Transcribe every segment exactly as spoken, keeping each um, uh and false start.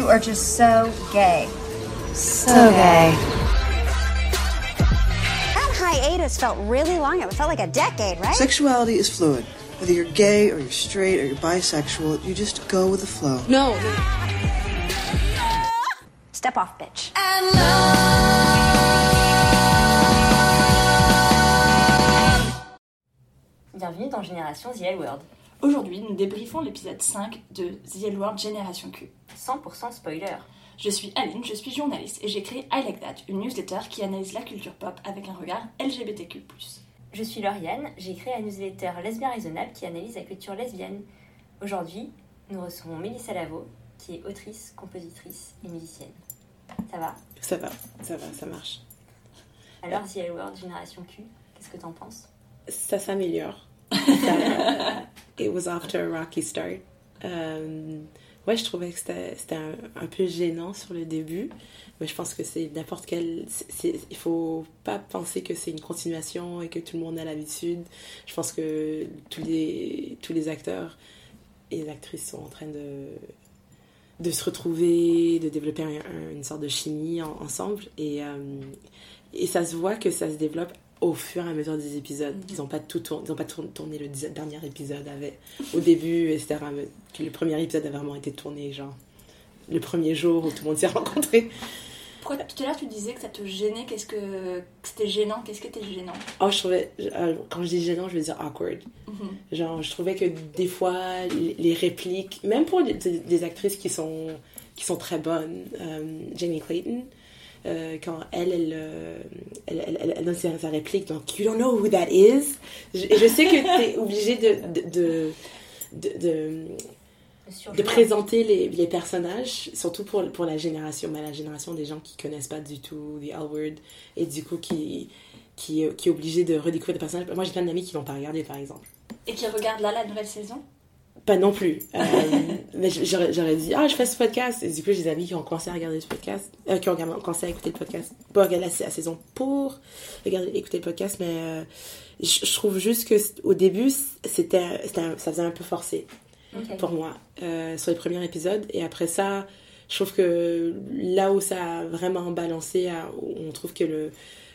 are just so gay. So, so gay. That hiatus felt really long. It felt like a decade, right? Sexuality is fluid. Whether you're gay or you're straight or you're bisexual, you just go with the flow. No. Step off, bitch. Bienvenue dans Génération The L-Word. Aujourd'hui, nous débriefons l'épisode cinq de The L-Word Génération Q. cent pour cent spoiler. Je suis Aline, je suis journaliste et j'ai créé I Like That, une newsletter qui analyse la culture pop avec un regard L G B T Q plus. Je suis Lauriane, j'ai créé la newsletter Lesbien Raisonnable qui analyse la culture lesbienne. Aujourd'hui, nous recevons Mélissa Lavo, qui est autrice, compositrice et musicienne. Ça va ? Ça va, ça va, ça marche. Alors, The L-Word Génération Q, qu'est-ce que t'en penses ? Ça s'améliore. Ça, it was after a rocky start. Euh, ouais, je trouvais que c'était, c'était un, un peu gênant sur le début, mais je pense que c'est n'importe quel... C'est, c'est, il faut pas penser que c'est une continuation et que tout le monde a l'habitude. Je pense que tous les, tous les acteurs et les actrices sont en train de, de se retrouver, de développer un, un, une sorte de chimie en, ensemble. Et, euh, et ça se voit que ça se développe au fur et à mesure des épisodes. Ils n'ont pas tout tourné, ils ont pas tourné le dernier épisode avec, au début, et cetera. Le premier épisode a vraiment été tourné, genre, le premier jour où tout le monde s'est rencontré. Pourquoi tout à l'heure tu disais que ça te gênait, qu'est-ce que, que c'était gênant, qu'est-ce qui était gênant ? Oh, je trouvais, quand je dis gênant, je veux dire awkward. Mm-hmm. Genre, je trouvais que des fois, les, les répliques, même pour des, des actrices qui sont, qui sont très bonnes, euh, Jamie Clayton, Euh, quand elle elle, euh, elle, elle, elle, elle donne sa, sa réplique, donc you don't know who that is. Je, et je sais que t'es obligé de de, de, de, de, de présenter les, les personnages, surtout pour, pour la génération, mais la génération des gens qui connaissent pas du tout The L-Word, et du coup qui, qui, qui est obligé de redécouvrir des personnages. Moi j'ai plein d'amis qui l'ont pas regardé par exemple. Et qui regardent là la nouvelle saison ? Pas non plus. Euh, mais j'aurais, j'aurais dit, ah, je fais ce podcast. Et du coup, j'ai des amis qui ont commencé à regarder ce podcast, euh, qui ont commencé à écouter le podcast. Pas regarder la, la saison pour regarder, écouter le podcast, mais euh, je, je trouve juste qu'au début, c'était, c'était un, ça faisait un peu forcé okay. pour moi euh, sur les premiers épisodes. Et après ça, je trouve que là où ça a vraiment balancé, à, où on trouve que le,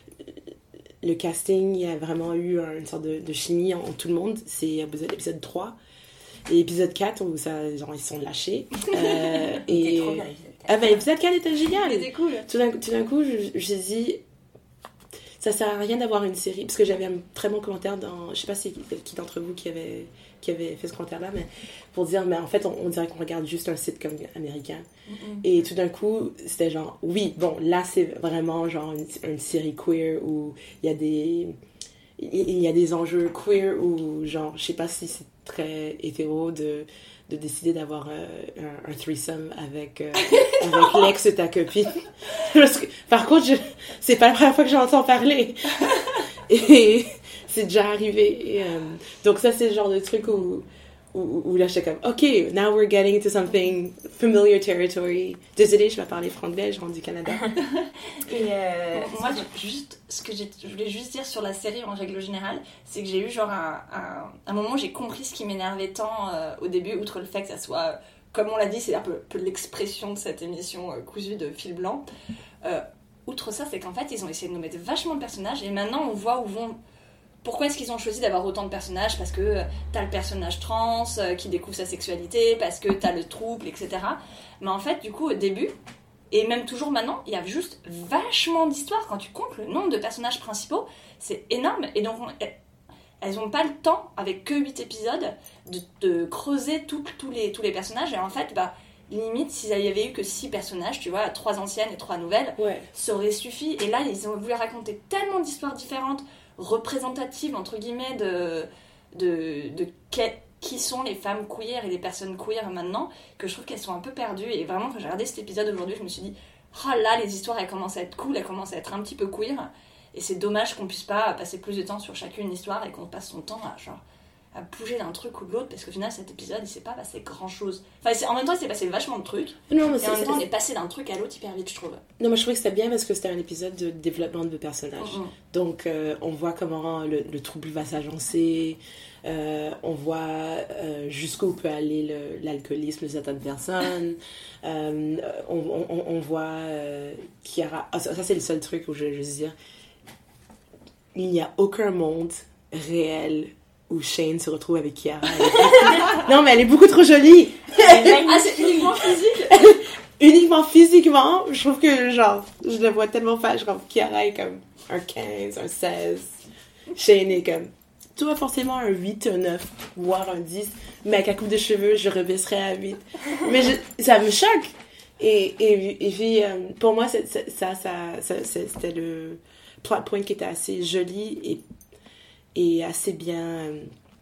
le casting, il y a vraiment eu une sorte de, de chimie en, en tout le monde, c'est l'épisode trois. Et épisode quatre où ça, genre, ils sont lâchés. Euh, et... trop bien, l'épisode quatre. Ah ben, l'épisode quatre était génial. C'était cool. Tout d'un, tout d'un coup, je, j'ai dit, ça sert à rien d'avoir une série. Parce que j'avais un très bon commentaire dans, je sais pas si c'est qui d'entre vous qui avait, qui avait fait ce commentaire-là, mais pour dire, mais en fait, on, on dirait qu'on regarde juste un sitcom américain. Mm-hmm. Et tout d'un coup, c'était genre, oui, bon, là, c'est vraiment genre une, une série queer où il y a des... il y a des enjeux queer où, genre, je sais pas si c'est très hétéro de, de décider d'avoir euh, un, un threesome avec, euh, avec l'ex de ta copine. Parce que, par contre, je, c'est pas la première fois que j'entends parler. Et c'est déjà arrivé. Et, euh, donc ça, c'est le genre de truc où, où, où là, j'étais comme, OK, now we're getting into something familiar territory. Désolée, je vais parler franglais, je rentre du Canada. Et euh, bon, moi, juste, ce que j'ai, je voulais juste dire sur la série en règle générale, c'est que j'ai eu genre un, un, un moment où j'ai compris ce qui m'énervait tant euh, au début, outre le fait que ça soit, comme on l'a dit, c'est un peu, un peu l'expression de cette émission euh, cousue de fil blanc. Euh, outre ça, c'est qu'en fait, ils ont essayé de nous mettre vachement de personnages et maintenant on voit où vont... Pourquoi est-ce qu'ils ont choisi d'avoir autant de personnages ? Parce que t'as le personnage trans euh, qui découvre sa sexualité, parce que t'as le trouble, et cetera. Mais en fait, du coup, au début, et même toujours maintenant, il y a juste vachement d'histoires. Quand tu comptes le nombre de personnages principaux, c'est énorme. Et donc, on, elles n'ont pas le temps, avec que huit épisodes, de, de creuser tout, tout les, tous les personnages. Et en fait, bah, limite, s'il y avait eu que six personnages, tu vois, trois anciennes et trois nouvelles, ouais. ça aurait suffi. Et là, ils ont voulu raconter tellement d'histoires différentes, représentative entre guillemets de, de, de quel, qui sont les femmes queer et les personnes queer maintenant, que je trouve qu'elles sont un peu perdues. Et vraiment, quand j'ai regardé cet épisode aujourd'hui, je me suis dit, oh là, les histoires elles commencent à être cool, elles commencent à être un petit peu queer, et c'est dommage qu'on puisse pas passer plus de temps sur chacune histoire et qu'on passe son temps à genre à bouger d'un truc ou de l'autre, parce qu'au final, cet épisode, il s'est pas passé grand-chose. Enfin, c'est, en même temps, il s'est passé vachement de trucs, Non, mais et c'est, en même c'est- temps, on est passé d'un truc à l'autre hyper vite, je trouve. non, moi je trouvais que c'était bien parce que c'était un épisode de développement de personnages. Mhm. Donc, euh, on voit comment le, le trouble va s'agencer, euh, on voit euh, jusqu'où peut aller le- l'alcoolisme de certaines personnes, euh, on, on, on voit euh, Kiara. Ah, ça, ça, c'est le seul truc où je, je veux dire, il n'y a aucun monde réel où Shane se retrouve avec Kiara. Elle est- non, mais elle est beaucoup trop jolie! Ah, c'est uniquement physique. Uniquement physiquement, je trouve que, genre, je le vois tellement faire. Je trouve que Kiara est comme un quinze, un seize. Shane est comme, tu vois, forcément un huit, un neuf, voire un dix. Mais avec la coupe de cheveux, je rebaisserais à huit. Mais je- ça me choque. Et, et, et puis, euh, pour moi, c'est- c'est- ça, ça, ça, c'est- c'était le plot point qui était assez joli et, et assez bien, euh,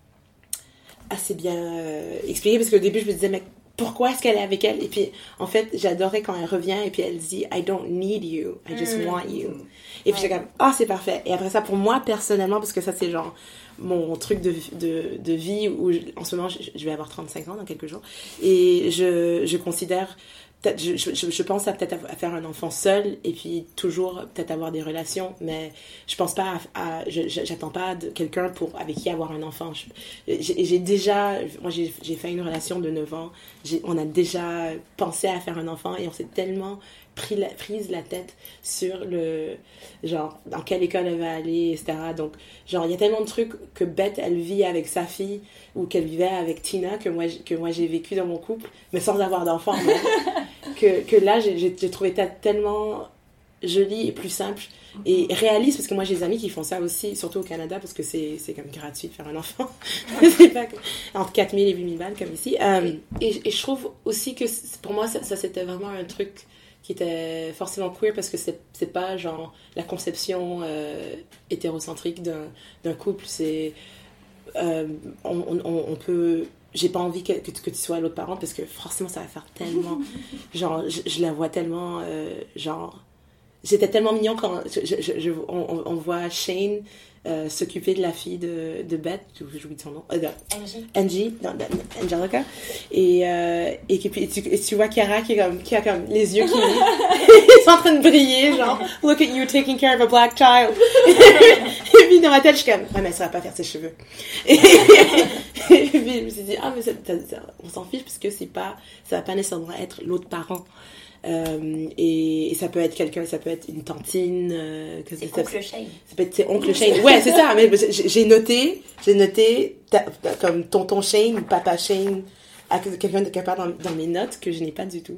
assez bien euh, expliqué. Parce qu'au début, je me disais, mais pourquoi est-ce qu'elle est avec elle? Et puis, en fait, j'adorais quand elle revient et puis elle dit, I don't need you, I just Mm. want you. Et puis, j'étais comme, ah, c'est parfait. Et après ça, pour moi, personnellement, parce que ça, c'est genre mon truc de, de, de vie où, je- en ce moment, je, je vais avoir trente-cinq ans dans quelques jours. Et je, je considère, peut-être, je, je, je pense à peut-être à faire un enfant seul et puis toujours peut-être avoir des relations, mais je pense pas à, à- je- je- j'attends pas de quelqu'un pour, avec qui avoir un enfant. Je- j'ai, j'ai déjà, moi j'ai, j'ai fait une relation de neuf ans, j'ai, on a déjà pensé à faire un enfant et on s'est tellement pris la, prise la tête sur le, genre, dans quelle école elle va aller, et cetera. Donc, genre, il y a tellement de trucs que Beth, elle vit avec sa fille ou qu'elle vivait avec Tina que moi, j- que moi j'ai vécu dans mon couple, mais sans avoir d'enfant. même. que, que là, j'ai, j'ai, j'ai trouvé ça tellement joli et plus simple et réaliste, parce que moi j'ai des amis qui font ça aussi, surtout au Canada, parce que c'est, c'est comme gratuit de faire un enfant. C'est pas comme- entre quatre mille et huit mille balles comme ici. Euh, et, et je trouve aussi que c'est- pour moi, ça, ça c'était vraiment un truc qui était forcément queer, parce que c'est, c'est pas genre la conception euh, hétérocentrique d'un, d'un couple. C'est euh, on, on, on peut, j'ai pas envie que, que, que tu sois l'autre parent, parce que forcément ça va faire tellement genre je, je la vois tellement euh, genre j'étais tellement mignon quand je, je, je, je- on, on voit Shane euh, s'occuper de la fille de, de Beth, j'oublie son nom, euh, de Angie. Angie, non, de- Angelica, et, euh, et, que- puis tu, et tu vois Kiara qui, est comme, qui a comme les yeux qui ils sont en train de briller, genre look at you taking care of a black child. Et puis dans ma tête je suis comme, ouais, mais elle saura pas faire ses cheveux. Et, et puis je me suis dit, ah mais ça, ça- ça- on s'en fiche, parce que c'est pas, ça va pas nécessairement être l'autre parent. Euh, et, et ça peut être quelqu'un, ça peut être une tantine, euh, que C'est ça, oncle Shane. ça peut être c'est oncle Shane. Ouais, c'est ça. Mais j'ai j'ai noté, j'ai noté ta- ta- comme tonton Shane ou papa Shane, à quelqu'un de capable dans, dans mes notes que je n'ai pas du tout.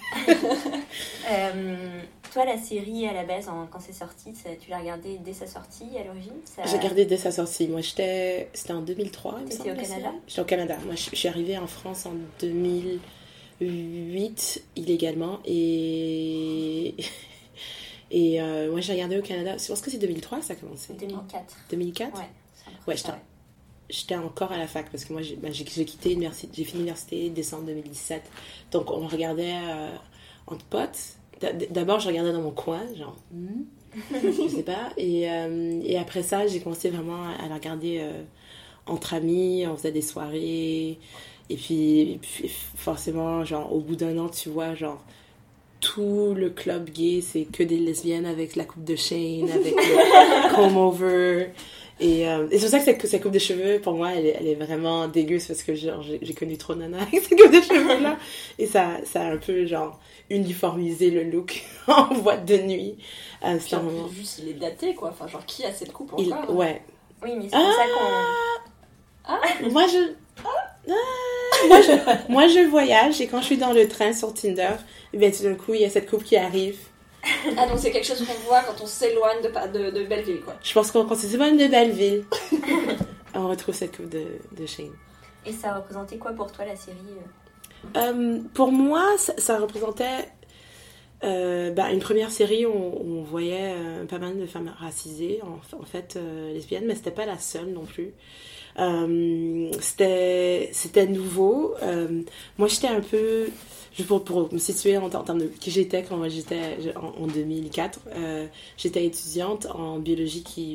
Euh, toi, la série à la base, en- quand c'est sorti, ça- tu l'as regardée dès sa sortie à l'origine ça... J'ai regardé dès sa sortie. Moi, j'étais, c'était en deux mille trois, il me T'étais semble. au la Canada? série. J'étais au Canada. Moi, je, je suis arrivée en France en deux mille huit illégalement, et et euh, moi j'ai regardé au Canada. Je pense que c'est deux mille trois que ça a commencé. deux mille quatre. deux mille quatre. Ouais. c'est un peu Ouais, ça, j'étais, j'étais encore à la fac, parce que moi j'ai, ben, j'ai, j'ai quitté l'université, j'ai fini l'université décembre deux mille dix-sept. Donc on regardait euh, entre potes. D'a- D'abord je regardais dans mon coin, genre, hmm, je sais pas. Et, euh, et après ça, j'ai commencé vraiment à, à la regarder euh, entre amis. On faisait des soirées. Et puis, et puis forcément, genre au bout d'un an, tu vois, genre tout le club gay, c'est que des lesbiennes avec la coupe de Shane, avec le comb over. Et, euh, et c'est pour ça que cette, cette coupe de cheveux, pour moi, elle est, elle est vraiment dégueu, c'est parce que genre, j'ai, j'ai connu trop nana avec cette coupe de cheveux-là. Et ça, ça a un peu, genre, uniformisé le look en boîte de nuit. Euh, Puis c'était un en moment... plus, juste, il est daté, quoi. Enfin, genre, qui a cette coupe Il- encore? ouais. Oui, mais c'est pour ça qu'on... Moi, je... Ah, moi, je... moi, je voyage, et quand je suis dans le train sur Tinder, et bien tout d'un coup, il y a cette coupe qui arrive. Ah, donc c'est quelque chose qu'on voit quand on s'éloigne de, Pa- de, de Belleville, quoi. Je pense qu'on quand c'est même de Belleville, on retrouve cette coupe de, de Shane. Et ça représentait quoi pour toi, la série euh Euh, pour moi, ça, ça représentait euh, bah, une première série où on, où on voyait euh, pas mal de femmes racisées, en, en fait euh, lesbiennes, mais c'était pas la seule non plus. Euh, c'était, c'était nouveau. Euh, moi, j'étais un peu... Juste pour, pour me situer en, en termes de qui j'étais quand j'étais en, en deux mille quatre, euh, j'étais étudiante en biologie qui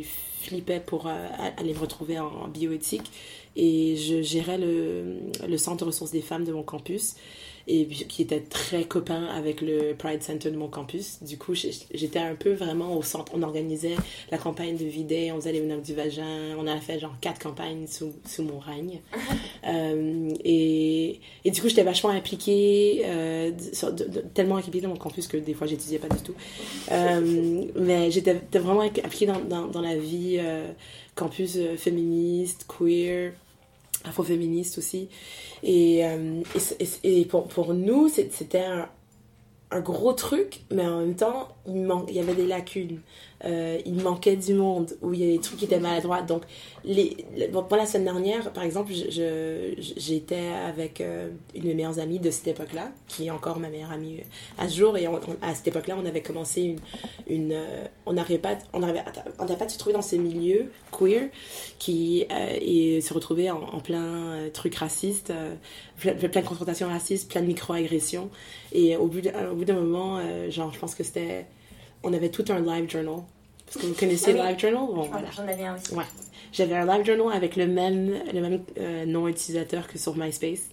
flippais pour euh, aller me retrouver en, en bioéthique. Et je gérais le, le centre de ressources des femmes de mon campus, et qui était très copain avec le Pride Center de mon campus. Du coup, j'étais un peu vraiment au centre. On organisait la campagne de V-Day, on faisait les Ménocs du vagin, on a fait genre quatre campagnes sous, sous mon règne. euh, et, et du coup, j'étais vachement impliquée, euh, sur, de, de, tellement impliquée dans mon campus que des fois, j'étudiais pas du tout. Euh, mais j'étais vraiment impliquée dans, dans, dans la vie euh, campus euh, féministe, queer, afroféministe aussi. Et, euh, et, et pour, pour nous, c'était un, un gros truc, mais en même temps, il, man- il y avait des lacunes. Euh, il manquait du monde, où il y a des trucs qui étaient maladroits. Donc, les, les, bon, la semaine dernière, par exemple, je, je, j'étais avec euh, une de mes meilleures amies de cette époque-là, qui est encore ma meilleure amie à ce jour. Et on, on, à cette époque-là, on avait commencé une... une euh, on n'arrivait pas, on n'arrivait on n'avait pas de se trouver dans ces milieux queer qui euh, et se retrouver en, en plein euh, truc raciste, euh, plein, plein de confrontations racistes, plein de micro-agressions. Et au bout, de, au bout d'un moment, euh, genre, je pense que c'était... On avait tout un live journal. Parce que vous connaissez ah oui. Live Journal? Bon, voilà. J'en avais un aussi. Ouais. J'avais un Live Journal avec le même, le même euh, nom utilisateur que sur MySpace.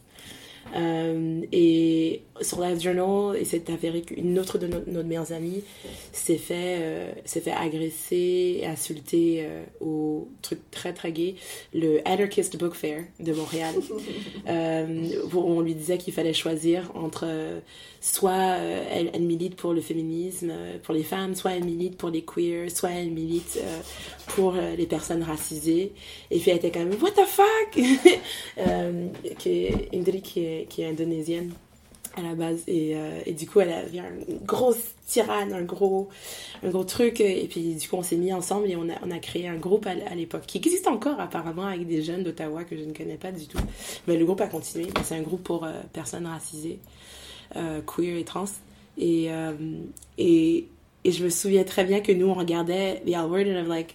Euh, et sur Live Journal, il s'est avéré qu'une autre de nos, nos meilleures amies s'est fait, euh, s'est fait agresser et insulter euh, au truc très très gay, le Anarchist Book Fair de Montréal. euh, où on lui disait qu'il fallait choisir entre euh, soit euh, elle, elle milite pour le féminisme, euh, pour les femmes, soit elle milite pour les queers, soit elle milite euh, pour euh, les personnes racisées. Et puis elle était quand même what the fuck. euh, qui est Indri qui est qui est indonésienne à la base, et, euh, et du coup elle avait une grosse tirade, un gros, un gros truc, et puis du coup on s'est mis ensemble et on a, on a créé un groupe à, à l'époque, qui existe encore apparemment avec des jeunes d'Ottawa que je ne connais pas du tout, mais le groupe a continué. C'est un groupe pour euh, personnes racisées, euh, queer et trans, et, euh, et, et je me souviens très bien que nous on regardait The L Word and I'm like,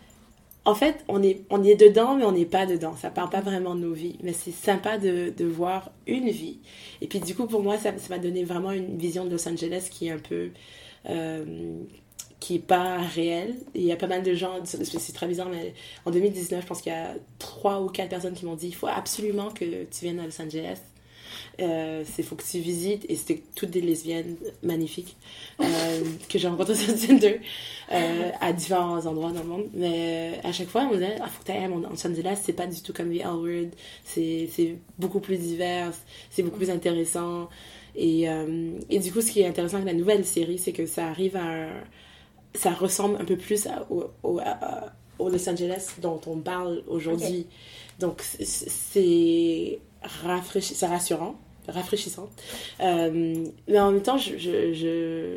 en fait, on est, on est dedans, mais on n'est pas dedans. Ça parle pas vraiment de nos vies. Mais c'est sympa de, de voir une vie. Et puis, du coup, pour moi, ça, ça m'a donné vraiment une vision de Los Angeles qui est un peu... Euh, qui est pas réelle. Et il y a pas mal de gens... C'est très bizarre, mais en deux mille dix-neuf, je pense qu'il y a trois ou quatre personnes qui m'ont dit « Il faut absolument que tu viennes à Los Angeles. » Euh, c'est faut que tu visites, et c'était toutes des lesbiennes magnifiques euh, que j'ai rencontrées sur Tinder euh, à différents endroits dans le monde, mais à chaque fois on me disait ah, faut que tu ailles à Los Angeles, c'est pas du tout comme The L Word, c'est, c'est beaucoup plus divers, c'est beaucoup plus intéressant, et, euh, et du coup ce qui est intéressant avec la nouvelle série, c'est que ça arrive à un, ça ressemble un peu plus à, au, au, à, au Los Angeles dont on parle aujourd'hui. Okay. Donc c'est, c'est rafraîchi, c'est rassurant, rafraîchissant, euh, mais en même temps je, je, je...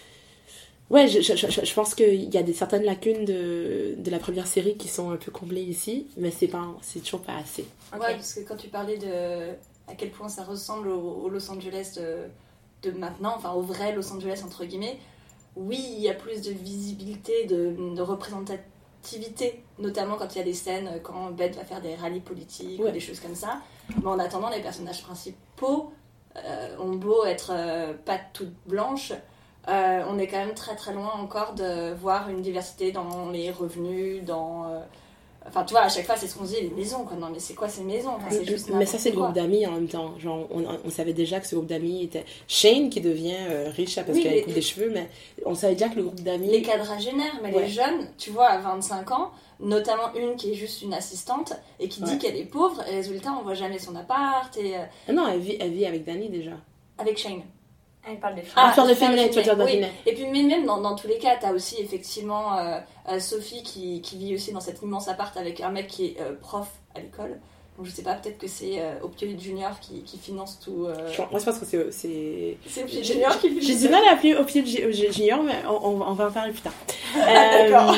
ouais je, je, je, je pense qu'il y a des certaines lacunes de, de la première série qui sont un peu comblées ici, mais c'est pas c'est toujours pas assez. Okay. Ouais, parce que quand tu parlais de à quel point ça ressemble au, au Los Angeles de, de maintenant, enfin au vrai Los Angeles entre guillemets, oui il y a plus de visibilité, de, de représentativité, notamment quand il y a des scènes, quand Beth va faire des rallyes politiques, ouais, ou des choses comme ça. Mais en attendant, les personnages principaux euh, ont beau être euh, pas toutes blanches, euh, on est quand même très très loin encore de voir une diversité dans les revenus, dans... Euh... Enfin, tu vois, à chaque fois, c'est ce qu'on se dit, les maisons, quoi. Non, mais c'est quoi ces maisons, enfin, c'est juste mais ça, c'est le groupe d'amis en même temps. Genre, on, on savait déjà que ce groupe d'amis était... Shane, qui devient euh, riche parce oui, qu'elle a les... coupe des cheveux, mais on savait déjà que le groupe d'amis... Les quadragénaires, mais ouais, les jeunes, tu vois, à vingt-cinq ans, notamment une qui est juste une assistante et qui ouais, dit qu'elle est pauvre, et résultat, on voit jamais son appart, et... Ah non, elle vit, elle vit avec Danny, déjà. Avec Shane. Elle parle de film. Ah, faire de féminin, tu veux dire de oui. Et puis même dans, dans tous les cas, t'as aussi effectivement euh, euh, Sophie qui, qui vit aussi dans cet immense appart avec un mec qui est euh, prof à l'école. Donc je sais pas, peut-être que c'est euh, Opioid Junior qui, qui finance tout. Euh... Moi je pense que c'est... C'est, c'est Opioid Junior qui finance. J'ai du mal à appeler Opioid Junior, mais on, on, on va en parler plus tard. euh, D'accord.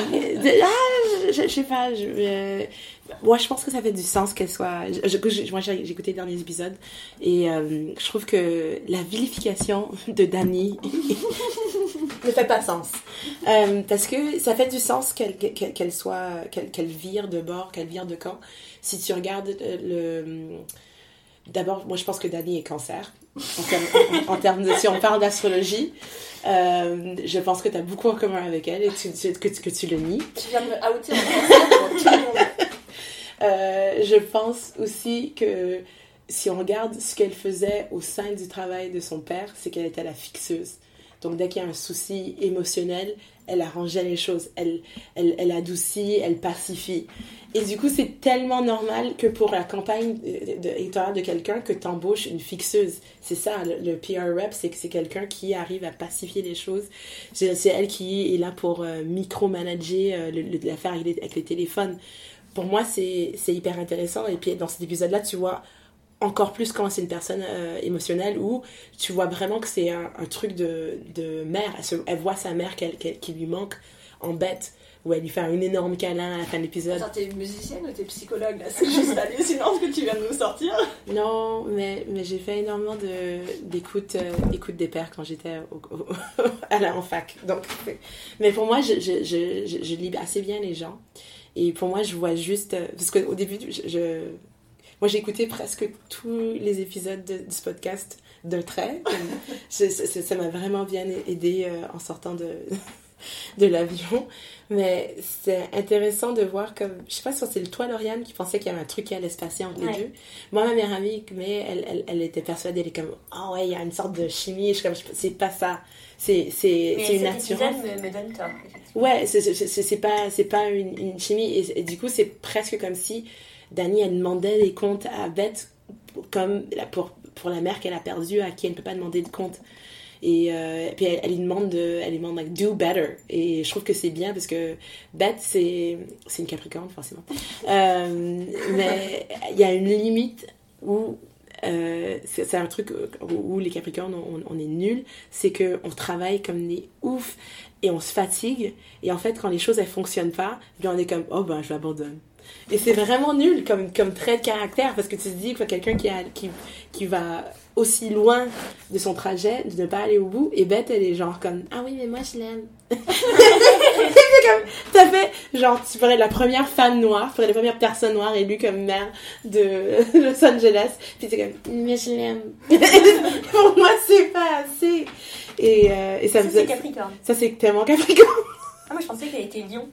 Ah, je, je sais pas, je... Euh... Moi, je pense que ça fait du sens qu'elle soit... Je, je, moi, j'ai, j'ai écouté les derniers épisodes et euh, je trouve que la vilification de Danny ne fait pas de sens. Euh, parce que ça fait du sens qu'elle, qu'elle, qu'elle soit... Qu'elle, qu'elle vire de bord, qu'elle vire de camp. Si tu regardes le... D'abord, moi, je pense que Danny est cancer. en termes, en, en termes de, si on parle d'astrologie. Euh, je pense que tu as beaucoup en commun avec elle et tu, tu, que, que tu le nies. Tu viens de me outer en fait, tout le monde. Euh, je pense aussi que si on regarde ce qu'elle faisait au sein du travail de son père, c'est qu'elle était la fixeuse. Donc dès qu'il y a un souci émotionnel, elle arrangeait les choses, elle, elle, elle adoucit, elle pacifie. Et du coup, c'est tellement normal que pour la campagne électorale de, de, de quelqu'un, que tu embauches une fixeuse. C'est ça, le, le P R rep, c'est que c'est quelqu'un qui arrive à pacifier les choses. C'est, c'est elle qui est là pour euh, micromanager euh, le, le, l'affaire avec les, avec les téléphones. Pour moi, c'est, c'est hyper intéressant. Et puis dans cet épisode-là, tu vois encore plus quand c'est une personne euh, émotionnelle où tu vois vraiment que c'est un, un truc de, de mère. Elle, se, elle voit sa mère qu'elle, qu'elle, qui lui manque en bête, où elle lui fait un énorme câlin à la fin de l'épisode. Attends, t'es musicienne ou t'es psychologue là? C'est juste hallucinant ce que tu viens de nous sortir. Non, mais, mais j'ai fait énormément de, d'écoute, euh, d'écoute des pères quand j'étais au, au, à la, en fac. Donc, mais pour moi, je, je, je, je, je lis assez bien les gens. Et pour moi, je vois juste... Parce qu'au début, je... je moi, j'ai écouté presque tous les épisodes de, de ce podcast d'un trait. je, ça, ça m'a vraiment bien aidé euh, en sortant de, de l'avion. Mais c'est intéressant de voir comme... Je sais pas si c'est le toi, Lauriane, qui pensait qu'il y avait un truc qui allait se passer entre ouais. les deux. Moi, ma meilleure amie, mais elle, elle, elle était persuadée, elle est comme... Ah oh ouais, il y a une sorte de chimie. Je suis comme, c'est pas ça. C'est, c'est, c'est une assurance. Mais me, me donne tort. Ouais, c'est, c'est, c'est, c'est pas, c'est pas une, une chimie. Et, et du coup, c'est presque comme si... Dani, elle demandait des comptes à Beth comme pour, pour la mère qu'elle a perdue, à qui elle ne peut pas demander de compte. Et, euh, et puis elle, elle lui demande de, elle lui demande like, do better. Et je trouve que c'est bien parce que Beth, c'est, c'est une Capricorne, forcément. Euh, mais il y a une limite où euh, c'est, c'est un truc où, où les Capricornes, on, on est nuls. C'est qu'on travaille comme des oufs et on se fatigue. Et en fait, quand les choses, elles fonctionnent pas, bien on est comme, oh ben, je l'abandonne. Et c'est vraiment nul comme, comme trait de caractère parce que tu te dis que quelqu'un qui, a, qui, qui va aussi loin de son trajet, de ne pas aller au bout, et Beth, elle est genre comme ah oui, mais moi je l'aime. C'est comme, t'as fait genre, tu ferais la première femme noire, tu ferais la première personne noire élue comme maire de Los Angeles, puis t'es comme mais je l'aime. Pour moi, c'est pas assez. Et, euh, et ça, ça me c'est Capricorne. Ça, c'est tellement Capricorne. Ah, moi je pensais qu'elle était Lion.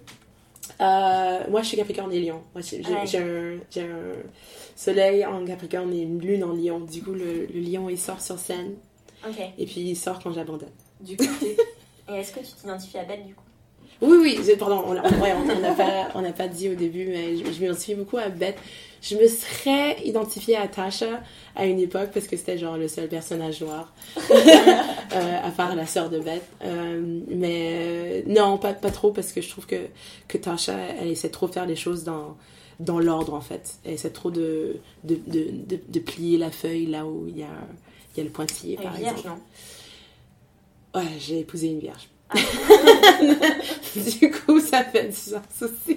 Euh, moi, je suis Capricorne et Lion. Moi, j'ai, j'ai, ouais. j'ai, un, j'ai un soleil en Capricorne et une lune en Lion. Du coup, le, le Lion, il sort sur scène. Okay. Et puis, il sort quand j'abandonne. Du coup, et est-ce que tu t'identifies à Beth, du coup? Oui, oui. Pardon, on n'a ouais, on, on pas, on n'a pas dit au début, mais je, je m'identifie beaucoup à Beth. Je me serais identifiée à Tasha à une époque parce que c'était genre le seul personnage noir, euh, à part la sœur de Beth. Euh, mais euh, non, pas, pas trop parce que je trouve que, que Tasha, elle essaie trop de faire les choses dans, dans l'ordre en fait. Elle essaie trop de, de, de, de, de plier la feuille là où il y a, il y a le pointillé par vierge, exemple. Non? Ouais, j'ai épousé une vierge. Ah. Du coup, ça fait du sens aussi.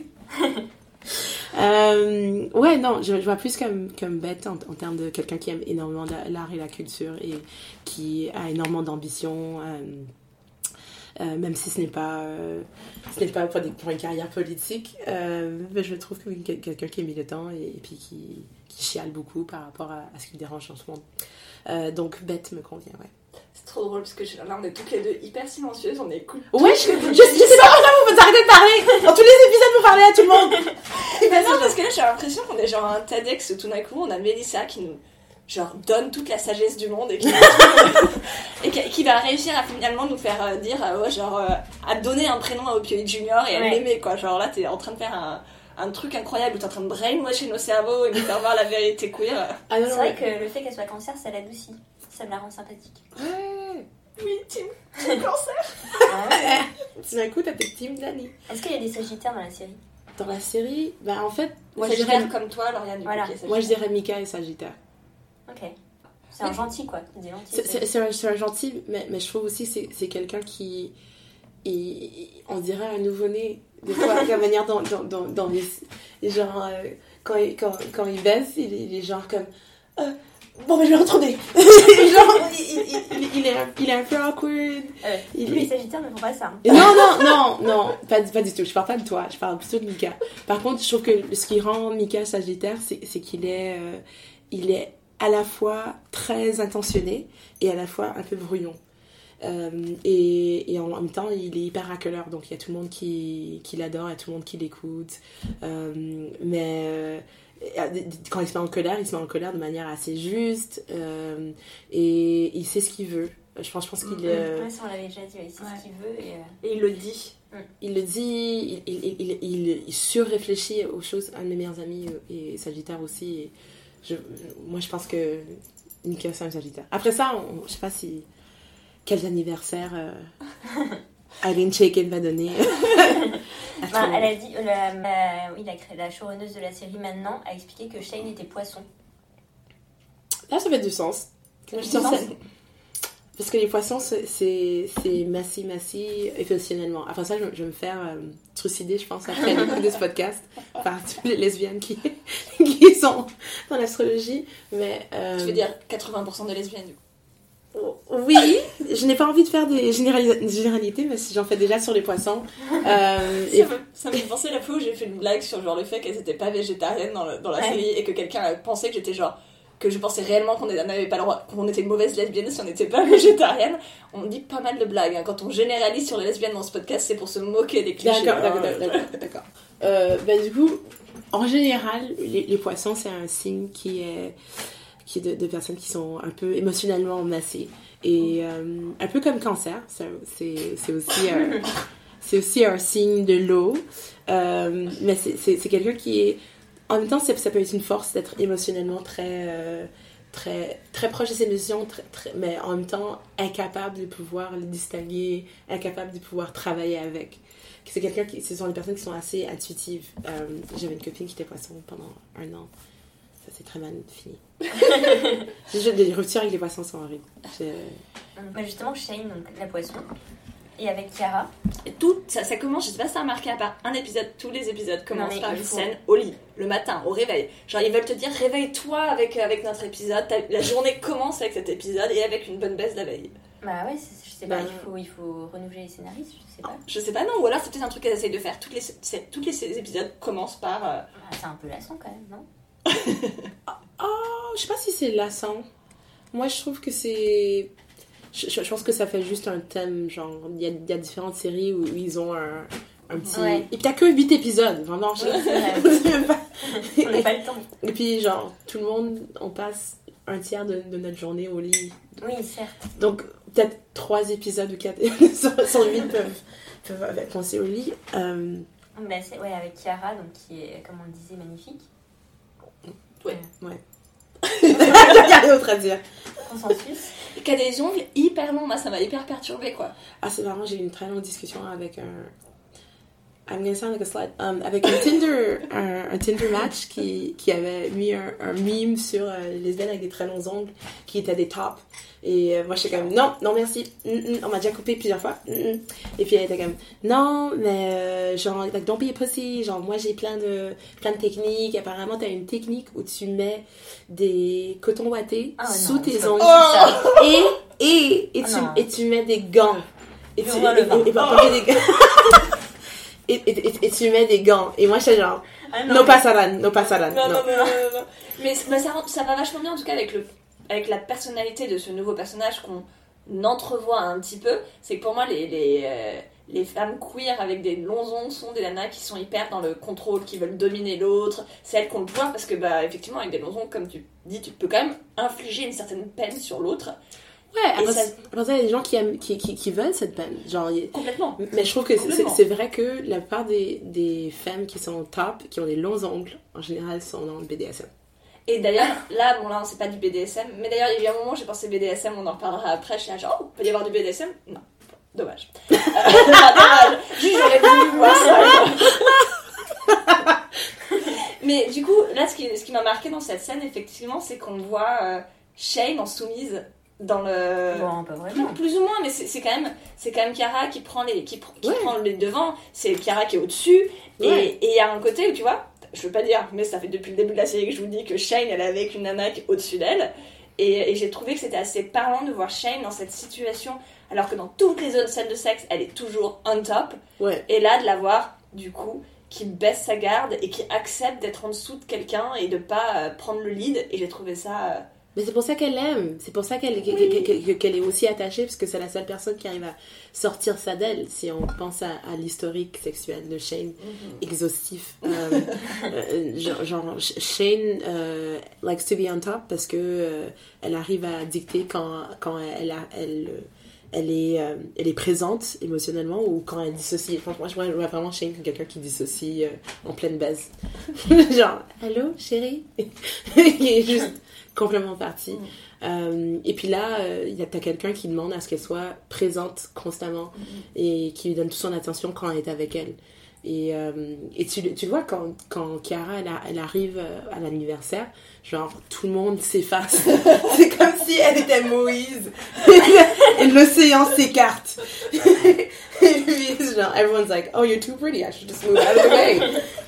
Euh, ouais, non, je, je vois plus comme, comme Beth en, en termes de quelqu'un qui aime énormément l'art et la culture et qui a énormément d'ambition, euh, euh, même si ce n'est pas, euh, ce n'est pas pour, des, pour une carrière politique. Euh, mais je trouve que quelqu'un qui est militant et, et puis qui, qui chiale beaucoup par rapport à, à ce qui dérange dans ce monde. Euh, donc Beth me convient, ouais. C'est trop drôle parce que là on est toutes les deux hyper silencieuses, on écoute. Ouais, je, je, je sais pas pourquoi vous arrêtez de parler. Dans tous les épisodes vous parlez à tout le monde. Mais non, parce que là j'ai l'impression qu'on est genre un TEDx tout d'un coup, on a Mélissa qui nous genre donne toute la sagesse du monde et qui, et qui, qui va réussir à finalement nous faire euh, dire euh, ouais, genre euh, à donner un prénom à Opioid Junior et à ouais. l'aimer quoi. Genre là t'es en train de faire un un truc incroyable où t'es en train de brainwasher nos cerveaux et nous faire voir la vérité queer. Ah non, c'est vrai que le fait qu'elle soit cancer, ça l'adoucit. Ça me la rend sympathique. Ouais. Oui, team, team cancer. Ah ouais. Tout d'un coup, t'as tes team Dani. Est-ce qu'il y a des sagittaires dans la série? Dans la série, bah en fait, moi je dirais comme toi, Lauriane. Voilà. Moi je dirais Mika et Sagittaire. Ok. C'est un gentil quoi. Il est gentil. C'est, c'est, c'est, un, c'est un gentil, mais, mais je trouve aussi que c'est, c'est quelqu'un qui, il, on dirait un nouveau-né. Des fois, la manière dans, dans, dans, dans les, genre, euh, quand, il, quand, quand il baisse, il, il est genre comme, euh, bon, mais je vais retourner. Genre, il, il, il, il, est un, il est un peu awkward. Euh, il, les Sagittaires ne font pas ça. Non, non, non, non, pas, pas du tout. Je parle pas de toi, je parle plutôt de Mika. Par contre, je trouve que ce qui rend Mika Sagittaire, c'est, c'est qu'il est, euh, il est à la fois très intentionné et à la fois un peu brouillon. Euh, et, et en même temps, il est hyper racoleur, donc il y a tout le monde qui, qui l'adore, il y a tout le monde qui l'écoute. Euh, mais euh, quand il se met en colère, il se met en colère de manière assez juste euh, et il sait ce qu'il veut. Je pense, je pense qu'il... Euh... Ouais, ça on l'avait déjà dit, il sait ouais. ce qu'il veut et, euh... et il le dit. Il le dit, il, il, il, il, il surréfléchit aux choses. Un de mes meilleurs amis est Sagittaire aussi. Et je, moi, je pense que Nika, c'est un Sagittaire. Après ça, on, je sais pas si... Quels anniversaires euh, Eileen Chaikin va donner. ben, elle a dit... La, la, oui, la, la showrunneuse de la série maintenant a expliqué que Shane était poisson. Là, ça fait du sens. Ça fait du sens. Parce que les poissons, c'est, c'est, c'est massi, massi, émotionnellement. Après ça, je, je vais me faire euh, trucider, je pense, après l'écoute de ce podcast, par toutes les lesbiennes qui, qui sont dans l'astrologie. Mais, euh... Tu veux dire quatre-vingts pour cent de lesbiennes, du coup? Oui, je n'ai pas envie de faire des généralis- généralités, mais j'en fais déjà sur les poissons. Euh, et... Ça, me, ça me fait penser la fois où j'ai fait une blague sur genre le fait qu'elles n'étaient pas végétariennes dans, le, dans la ouais. série et que quelqu'un a pensé que j'étais genre... que je pensais réellement qu'on n'avait pas le droit, qu'on était une mauvaise lesbienne si on n'était pas végétarienne. On dit pas mal de blagues. Hein. Quand on généralise sur les lesbiennes dans ce podcast, c'est pour se moquer des clichés. D'accord, d'accord, d'accord. d'accord, d'accord. Euh, bah, du coup, en général, les, les poissons, c'est un signe qui est, qui est de, de personnes qui sont un peu émotionnellement massées. Et euh, un peu comme Cancer, c'est, c'est, c'est, aussi, un, c'est aussi un signe de l'eau. Euh, mais c'est, c'est, c'est quelqu'un qui est... En même temps, ça, ça peut être une force d'être émotionnellement très, euh, très, très proche de ses émotions, très, très, mais en même temps incapable de pouvoir les distinguer, incapable de pouvoir travailler avec. C'est quelqu'un qui, ce sont des personnes qui sont assez intuitives. Euh, j'avais une copine qui était poisson pendant un an. Ça s'est très mal fini. Les ruptures avec les poissons sont horribles. Je... Mais justement, Shane, donc la poisson, et avec Chiara. Et tout, ça, ça commence, je sais pas si ça a remarqué, à part un épisode, tous les épisodes commencent par une faut... scène au lit, le matin, au réveil. Genre, ils veulent te dire, réveille-toi avec, avec notre épisode, la journée commence avec cet épisode et avec une bonne baisse la veille. Bah ouais, je sais pas, bah, il, faut, il faut renouveler les scénaristes, je sais pas. Je sais pas, non, ou alors c'est peut-être un truc qu'elles essayent de faire. Toutes les, c'est, toutes les épisodes commencent par... Euh... Bah, c'est un peu lassant quand même, non? Oh, je sais pas si c'est lassant. Moi, je trouve que c'est... Je, je pense que ça fait juste un thème, genre, il y a, il y a différentes séries où ils ont un, un petit... Ouais. Et puis t'as que huit épisodes, vraiment. Oui, c'est vrai. On n'a pas le temps. Et puis, genre, tout le monde, on passe un tiers de, de notre journée au lit. Oui, certes. Donc, peut-être trois épisodes ou quatre sur huit peuvent, peuvent penser au lit. Euh... Bah, c'est, ouais, avec Chiara, donc, qui est, comme on le disait, magnifique. Ouais, ouais. Il n'y a rien d'autre à dire. Consensus. Qui a des ongles hyper longs, moi ça m'a hyper perturbée quoi. Ah c'est marrant, j'ai eu une très longue discussion avec un... I'm gonna sound like a slut. Um, avec un Tinder, un, un Tinder match qui, qui avait mis un, un meme sur euh, les lesbiennes avec des très longs ongles qui étaient des tops. Et euh, moi j'étais comme non, non merci, mm-mm. On m'a déjà coupé plusieurs fois. Mm-mm. Et puis elle était comme non, mais euh, genre, like, don't be a pussy. Genre, moi j'ai plein de, plein de techniques. Apparemment, t'as une technique où tu mets des cotons ouatés oh, sous non, tes ongles. Oh et, et, et, oh, tu, et tu mets des gants. Et tu, et, et, et, et, oh. des gants. Et, et, et, et tu mets des gants. Et moi, j'étais genre, ah non, no mais... pasaran, no pasaran. Non, non, non, non, non, non. Mais bah, ça, ça va vachement bien, en tout cas, avec, le, avec la personnalité de ce nouveau personnage qu'on entrevoit un petit peu. C'est que pour moi, les, les, euh, les femmes queer avec des longs ongles sont des nanas qui sont hyper dans le contrôle, qui veulent dominer l'autre. C'est elles qui ont le pouvoir parce que, bah, effectivement, avec des longs ongles, comme tu dis, tu peux quand même infliger une certaine peine sur l'autre. Ouais, après ça, après ça, il y a des gens qui, aiment, qui, qui, qui veulent cette peine. Genre, y... Complètement. Mais je trouve que c'est, c'est vrai que la plupart des, des femmes qui sont top, qui ont des longs ongles, en général, sont dans le B D S M. Et d'ailleurs, là, bon là, c'est pas du B D S M, mais d'ailleurs, il y a eu un moment où j'ai pensé B D S M, on en reparlera après, je suis là genre, oh, peut y avoir du B D S M? Non, dommage. euh, dommage, juste j'aurais voulu voir ça. Mais du coup, là, ce qui, ce qui m'a marqué dans cette scène, effectivement, c'est qu'on voit euh, Shane en soumise dans le bon, pas vraiment. Plus, plus ou moins, mais c'est, c'est quand même c'est quand même Chiara qui prend les qui, qui ouais. prend les devants, c'est Chiara qui est au-dessus ouais. et il y a un côté où tu vois, je veux pas dire, mais ça fait depuis le début de la série que je vous dis que Shane elle est avec une nana qui est au-dessus d'elle et, et j'ai trouvé que c'était assez parlant de voir Shane dans cette situation alors que dans toutes les autres scènes de sexe elle est toujours on top ouais. Et là de la voir du coup qui baisse sa garde et qui accepte d'être en dessous de quelqu'un et de pas euh, prendre le lead et j'ai trouvé ça euh, Mais c'est pour ça qu'elle l'aime. C'est pour ça qu'elle, oui. qu'elle, qu'elle est aussi attachée, parce que c'est la seule personne qui arrive à sortir ça d'elle. Si on pense à, à l'historique sexuel de Shane, mm-hmm. exhaustif. Euh, euh, genre, genre, Shane euh, likes to be on top parce que euh, elle arrive à dicter quand, quand elle, a, elle, elle, est, euh, elle est présente émotionnellement ou quand elle dissocie. Franchement, je vois vraiment Shane comme quelqu'un qui dissocie euh, en pleine baise. Genre, allô, chérie? Il est juste complètement parti. Mm. Euh, et puis là, euh, y a, t'as quelqu'un qui demande à ce qu'elle soit présente constamment mm. et qui lui donne toute son attention quand elle est avec elle. Et, euh, et tu, tu vois, quand, quand Chiara, elle, a, elle arrive à l'anniversaire, genre, tout le monde s'efface. C'est comme si elle était Moïse. Et l'océan s'écarte. Et puis, genre, everyone's like, oh, you're too pretty, I should just move out of the way.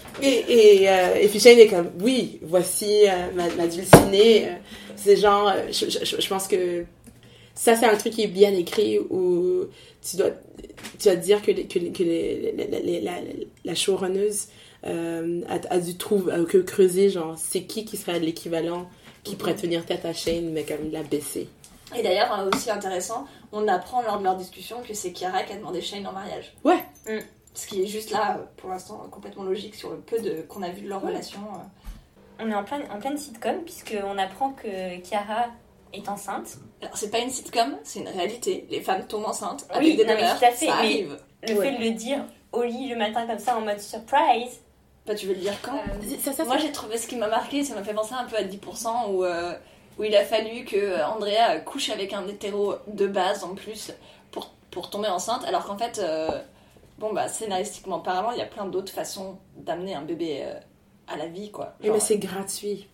Et, et, euh, et puis Shane est comme, oui, voici euh, ma, ma dulcinée. Euh, c'est genre, euh, je, je, je pense que ça, c'est un truc qui est bien écrit où tu dois, tu dois te dire que, que, que les, les, les, la, la showrunneuse euh, a, a dû trouver, a, que creuser, genre, c'est qui qui serait l'équivalent qui pourrait tenir tête à Shane, mais comme la baisser. Et d'ailleurs, aussi intéressant, on apprend lors de leur discussion que c'est Chiara qui a demandé Shane en mariage. Ouais. Mm. Ce qui est juste là, pour l'instant, complètement logique sur le peu de, qu'on a vu de leur ouais. relation. On est en pleine, en pleine sitcom, puisqu'on apprend que Chiara est enceinte. Alors, c'est pas une sitcom, c'est une réalité. Les femmes tombent enceintes oui, avec des non, douleurs, mais tout à fait, ça mais arrive. Le ouais. fait de le dire au lit le matin comme ça, en mode surprise... Bah, tu veux le dire quand euh, ça, ça, Moi, ça... j'ai trouvé ce qui m'a marqué, ça m'a fait penser un peu à dix pour cent, où, euh, où il a fallu que Andrea couche avec un hétéro de base, en plus, pour, pour tomber enceinte, alors qu'en fait... Euh, Bon, bah, scénaristiquement parlant, il y a plein d'autres façons d'amener un bébé euh, à la vie, quoi. Genre, mais c'est gratuit.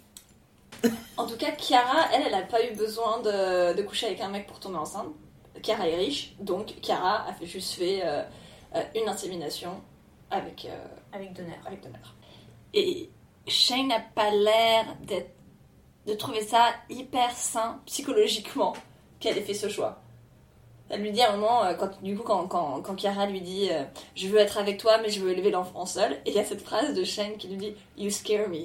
En tout cas, Chiara, elle, elle n'a pas eu besoin de, de coucher avec un mec pour tomber enceinte. Chiara est riche, donc Chiara a fait, juste fait euh, euh, une insémination avec... Euh, avec donneur. Avec donneur. Et Shane n'a pas l'air d'être, de trouver ça hyper sain, psychologiquement, qu'elle ait fait ce choix. Elle lui dit à un moment, quand, du coup, quand, quand, quand Chiara lui dit euh, « Je veux être avec toi, mais je veux élever l'enfant seul », et il y a cette phrase de Shane qui lui dit « You scare me ».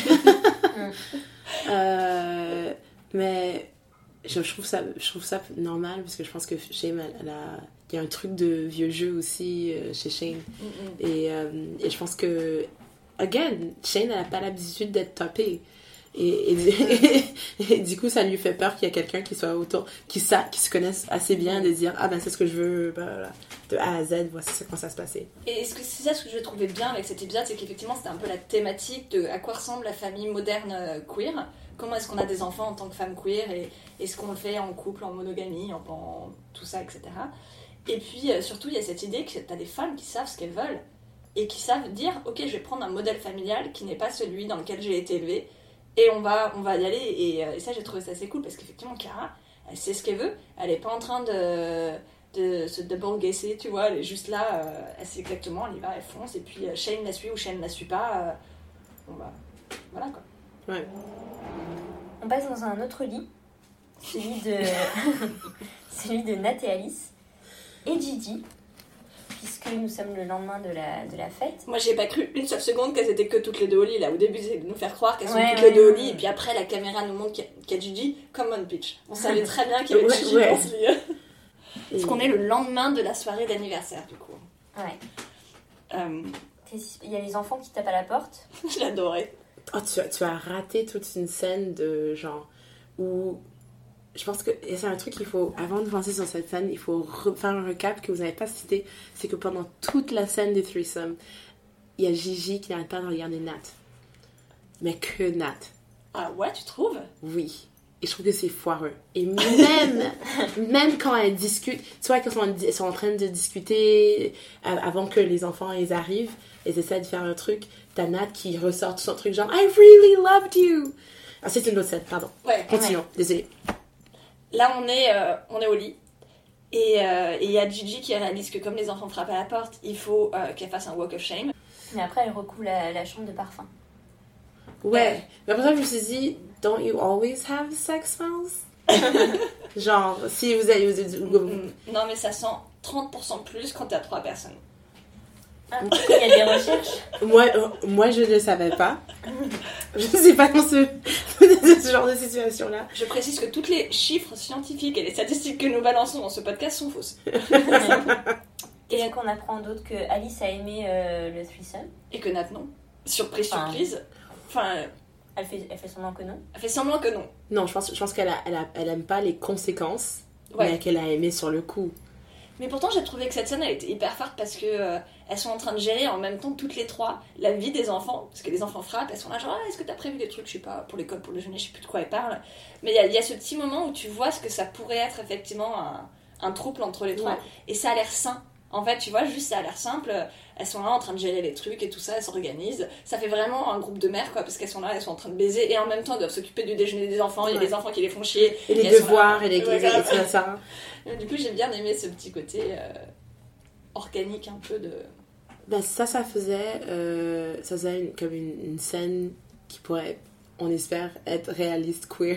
euh, mais je, je, trouve ça, je trouve ça normal, parce que je pense que Shane, elle, elle a... il y a un truc de vieux jeu aussi euh, chez Shane. Mm-hmm. Et, euh, et je pense que, again, Shane, elle n'a pas l'habitude d'être topée. Et, et, et, et du coup, ça lui fait peur qu'il y ait quelqu'un qui soit autour, qui, sa, qui se connaisse assez bien, de dire ah ben c'est ce que je veux, ben, voilà, de A à Z, voici comment ça se passait. Et est-ce que c'est ça ce que je trouvais bien avec cet épisode, c'est qu'effectivement c'était un peu la thématique de à quoi ressemble la famille moderne euh, queer. Comment est-ce qu'on a des enfants en tant que femme queer et est-ce qu'on le fait en couple, en monogamie, en, en tout ça, et cetera. Et puis euh, surtout il y a cette idée que t'as des femmes qui savent ce qu'elles veulent et qui savent dire ok je vais prendre un modèle familial qui n'est pas celui dans lequel j'ai été élevée. Et on va, on va y aller, et, et ça j'ai trouvé ça assez cool, parce qu'effectivement Chiara, elle sait ce qu'elle veut, elle est pas en train de, de se double guesser, tu vois, elle est juste là, euh, elle sait exactement, elle y va, elle fonce, et puis euh, Shane la suit ou Shane la suit pas, euh, bon bah, voilà quoi. Ouais. On passe dans un autre lit, celui de, celui de Nat et Alice, et Gigi, puisque nous sommes le lendemain de la, de la fête. Moi, j'ai pas cru une seule seconde qu'elles étaient que toutes les deux au lit. Là, au début, c'est de nous faire croire qu'elles sont ouais, toutes ouais, les deux ouais, au lit, ouais. Et puis après, la caméra nous montre qu'il y a, qu'il y a Gigi. Come on, bitch. On savait très bien qu'il y avait ouais, Gigi ouais. dans ce lit. Parce qu'on est le lendemain de la soirée d'anniversaire, du coup. Ouais. Euh... Il y a les enfants qui tapent à la porte. J'adorais. Oh, tu, as, tu as raté toute une scène de genre où... Je pense que et c'est un truc qu'il faut, avant de penser sur cette scène, il faut faire un recap que vous n'avez pas cité. C'est que pendant toute la scène des threesome, il y a Gigi qui n'arrête pas de regarder Nat. Mais que Nat. Ah ouais, tu trouves? Oui. Et je trouve que c'est foireux. Et même, même quand elles discutent, tu vois, quand elles sont en train de discuter avant que les enfants ils arrivent, elles essaient de faire un truc, t'as Nat qui ressort tout son truc genre « I really loved you ». Ah, c'est une autre scène, pardon. Ouais. Continuons, ouais. Désolée. Là, on est, euh, on est au lit. Et il euh, y a Gigi qui réalise que comme les enfants frappent à la porte, il faut euh, qu'elle fasse un walk of shame. Mais après, elle recouvre la, la chambre de parfum. Ouais. Et... Mais après ça, je me suis dit, don't you always have sex smells? Genre, si vous avez... Non, mais ça sent trente pour cent plus quand t'as trois personnes. Ah, il y a des recherches. Moi, euh, moi, je ne le savais pas. Je ne sais pas dans ce... ce genre de situation-là. Je précise que tous les chiffres scientifiques et les statistiques que nous balançons dans ce podcast sont fausses. Et donc on apprend d'autres que Alice a aimé euh, le threesome. Et que Nat non. Surprise, Enfin, surprise. Enfin, Elle fait, elle fait semblant que non. elle fait semblant que non. Non, je pense, je pense qu'elle a, elle a, elle aime pas les conséquences, Ouais. mais qu'elle a aimé sur le coup. Mais pourtant, j'ai trouvé que cette scène, elle était hyper forte parce que euh, elles sont en train de gérer en même temps toutes les trois la vie des enfants. Parce que les enfants frappent, elles sont là genre, ah, est-ce que t'as prévu des trucs, je sais pas, pour l'école, pour le déjeuner, je sais plus de quoi elles parlent. Mais il y a, il y a ce petit moment où tu vois ce que ça pourrait être effectivement un, un trouble entre les trois. Ouais. Et ça a l'air sain. En fait, tu vois, juste ça a l'air simple. Elles sont là en train de gérer les trucs et tout ça, elles s'organisent. Ça fait vraiment un groupe de mères, quoi, parce qu'elles sont là, elles sont en train de baiser et en même temps elles doivent s'occuper du déjeuner des enfants. Il y a Ouais. des enfants qui les font chier. Et les elles sont devoirs, là. et les Ouais, et tout grave. ça. Et du coup, j'ai bien aimé ce petit côté euh, organique un peu de. Ben, ça, ça faisait, euh, ça faisait une- comme une, une scène qui pourrait, on espère, être réaliste, queer.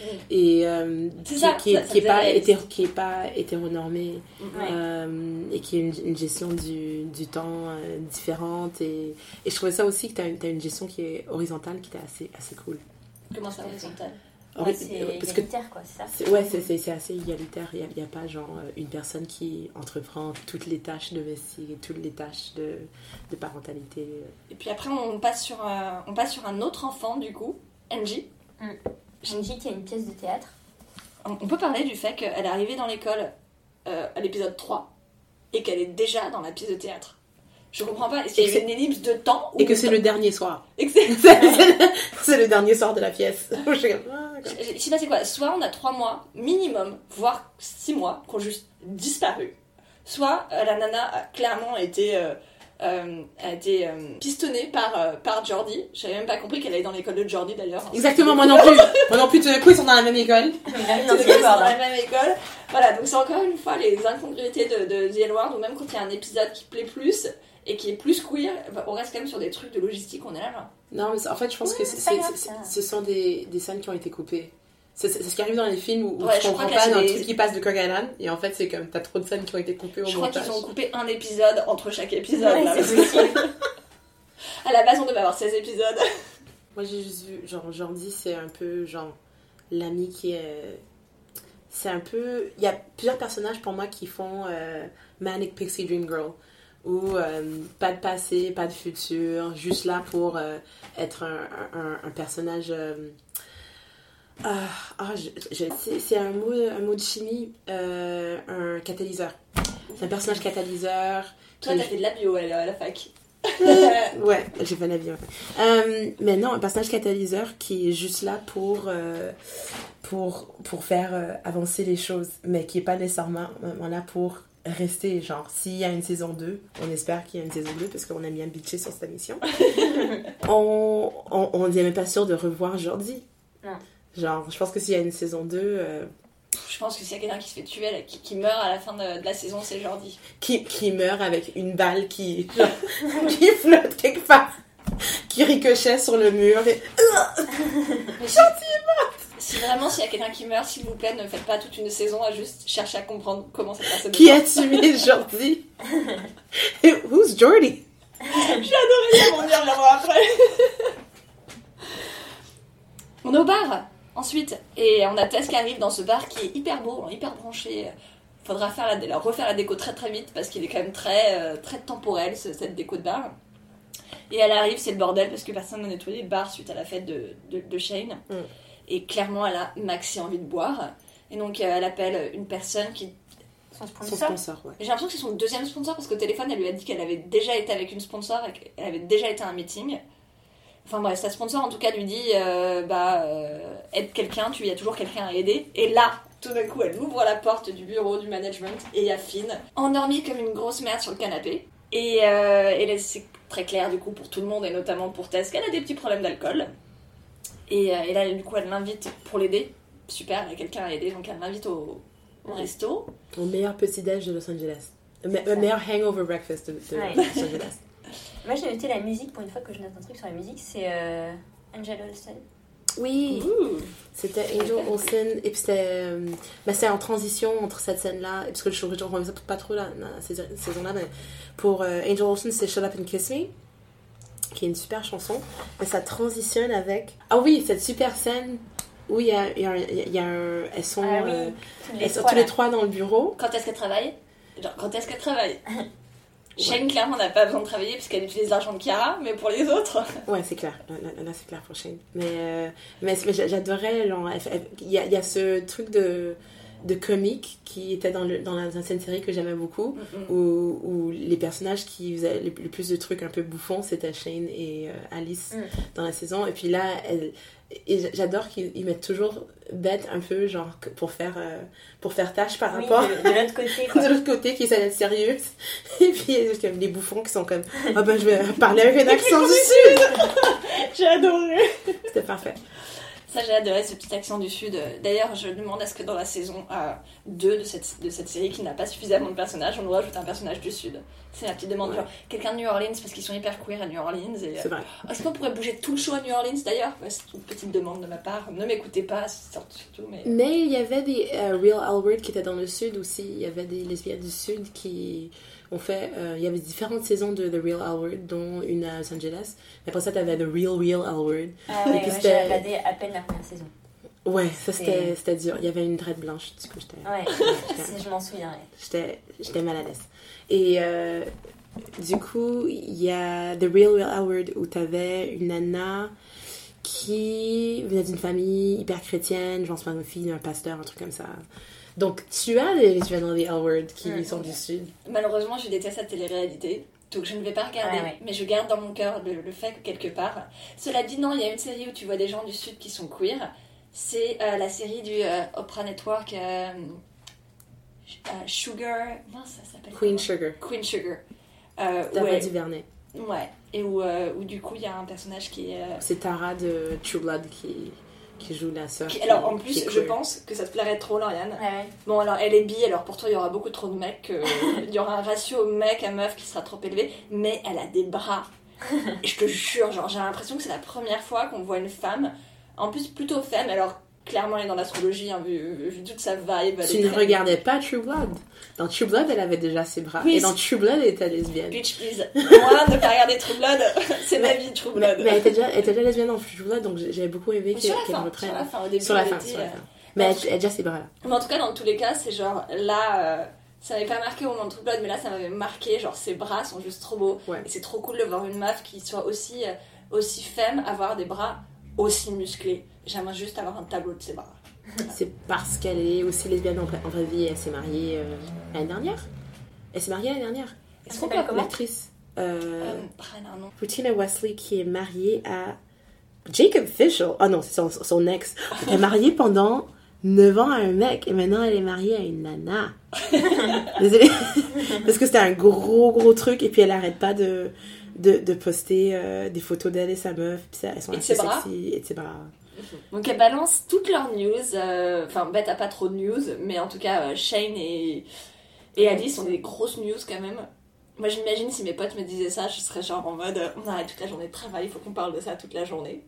Et euh, C'est qui, ça, qui, ça- est- ça qui est faisait pas réaliste. hétéro- qui est pas hétéronormée. Ouais. Euh, et qui est une, une gestion du, du temps euh, différente. Et, et je trouvais ça aussi que tu as une, t'as une gestion qui est horizontale, qui était assez, assez cool. Comment ça horizontal? Ouais, Hori- c'est parce que égalitaire, quoi, c'est ça. c'est, ouais, c'est, c'est, c'est assez égalitaire. Il n'y a, a pas genre euh, une personne qui entreprend toutes les tâches domestiques et toutes les tâches de, de parentalité. Et puis après, on passe sur un, on passe sur un autre enfant, du coup, Angie. Shinji qui a une pièce de théâtre. On on peut parler du fait qu'elle est arrivée dans l'école euh, à l'épisode trois et qu'elle est déjà dans la pièce de théâtre. Je comprends pas. Est-ce qu'il y a Et eu une ellipse de temps Et que ou c'est le dernier soir. Et que c'est- c'est, c'est- c'est le dernier soir de la pièce. Je suis comme, ah, d'accord. Je sais pas c'est quoi. Soit on a trois mois minimum, voire six mois, qui ont juste disparu. Soit euh, la nana a clairement été, euh, euh, a été euh, pistonnée par, euh, par Jordi. J'avais même pas compris qu'elle allait dans l'école de Jordi d'ailleurs. Exactement, moi non plus. Moi non plus, tout d'un coup, ils sont dans la même école. Bienvenue Tous dans les deux The sont dans World, la hein. même école. Voilà, donc c'est encore une fois les incongruités de, de The L Word, ou même quand il y a un épisode qui plaît plus et qui est plus queer, bah, on reste quand même sur des trucs de logistique, on est là genre. Non, mais c'est- en fait, je pense Ouais, que c'est c'est, pas grave, c'est- ça. c'est- ce sont des, des scènes qui ont été coupées. C'est, c'est ce qui arrive dans les films où, où Ouais, tu je crois comprends que là, pas c'est dans des- un truc qui passe de coq à l'âne, et en fait, c'est comme t'as trop de scènes qui ont été coupées au Je crois montage. qu'ils ont coupé un épisode entre chaque épisode. Ouais, là, c'est parce que- possible. À la base, on devait avoir seize épisodes. Moi, j'ai juste vu, genre, Jordi, c'est un peu, genre, l'ami qui est... C'est un peu... Il y a plusieurs personnages pour moi qui font euh, Manic Pixie Dream Girl, où euh, pas de passé, pas de futur, juste là pour euh, être un, un, un personnage... euh, ah, ah, je- je- c'est, c'est un mot, un mot de chimie, euh, un catalyseur. C'est un personnage catalyseur. Toi, qui- t'as fait de la bio à la, à la fac. Ouais, j'ai fait la vie. Ouais. Euh, mais non, un personnage catalyseur qui est juste là pour, euh, pour, pour faire euh, avancer les choses, mais qui est pas nécessairement euh, là pour rester. Genre, s'il y a une saison deux, on espère qu'il y a une saison deux parce qu'on aime bien bitcher sur cette émission. on on on n'est même pas sûr de revoir Jordi. Non. Genre, je pense que s'il y a une saison deux, euh, Je pense que s'il y a quelqu'un qui se fait tuer, là, qui, qui meurt à la fin de, de la saison, c'est Jordi. qui, qui meurt avec une balle qui, genre, qui flotte quelque part, qui ricochet sur le mur. Et... Mais si, si vraiment, s'il y a quelqu'un qui meurt, s'il vous plaît, ne faites pas toute une saison à juste chercher à comprendre comment cette personne Qui est a morte. tué Jordi? Et who's Jordi? J'ai adoré ça, on vient de l'avoir après. On est au bar, ensuite, et on a Tess qui arrive dans ce bar qui est hyper beau, hyper branché. Faudra faire la, la- refaire la déco très très vite parce qu'il est quand même très, euh, très temporel, ce- cette déco de bar. Et elle arrive, c'est le bordel parce que personne n'a nettoyé le bar suite à la fête de, de, de Shane. Mm. Et clairement, elle a maxi envie de boire. Et donc, euh, elle appelle une personne qui... Son Son sponsor. sponsor, ouais. J'ai l'impression que c'est son deuxième sponsor parce qu'au téléphone, elle lui a dit qu'elle avait déjà été avec une sponsor et qu'elle avait déjà été à un meeting. Enfin bref, sa sponsor en tout cas lui dit euh, bah euh, aide quelqu'un, tu y as toujours quelqu'un à aider. Et là, tout d'un coup, elle ouvre la porte du bureau du management et il y a Finn, endormie comme une grosse merde sur le canapé. Et, euh, et là, c'est très clair du coup pour tout le monde et notamment pour Tess qu'elle a des petits problèmes d'alcool. Et, euh, et là, du coup, elle l'invite pour l'aider. Super, il y a quelqu'un à aider, donc elle l'invite au, au resto. Au meilleur petit-déj de Los Angeles. Le me- le meilleur hangover breakfast de, de Ouais. Los Angeles. Moi j'ai noté la musique pour une fois que je note un truc sur la musique, c'est euh, Angel Olsen. Oui, Ouh. c'était Angel Olsen, et puis c'était, euh, ben, c'était en transition entre cette scène-là, et parce que je ne revois pas trop là, dans la saison- saison-là, mais pour euh, Angel Olsen, c'est Shut Up and Kiss Me, qui est une super chanson, mais ça transitionne avec... Ah oui, cette super scène où il y a, il y a, un- il y a un... Elles sont, Ah oui, euh, tous les elles sont trois, tous les là. trois dans le bureau. Quand est-ce qu'elle travaille? Genre, quand est-ce qu'elle travaille? Shane, clairement, n'a pas besoin de travailler puisqu'elle utilise l'argent de Chiara, mais pour les autres... Ouais, c'est clair. Là, là, là, c'est clair pour Shane. Mais, euh, mais, mais j'a- j'adorais, genre, elle fait- elle- il y a, il y a ce truc de, de comique qui était dans, le, dans la- dans cette série que j'aimais beaucoup, Mm-mm. où, où les personnages qui faisaient le, le plus de trucs un peu bouffons, c'était Shane et euh, Alice Mm. dans la saison. Et puis là, elle, et j'adore qu'ils ils mettent toujours Beth un peu, genre, que- pour faire, euh, pour faire tâche par Oui, rapport... de, de l'autre côté, quoi. de l'autre côté qui essaie d'être sérieuse, et puis il y a comme les bouffons qui sont comme ah ben je vais parler avec un accent du sud. J'ai adoré. C'était parfait. Ça, j'ai adoré ce petit accent du Sud. D'ailleurs, je demande à ce que dans la saison euh, deux de cette, de cette série, qui n'a pas suffisamment de personnages, on nous rajoute un personnage du Sud. C'est ma petite demande. Ouais. Genre, quelqu'un de New Orleans, parce qu'ils sont hyper queer à New Orleans. Et, C'est vrai. euh, est-ce qu'on pourrait bouger tout le show à New Orleans d'ailleurs? Ouais, c'est une petite demande de ma part. Ne m'écoutez pas, surtout, mais... Mais il y avait des euh, Real Alward qui étaient dans le sud aussi. Il y avait des lesbiennes du sud qui ont fait... euh, il y avait différentes saisons de The Real Alward, dont une à Los Angeles. Mais après ça, t'avais The Real Real Alward. Ah Et ouais, puis ouais, c'était- j'ai regardé à peine la première saison. Ouais, ça c'était, C'est- c'était dur. Il y avait une traite blanche, du coup j'étais... Ouais, si je m'en souviens, ouais. J'étais, j'étais mal à l'aise. Et euh, du coup, il y a The Real Real Howard où t'avais une nana qui venait d'une famille hyper chrétienne, genre c'est pas une fille d'un pasteur, un truc comme ça. Donc tu as des lesbiennes dans les Howard qui Mm. sont du sud. Malheureusement, je déteste la télé-réalité. Donc je ne vais pas regarder, Ouais, ouais. mais je garde dans mon cœur le, le fait que quelque part... Cela dit, non, il y a une série où tu vois des gens du Sud qui sont queer. C'est euh, la série du euh, Oprah Network, euh, euh, Sugar... Non, ça s'appelle Queen comment? Sugar. Queen Sugar. Euh, T'as ouais, pas Duvernay. ouais. Et où, euh, où du coup, il y a un personnage qui est... euh, C'est Tara de True Blood qui, qui joue la sœur. qui- qui- alors en qui plus, est je queer. pense que ça te plairait trop, Lauriane. Ouais, ouais. Bon, alors elle est bi, alors pour toi il y aura beaucoup trop de mecs, que- il y aura un ratio mec à meuf qui sera trop élevé, mais elle a des bras. Et je te jure, genre j'ai l'impression que c'est la première fois qu'on voit une femme, en plus plutôt femme, alors clairement elle est dans l'astrologie, hein, vu, vu toute sa vibe. elle Tu est ne très- regardais pas True Blood. Dans True Blood, elle avait déjà ses bras. Oui, Et dans c'est- True Blood, elle était lesbienne. Bitch please. Moi, ne pas regarder True Blood, c'est ma vie True Mais, Blood. mais elle, était déjà, elle était déjà lesbienne dans True Blood, donc j'avais beaucoup aimé Mais qu'elle sur la qu'elle fin, reprenne. sur la fin, au début Sur la elle fin, était, sur la euh, fin. Mais elle, elle a déjà ses bras là. Mais en tout cas, dans tous les cas, c'est genre là, euh, ça m'avait pas marqué au moment de True Blood, mais là, ça m'avait marqué. Genre, ses bras sont juste trop beaux. Ouais. Et c'est trop cool de voir une meuf qui soit aussi, euh, aussi femme, avoir des bras aussi musclés. J'aimerais juste avoir un tableau de ses bras. C'est parce qu'elle est aussi lesbienne en, en vraie vie. Elle s'est mariée euh, l'année dernière. Elle s'est mariée l'année dernière. Elle s'appelle comment? L'actrice euh, Euh, Brennan, non. Rutina Wesley qui est mariée à Jacob Fischel. Ah non, c'est son, son ex. Elle est mariée pendant neuf ans à un mec et maintenant elle est mariée à une nana. Désolée. Parce que c'était un gros gros truc et puis elle arrête pas de, de, de poster euh, des photos d'elle et sa meuf. Puis ça, elles sont Et de assez ses bras. sexy. Et de ses bras. Donc, elle balance toutes leurs news. euh, Enfin, Beth a pas trop de news, mais en tout cas, euh, Shane et, et Alice ont des grosses news quand même. Moi, j'imagine si mes potes me disaient ça, je serais genre en mode euh, on arrête toute la journée de travail, il faut qu'on parle de ça toute la journée.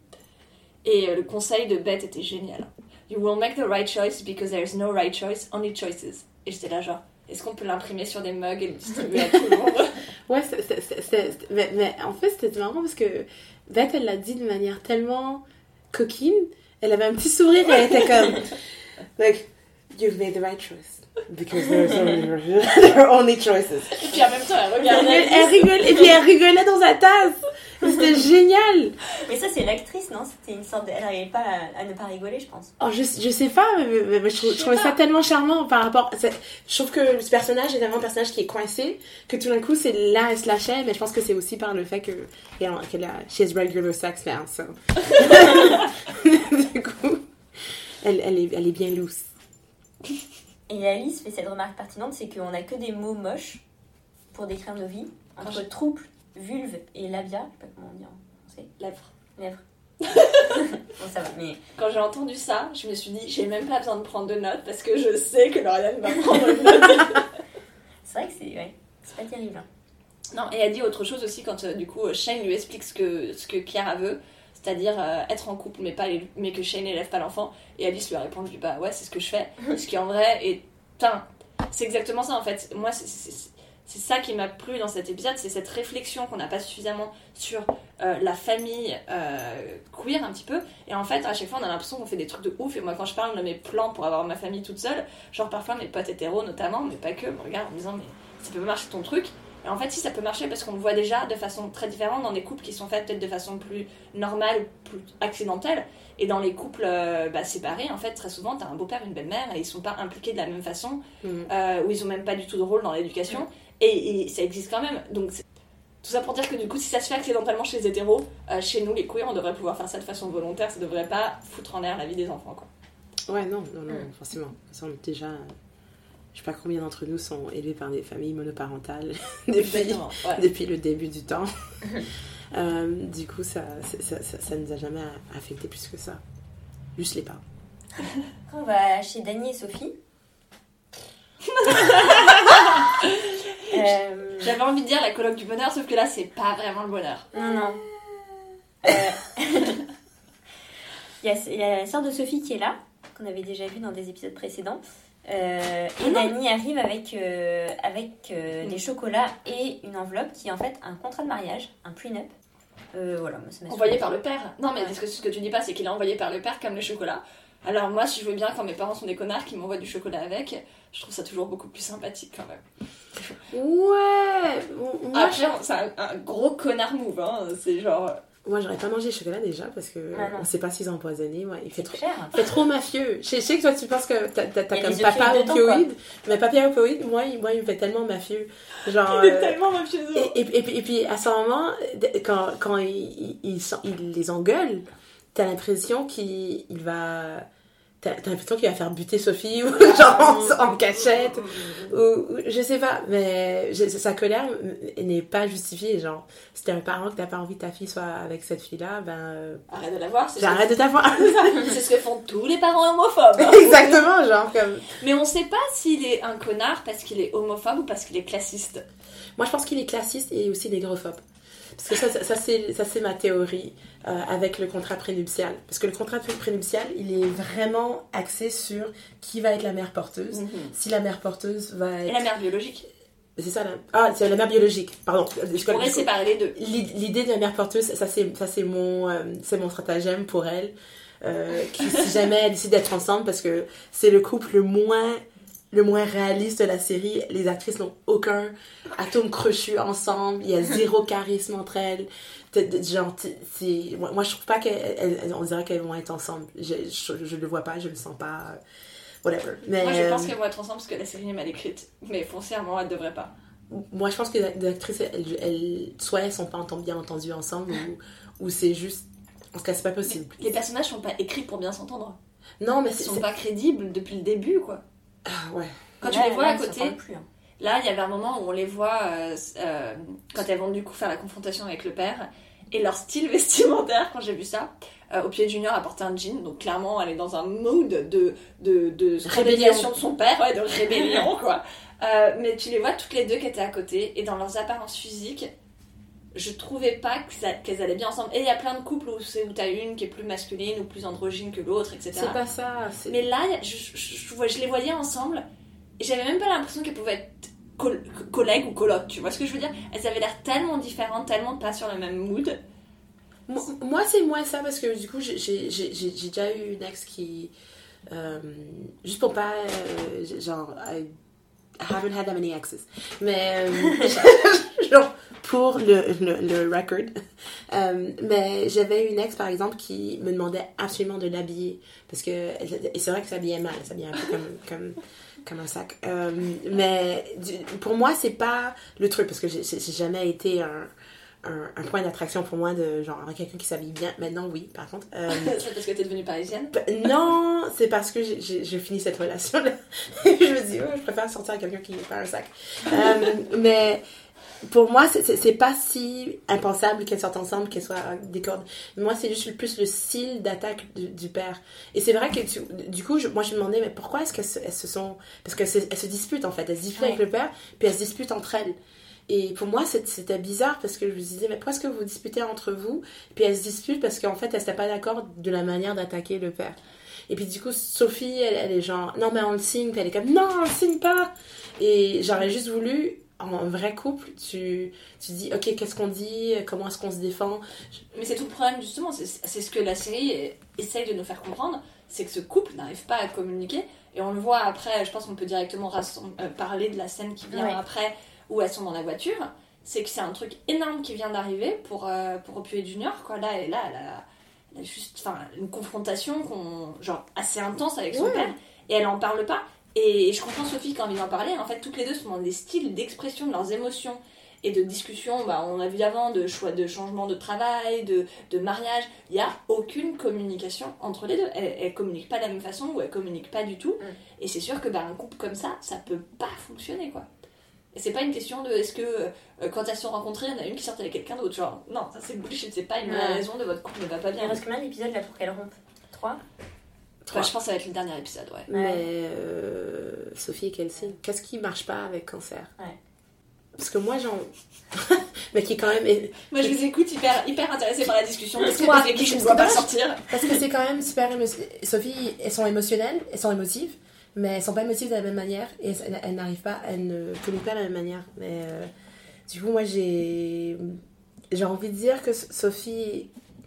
Et euh, le conseil de Beth était génial. You will make the right choice because there is no right choice, only choices. Et j'étais là genre, est-ce qu'on peut l'imprimer sur des mugs et le distribuer à tout le monde? Ouais, c'est, c'est, c'est, c'est- mais, mais en fait, c'était marrant parce que Beth, elle l'a dit de manière tellement coquine. Elle avait un petit sourire et elle était comme, like, you've made the right choice. Because there's only, there are only choices. Et puis en même temps, elle Elle, regardait rigole- Alice. elle rigole, et puis elle rigolait dans sa tasse. C'était génial. Mais ça, c'est l'actrice, non? C'était une sorte de... Elle n'arrivait pas à, à ne pas rigoler, je pense. Oh, je, je sais pas, mais, mais- mais je, trouve- je trouvais ça tellement charmant par rapport. c'est- Je trouve que ce personnage est tellement un personnage qui est coincé que tout d'un coup, c'est là, elle se lâchait, mais je pense que c'est aussi par le fait que, qu'elle, qu'elle a. She has regular sex now, so. Du coup, elle, elle, est, elle est bien loose. Et Alice fait cette remarque pertinente, c'est qu'on n'a que des mots moches pour décrire nos vies. Entre je- trouble, vulve et labia, je sais pas comment on dit en français. Lèvres. Lèvres. Bon, ça va, mais... Quand j'ai entendu ça, je me suis dit, j'ai même pas besoin de prendre de notes parce que je sais que Lauriane va prendre une note. C'est vrai que c'est... Ouais, c'est pas terrible. Hein. Non, et elle dit autre chose aussi quand euh, du coup Shane lui explique ce que, ce que Chiara veut, c'est-à-dire euh, être en couple mais, pas, les- mais que Shane n'élève pas l'enfant. Et Alice lui a répondu, bah ouais, c'est ce que je fais. Ce qui en vrai est. Putain, c'est exactement ça en fait. Moi, c'est, c'est, c'est- c'est ça qui m'a plu dans cet épisode, c'est cette réflexion qu'on n'a pas suffisamment sur euh, la famille euh, queer un petit peu. Et en fait, à chaque fois, on a l'impression qu'on fait des trucs de ouf. Et moi, quand je parle de mes plans pour avoir ma famille toute seule, genre parfois mes potes hétéros notamment, mais pas que, me regardent en me disant mais ça peut marcher ton truc. Et en fait, si ça peut marcher parce qu'on le voit déjà de façon très différente dans des couples qui sont faits peut-être de façon plus normale ou plus accidentelle. Et dans les couples euh, bah, séparés, en fait, très souvent, t'as un beau-père, une belle-mère, et ils sont pas impliqués de la même façon, mmh. euh, où ils ont même pas du tout de rôle dans l'éducation. Mmh. Et, et ça existe quand même. Donc, c'est... tout ça pour dire que du coup, si ça se fait accidentellement chez les hétéros, euh, chez nous, les queers, on devrait pouvoir faire ça de façon volontaire. Ça devrait pas foutre en l'air la vie des enfants, quoi. Ouais, non, non, non, mmh. forcément. De toute déjà... Je sais pas combien d'entre nous sont élevés par des familles monoparentales depuis, ouais. depuis le début du temps. euh, du coup, ça, ça, ça, ça nous a jamais affecté plus que ça. Juste les parents. Quand on va chez Dany et Sophie... euh... J'avais envie de dire la coloc du bonheur, sauf que là, c'est pas vraiment le bonheur. Non, non. Euh... il, y a, il y a la sœur de Sophie qui est là, qu'on avait déjà vu dans des épisodes précédents. Euh, et Dany arrive avec, euh, avec euh, des chocolats et une enveloppe qui est en fait un contrat de mariage, un prenup. Euh, voilà, ça m'a envoyé par le père. Non, mais ouais. ce, que, ce que tu dis pas, c'est qu'il est envoyé par le père comme le chocolat. Alors moi, si je veux bien, quand mes parents sont des connards qui m'envoient du chocolat avec, je trouve ça toujours beaucoup plus sympathique quand même. Ouais. Moi, Après, je... c'est un, un gros connard move, hein. C'est genre. Moi, j'aurais pas mangé le chocolat déjà parce que ah on sait pas s'ils ont empoisonné. Ouais, il fait trop, cher. Il fait trop mafieux. Je sais que toi, tu penses que t'as, t'as, t'as comme papa opioïde, mais papa opioïde, moi, il, moi, il me fait tellement mafieux. Genre. Il est euh, tellement mafieux. Et, et, et, et, et puis, à ce moment, quand, quand il, il, il, il les engueule, t'as l'impression qu'il il va. T'as, t'as l'impression qu'il va faire buter Sophie, ou genre en, en cachette, ou, ou je sais pas, mais je, sa colère n'est pas justifiée, genre, si t'es un parent que t'as pas envie que ta fille soit avec cette fille-là, ben... Euh, arrête de la voir, c'est j'arrête de t'avoir. C'est ce que font tous les parents homophobes. Hein. Exactement, genre comme... Mais on sait pas s'il est un connard parce qu'il est homophobe ou parce qu'il est classiste. Moi, je pense qu'il est classiste et aussi négrophobe. Parce que ça, ça, ça, c'est, ça c'est ma théorie euh, avec le contrat prénuptial. Parce que le contrat prénuptial, il est vraiment axé sur qui va être la mère porteuse. Mm-hmm. Si la mère porteuse va être... Et la mère biologique. C'est ça, la... Ah, c'est la mère biologique, pardon. Je pourrais séparer les deux. L'idée de la mère porteuse, ça c'est, ça, c'est, mon, euh, c'est mon stratagème pour elle. Euh, qui, si jamais elle décide d'être ensemble, parce que c'est le couple le moins... le moins réaliste de la série. Les actrices n'ont aucun atome crochu ensemble. Il y a zéro charisme entre elles. Genre, c'est... Moi, je trouve pas qu'on dirait qu'elles vont être ensemble. Je, je, je le vois pas, je le sens pas. Whatever. Mais, moi, je pense qu'elles vont être ensemble parce que la série est mal écrite. Mais foncièrement, elles devraient pas. Moi, je pense que les actrices, elles, elles, soit elles sont pas bien entendues ensemble, ou, ou c'est juste... En tout cas, c'est pas possible. Les personnages sont pas écrits pour bien s'entendre. Non, mais Ils c'est... sont pas crédibles depuis le début, quoi. Ah ouais. Quand tu là, les vois là, à côté, plus, hein. Là il y avait un moment où on les voit euh, euh, quand elles vont du coup faire la confrontation avec le père, et leur style vestimentaire, quand j'ai vu ça, euh, Opioid Junior a porté un jean, donc clairement elle est dans un mood de, de, de rébellion de son père, ouais, de rébellion quoi. Euh, mais tu les vois toutes les deux qui étaient à côté, et dans leurs apparences physiques, je trouvais pas qu'elles allaient bien ensemble. Et il y a plein de couples où, c'est, où t'as une qui est plus masculine ou plus androgyne que l'autre, et cetera. C'est pas ça. C'est... Mais là, je, je, je, je les voyais ensemble et j'avais même pas l'impression qu'elles pouvaient être col- collègues ou colocs. Tu vois ce que je veux dire? Elles avaient l'air tellement différentes, tellement pas sur le même mood. Moi, c'est moins ça parce que du coup, j'ai, j'ai, j'ai, j'ai déjà eu une ex qui. Euh, juste pour pas. Euh, genre. I, I haven't had that many exes. Mais. Euh, genre. Pour le, le, le record. Euh, mais j'avais une ex, par exemple, qui me demandait absolument de l'habiller. Parce que, et c'est vrai que ça s'habillait mal, ça s'habillait un peu comme, comme, comme un sac. Euh, mais du, pour moi, c'est pas le truc, parce que j'ai, j'ai jamais été un, un, un point d'attraction pour moi de genre quelqu'un qui s'habille bien. Maintenant, oui, par contre. Euh, c'est parce que t'es devenue parisienne? Non, c'est parce que j'ai, j'ai, j'ai fini cette relation-là. Je me dis, oh, je préfère sortir avec quelqu'un qui n'est pas un sac. Euh, mais. Pour moi, c'est, c'est, c'est pas si impensable qu'elles sortent ensemble, qu'elles soient des cordes. Moi, c'est juste plus le style d'attaque du, du père. Et c'est vrai que tu, du coup, je, moi, je me demandais, mais pourquoi est-ce qu'elles se, elles se sont... Parce qu'elles se disputent, en fait. Elles se disputent ouais. avec le père, puis elles se disputent entre elles. Et pour moi, c'était bizarre, parce que je me disais, mais pourquoi est-ce que vous disputez entre vous? Puis elles se disputent parce qu'en fait, elles n'étaient pas d'accord de la manière d'attaquer le père. Et puis du coup, Sophie, elle, elle est genre, non, mais on le signe. Puis elle est comme, non, on le signe pas. Et j'aurais juste voulu... en vrai couple, tu, tu dis, ok, qu'est-ce qu'on dit, comment est-ce qu'on se défend. Mais c'est tout le problème, justement, c'est, c'est ce que la série essaye de nous faire comprendre, c'est que ce couple n'arrive pas à communiquer, et on le voit après, je pense qu'on peut directement rassemb- euh, parler de la scène qui vient ouais. après, où elles sont dans la voiture, c'est que c'est un truc énorme qui vient d'arriver pour, euh, pour Opio Junior, quoi, là, et là, elle a, elle a juste, enfin, une confrontation qu'on, genre, assez intense avec son ouais. père, et elle en parle pas. Et je comprends Sophie qui a envie d'en parler. En fait, toutes les deux sont dans des styles d'expression de leurs émotions et de discussion. Bah, on a vu avant de choix de changement de travail, de, de mariage. Il n'y a aucune communication entre les deux. Elles ne communiquent pas de la même façon ou elles ne communiquent pas du tout. Mm. Et c'est sûr que bah, un couple comme ça, ça ne peut pas fonctionner, quoi. Et c'est pas une question de est-ce que euh, quand elles se sont rencontrées, il y en a une qui sortait avec quelqu'un d'autre. Genre, non, ça c'est bullshit. C'est pas une ouais. raison de votre couple ne va pas bien. Il reste combien d'épisodes là pour qu'elle rompe ? Trois ? Enfin, je pense que ça va être le dernier épisode, ouais. Mais euh, Sophie et Kelsey, qu'est-ce qui marche pas avec Cancer ? Ouais. Parce que moi, j'en... mais qui est quand même... Moi, je vous écoute hyper, hyper intéressée par la discussion. Parce que moi, avec qui je ne dois pas sortir. Parce que c'est quand même super... Émo... Sophie, elles sont émotionnelles, elles sont émotives, mais elles sont pas émotives de la même manière. Et elles, elles n'arrivent pas, elles ne communiquent pas de la même manière. Mais euh, du coup, moi, j'ai... J'ai envie de dire que Sophie...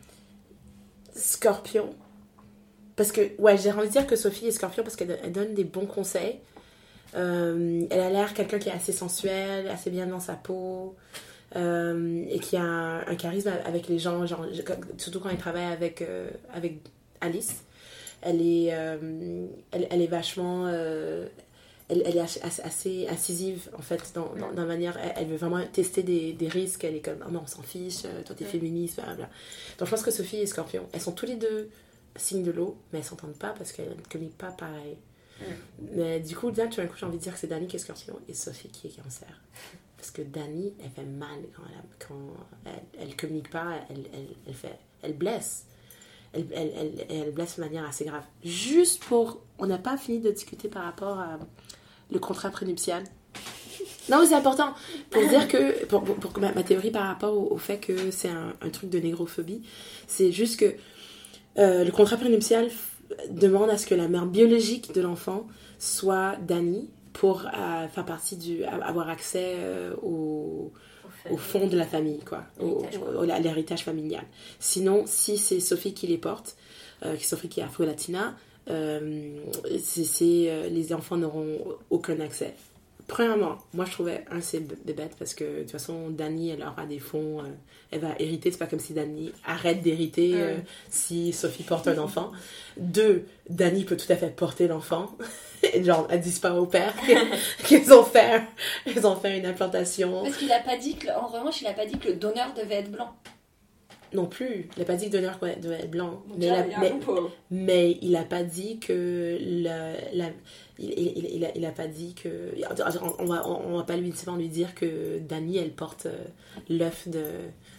Scorpion... Parce que, ouais, j'ai envie de dire que Sophie est Scorpion parce qu'elle elle donne des bons conseils. Euh, elle a l'air quelqu'un qui est assez sensuel, assez bien dans sa peau, euh, et qui a un, un charisme avec les gens, genre, surtout quand elle travaille avec, euh, avec Alice. Elle est, euh, elle, elle est vachement... Euh, elle, elle est assez, assez incisive, en fait, dans, dans, dans la manière... Elle, elle veut vraiment tester des, des risques. Elle est comme, oh non, on s'en fiche, toi t'es féministe, blablabla. Donc je pense que Sophie et Scorpion, elles sont tous les deux... signe de l'eau, mais elles s'entendent pas parce qu'elles ne communiquent pas pareil. Mm. Mais du coup, là, tout d'un coup, j'ai envie de dire que c'est Dani qui est Scorpion et Sophie qui est Cancer. Parce que Dani, elle fait mal quand elle, quand elle, elle communique pas, elle, elle, elle, fait, elle blesse. Elle, elle, elle, elle blesse de manière assez grave. Juste pour... On n'a pas fini de discuter par rapport à le contrat prénuptial. Non, mais c'est important pour dire que... Pour, pour, pour ma, ma théorie par rapport au, au fait que c'est un, un truc de négrophobie, c'est juste que Euh, le contrat prénuptial f- demande à ce que la mère biologique de l'enfant soit Dani pour euh, faire partie du... avoir accès euh, au, au fond de la famille, quoi. Au, au, au, à l'héritage familial. Sinon, si c'est Sophie qui les porte, euh, Sophie qui est afro-latina, euh, c'est, c'est, euh, les enfants n'auront aucun accès. Premièrement, moi je trouvais un c'est bête parce que de toute façon Dani elle aura des fonds, euh, elle va hériter, c'est pas comme si Dani arrête d'hériter mm. euh, si Sophie porte un enfant. Deux, Dani peut tout à fait porter l'enfant, et genre elle dit pas au père qu'ils ont fait, ils ont fait une implantation. Parce qu'il a pas dit que, en revanche il a pas dit que le donneur devait être blanc. Non plus, il n'a pas dit que le donneur devait être blanc. Mais, la, mais, mais il n'a pas dit que... La, la, il, il, il, a, il a pas dit que... On va, on va pas lui, lui dire que Dani, elle porte l'œuf de,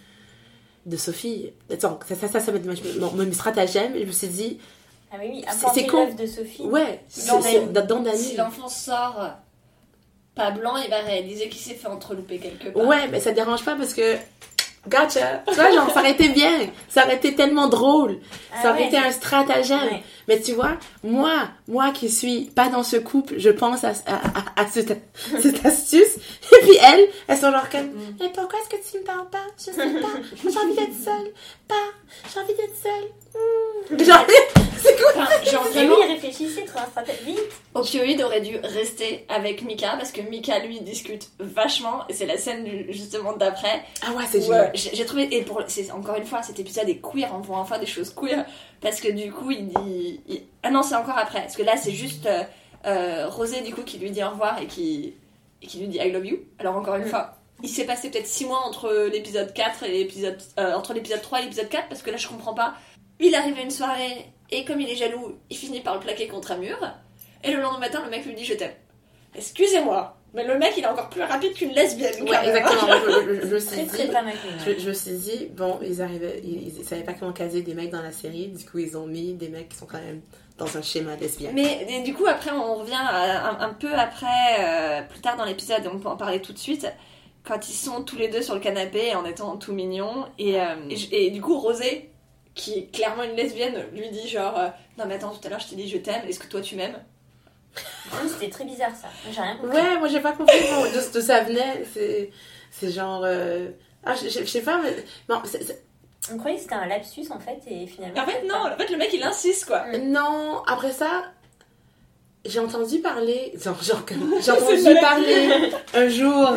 de Sophie. Attends, ça, ça, ça, ça va être mon, mon stratagème. Je me suis dit... Ah oui, oui, implanter l'œuf de Sophie. Ouais, dans, c'est, c'est, dans Dani. Si l'enfant sort pas blanc, il va réaliser qu'il s'est fait entrelouper quelque part. Ouais, mais ça dérange pas parce que... Gotcha! Tu vois, genre, ça aurait été bien. Ça aurait été tellement drôle. Ah ça aurait ouais. été un stratagème. Ouais. Mais tu vois, moi, moi qui suis pas dans ce couple, je pense à, à, à, à cette, cette astuce. Et puis elles, elles sont genre comme, mm. mais pourquoi est-ce que tu me parles pas? Je sais pas. J'ai envie d'être seule. Pas. J'ai envie d'être seule. Mm. Genre, c'est quoi? Enfin, genre, vraiment, il réfléchissait, trop un stratagème. Vite. Opioïde aurait dû rester avec Mika parce que Mika, lui, discute vachement. Et c'est la scène du, justement d'après. Ah ouais, c'est génial. Euh, j'ai, j'ai trouvé, et pour, c'est, encore une fois, cet épisode est queer, on voit enfin des choses queer. Parce que du coup, il dit. Il... Ah non, c'est encore après. Parce que là, c'est juste euh, euh, Rosé, du coup, qui lui dit au revoir et qui, et qui lui dit I love you. Alors, encore une mm. fois, il s'est passé peut-être six mois entre l'épisode quatre et l'épisode. Euh, entre l'épisode trois et l'épisode quatre, parce que là, je comprends pas. Il arrive à une soirée, et comme il est jaloux, il finit par le plaquer contre un mur. Et le lendemain matin, le mec lui dit je t'aime. Excusez-moi, mais le mec il est encore plus rapide qu'une lesbienne. Ouais, exactement. je, je, je, très, dit, très je, je me suis dit, bon, ils arrivaient, ils, ils savaient pas comment caser des mecs dans la série, du coup ils ont mis des mecs qui sont quand même dans un schéma lesbien. Mais et du coup, après, on revient à, un, un peu après, euh, plus tard dans l'épisode, et on peut en parler tout de suite, quand ils sont tous les deux sur le canapé en étant tout mignons, et, euh, et, et du coup, Rosé, qui est clairement une lesbienne, lui dit genre, euh, non mais attends, tout à l'heure je t'ai dit je t'aime, est-ce que toi tu m'aimes? Non, c'était très bizarre ça. Moi, j'ai rien compris. Ouais, moi j'ai pas compris d'où, d'où ça venait. C'est, c'est genre. Euh... Ah, je, je, je sais pas, mais. Non, c'est, c'est... On croyait que c'était un lapsus en fait, et finalement. En fait, non, en fait, le mec il insiste quoi. Non, après ça, j'ai entendu parler. Genre, genre comme. J'ai entendu parler un jour.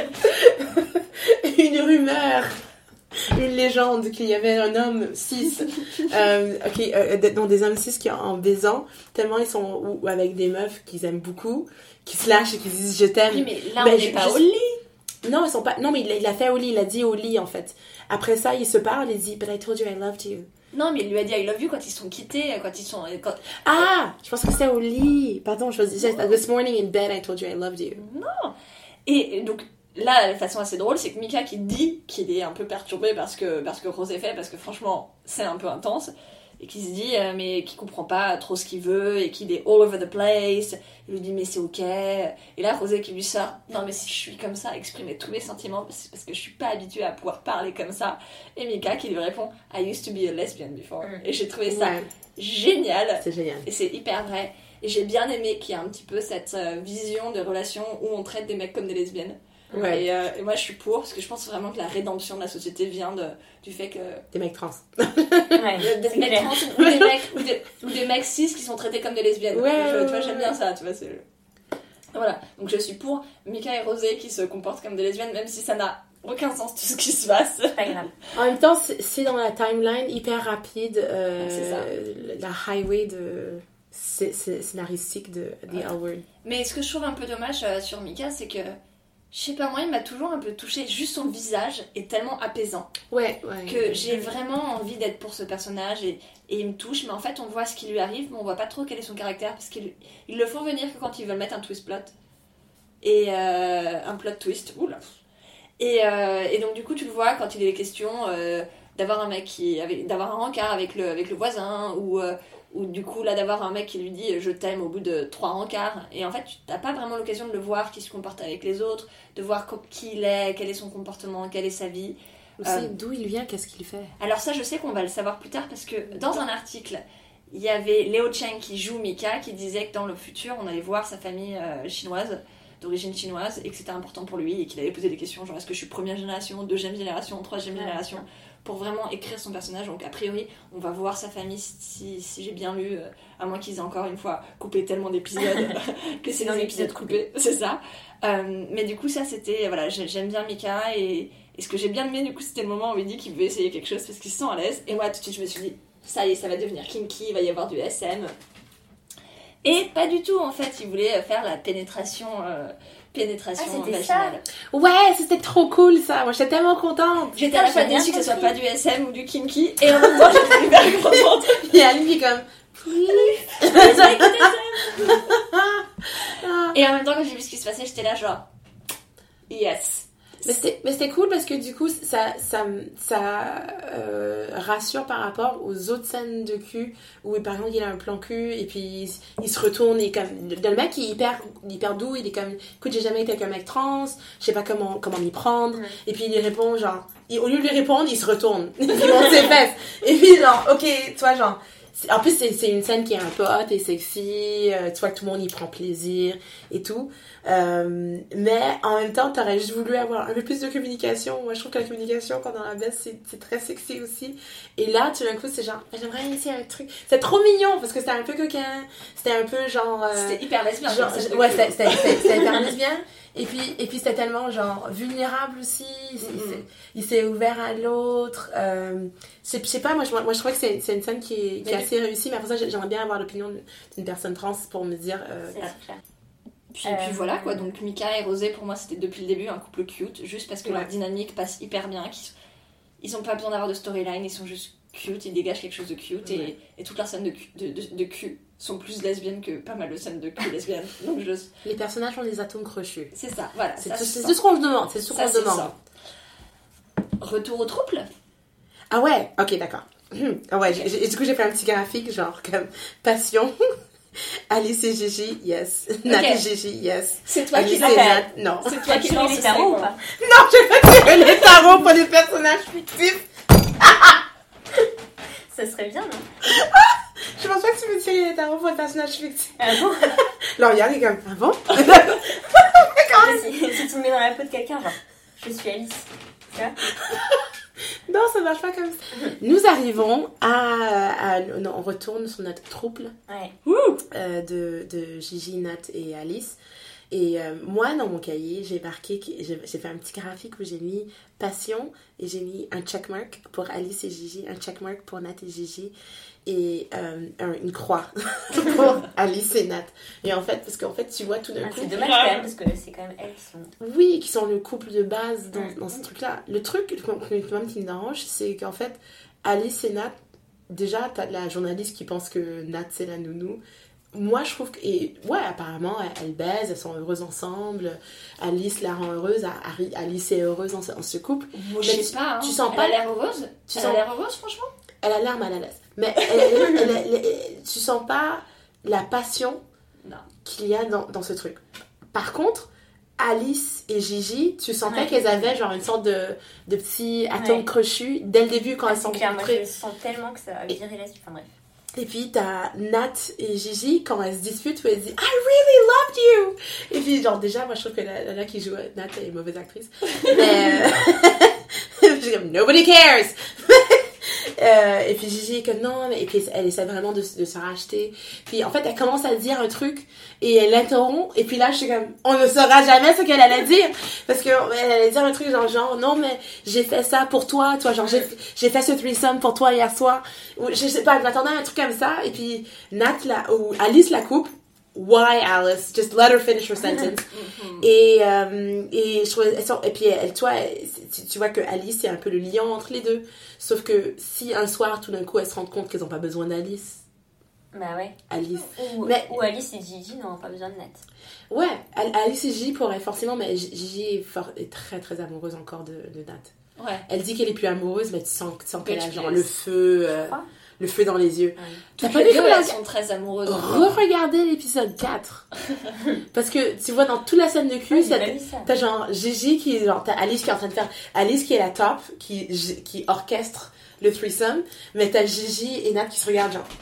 Une rumeur. Une légende qu'il y avait un homme cis, euh, okay, euh, dont des hommes cis qui en baisant, tellement ils sont ou, ou avec des meufs qu'ils aiment beaucoup, qui se lâchent et qui disent je t'aime. Oui, mais là ben, on n'est pas au lit. Non, ils sont pas. Non, mais il, il a fait au lit, il a dit au lit en fait. Après ça, ils se parlent, il dit But I told you I loved you. Non, mais il lui a dit I love you quand ils sont quittés, quand ils sont. Quand... Ah, je pense que c'était au lit. Pardon, je disais This morning in bed I told you I loved you. Non. Et donc. Là, de façon assez drôle, c'est que Mika qui dit qu'il est un peu perturbé parce que, parce que Rosé fait, parce que franchement, c'est un peu intense, et qui se dit, euh, mais qui comprend pas trop ce qu'il veut, et qu'il est all over the place, il lui dit, mais c'est ok, et là, Rosé qui lui sort, non mais si je suis comme ça, exprimer tous mes sentiments, c'est parce que je suis pas habituée à pouvoir parler comme ça, et Mika qui lui répond, I used to be a lesbian before, mm. et j'ai trouvé ça ouais. génial, c'est génial, et c'est hyper vrai, et j'ai bien aimé qu'il y ait un petit peu cette euh, vision de relation où on traite des mecs comme des lesbiennes. Ouais. Et, euh, et moi je suis pour parce que je pense vraiment que la rédemption de la société vient de, du fait que des mecs trans ouais, des mecs trans ou des mecs ou des, ou des mecs cis qui sont traités comme des lesbiennes ouais, je, ouais, tu vois j'aime ouais. bien ça tu vois c'est voilà donc je suis pour Mika et Rosé qui se comportent comme des lesbiennes même si ça n'a aucun sens tout ce qui se passe. C'est pas grave. En même temps c'est, c'est dans la timeline hyper rapide euh, c'est ça. La highway de c'est, c'est scénaristique de The ouais. L Word. Mais ce que je trouve un peu dommage euh, sur Mika c'est que je sais pas, moi, il m'a toujours un peu touchée. Juste son visage est tellement apaisant. Ouais, ouais. Que ouais. j'ai vraiment envie d'être pour ce personnage et, et il me touche. Mais en fait, on voit ce qui lui arrive, mais on voit pas trop quel est son caractère. Parce qu'ils ils le font venir que quand ils veulent mettre un twist plot. Et euh, un plot twist. Oula. Et, euh, et donc, du coup, tu le vois quand il est question euh, d'avoir un mec qui. Avec, d'avoir un rencard avec le, avec le voisin ou. Euh, ou du coup là d'avoir un mec qui lui dit je t'aime au bout de trois rencarts et en fait tu n'as pas vraiment l'occasion de le voir qui se comporte avec les autres, de voir qui il est, quel est son comportement, quelle est sa vie aussi euh, d'où il vient, qu'est-ce qu'il fait. Alors ça je sais qu'on va le savoir plus tard parce que dans un article il y avait Léo Cheng qui joue Mika qui disait que dans le futur on allait voir sa famille euh, chinoise d'origine chinoise et que c'était important pour lui et qu'il avait posé des questions genre est-ce que je suis première génération, deuxième génération, troisième ouais, génération ouais. pour vraiment écrire son personnage. Donc a priori on va voir sa famille si, si j'ai bien lu euh, à moins qu'ils aient encore une fois coupé tellement d'épisodes que c'est dans l'épisode coupé, c'est ça euh, mais du coup ça c'était voilà j'aime bien Mika et, et ce que j'ai bien aimé du coup c'était le moment où il dit qu'il veut essayer quelque chose parce qu'il se sent à l'aise et moi tout de suite je me suis dit ça y est ça va devenir kinky, il va y avoir du S M. Et pas du tout en fait, il voulait faire la pénétration, euh, pénétration ah, c'était vaginale. Ça. Ouais, c'était trop cool ça, moi j'étais tellement contente. J'étais à la fois déçue que ce soit pas du S M ou du kinky, et en même temps j'étais hyper contente. Et elle lui comme, please. Et en même temps quand j'ai vu ce qui se passait, j'étais là genre, yes. Mais c'était, mais c'était cool parce que du coup ça, ça, ça euh, rassure par rapport aux autres scènes de cul où par exemple il a un plan cul et puis il, il se retourne et comme le mec il est hyper, hyper doux, il est comme écoute j'ai jamais été avec un mec trans, je sais pas comment, comment m'y prendre mm. et puis il lui répond genre il, au lieu de lui répondre il se retourne et puis il monte ses fesses et puis genre ok toi genre en plus c'est, c'est une scène qui est un peu hot et sexy, euh, tu vois que tout le monde y prend plaisir et tout. Euh, mais en même temps t'aurais juste voulu avoir un peu plus de communication. Moi je trouve que la communication quand on la baisse c'est, c'est très sexy aussi et là tout d'un coup c'est genre j'aimerais essayer un truc, c'est trop mignon parce que c'était un peu coquin, c'était un peu genre euh, c'était hyper lesbien genre, ouais c'était, c'était, c'était, c'était hyper lesbien et puis, et puis c'était tellement genre vulnérable aussi, il, mm-hmm. il, s'est, il s'est ouvert à l'autre euh, je sais pas moi je, moi je trouve que c'est, c'est une scène qui est, qui est assez réussie mais après ça j'aimerais bien avoir l'opinion d'une personne trans pour me dire euh, c'est clair. Puis, euh... puis voilà quoi, donc Mika et Rosé pour moi c'était depuis le début un couple cute, juste parce que ouais. leur dynamique passe hyper bien, qu'ils, ils ont pas besoin d'avoir de storyline, ils sont juste cute, ils dégagent quelque chose de cute ouais. et, et toutes leurs scènes de, cu, de, de, de cul sont plus lesbiennes que pas mal de scènes de cul lesbiennes. Donc je... Les personnages ont des atomes crochus. C'est ça, voilà. C'est, ça tout, c'est tout ce qu'on se demande, c'est tout ce qu'on se demande. Ça. Retour au trouble. Ah ouais, ok d'accord. Ah ouais, okay. j'ai, du coup j'ai fait un petit graphique genre comme passion. Alice et Gigi, yes. Okay. Nat et Gigi, yes. C'est toi Alice qui l'as Nat, non. C'est toi qui lance les tarots ou pas? Non, je vais pas tirer les tarots pour les personnages fictifs. Ça serait bien, non? Je pense pas que c'est une série hétéro pour le personnage fictif. Ah bon? Lauriane est comme, ah bon? si, si tu me mets dans la peau de quelqu'un, genre, je suis Alice. Tu vois? Non, ça marche pas comme ça. Nous arrivons à... à non, on retourne sur notre trouble Ouais. euh, de, de Gigi, Nat et Alice. Et euh, moi, dans mon cahier, j'ai marqué, que, j'ai, j'ai fait un petit graphique où j'ai mis passion et j'ai mis un checkmark pour Alice et Gigi, un checkmark pour Nat et Gigi et euh, un, une croix pour Alice et Nat. Et en fait, parce qu'en fait, tu vois tout d'un Ah, coup... c'est dommage quand même, parce que c'est quand même elles qui sont... Oui, qui sont le couple de base dans, Mm. dans ce truc-là. Le truc quand même qui me dérange, c'est qu'en fait, Alice et Nat, déjà, t'as la journaliste qui pense que Nat, c'est la nounou. Moi, je trouve que... Et ouais, apparemment, elles, elles baisent, elles sont heureuses ensemble. Alice la rend heureuse, Harry, Alice est heureuse en, en ce couple. Moi, je Mais sais pas, hein. tu sens Elle pas- a l'air heureuse. tu Elle sens- a l'air heureuse, franchement. Elle a l'air mal à l'aise. Mais elle, elle- elle- elle- elle- tu sens pas la passion Non. qu'il y a dans, dans ce truc. Par contre, Alice et Gigi, tu sentais Ouais. qu'elles avaient genre une sorte de, de petit atome Ouais. crochu dès le début quand Ah, elles sont c'est clair, moi je rencontrées. le sens tellement que ça va virer la suite. Enfin bref. Et puis t'as Nat et Gigi quand elles se disputent où elles disent I really loved you. Et puis genre déjà moi je trouve que la la, la qui joue Nat est une mauvaise actrice. Mais euh... je suis comme nobody cares. Euh, et puis Gigi est comme non, mais... et puis elle essaie vraiment de, de se racheter. Puis en fait, elle commence à dire un truc et elle l'interrompt. Et puis là, je suis comme, on ne saura jamais ce qu'elle allait dire. Parce qu'elle allait dire un truc genre, genre, non, mais j'ai fait ça pour toi, toi, genre, j'ai, j'ai fait ce threesome pour toi hier soir. Ou je sais pas, je m'attendais à un truc comme ça. Et puis Nat, la, ou Alice la coupe. Why Alice? Just let her finish her sentence. et, euh, et je trouvais, elles sont- et puis elle, toi, elle- tu, tu vois que Alice c'est un peu le liant entre les deux. Sauf que si un soir tout d'un coup elles se rendent compte qu'elles n'ont pas besoin d'Alice, Bah ouais. Alice. Ou, Mais- ou Alice et Gigi n'ont pas besoin de Nat. Ouais, Al- Alice et Gigi pourraient forcément, mais G- Gigi est, fort, est très très amoureuse encore de, de Nat. Ouais. Elle dit qu'elle est plus amoureuse, mais tu sens, tu sens qu'elle a Bitch, genre please. le feu, euh, Quoi le feu dans les yeux. T'as Toutes pas les vu deux, comment elles sont très amoureuses. re-regarder l'épisode quatre. Parce que tu vois dans toute la scène de cul, Ouais, j'ai ça- pas vu ça. t'as genre Gigi qui est genre, t'as Alice qui est en train de faire, Alice qui est la top, qui, qui orchestre le threesome, mais t'as Gigi et Nat qui se regardent genre.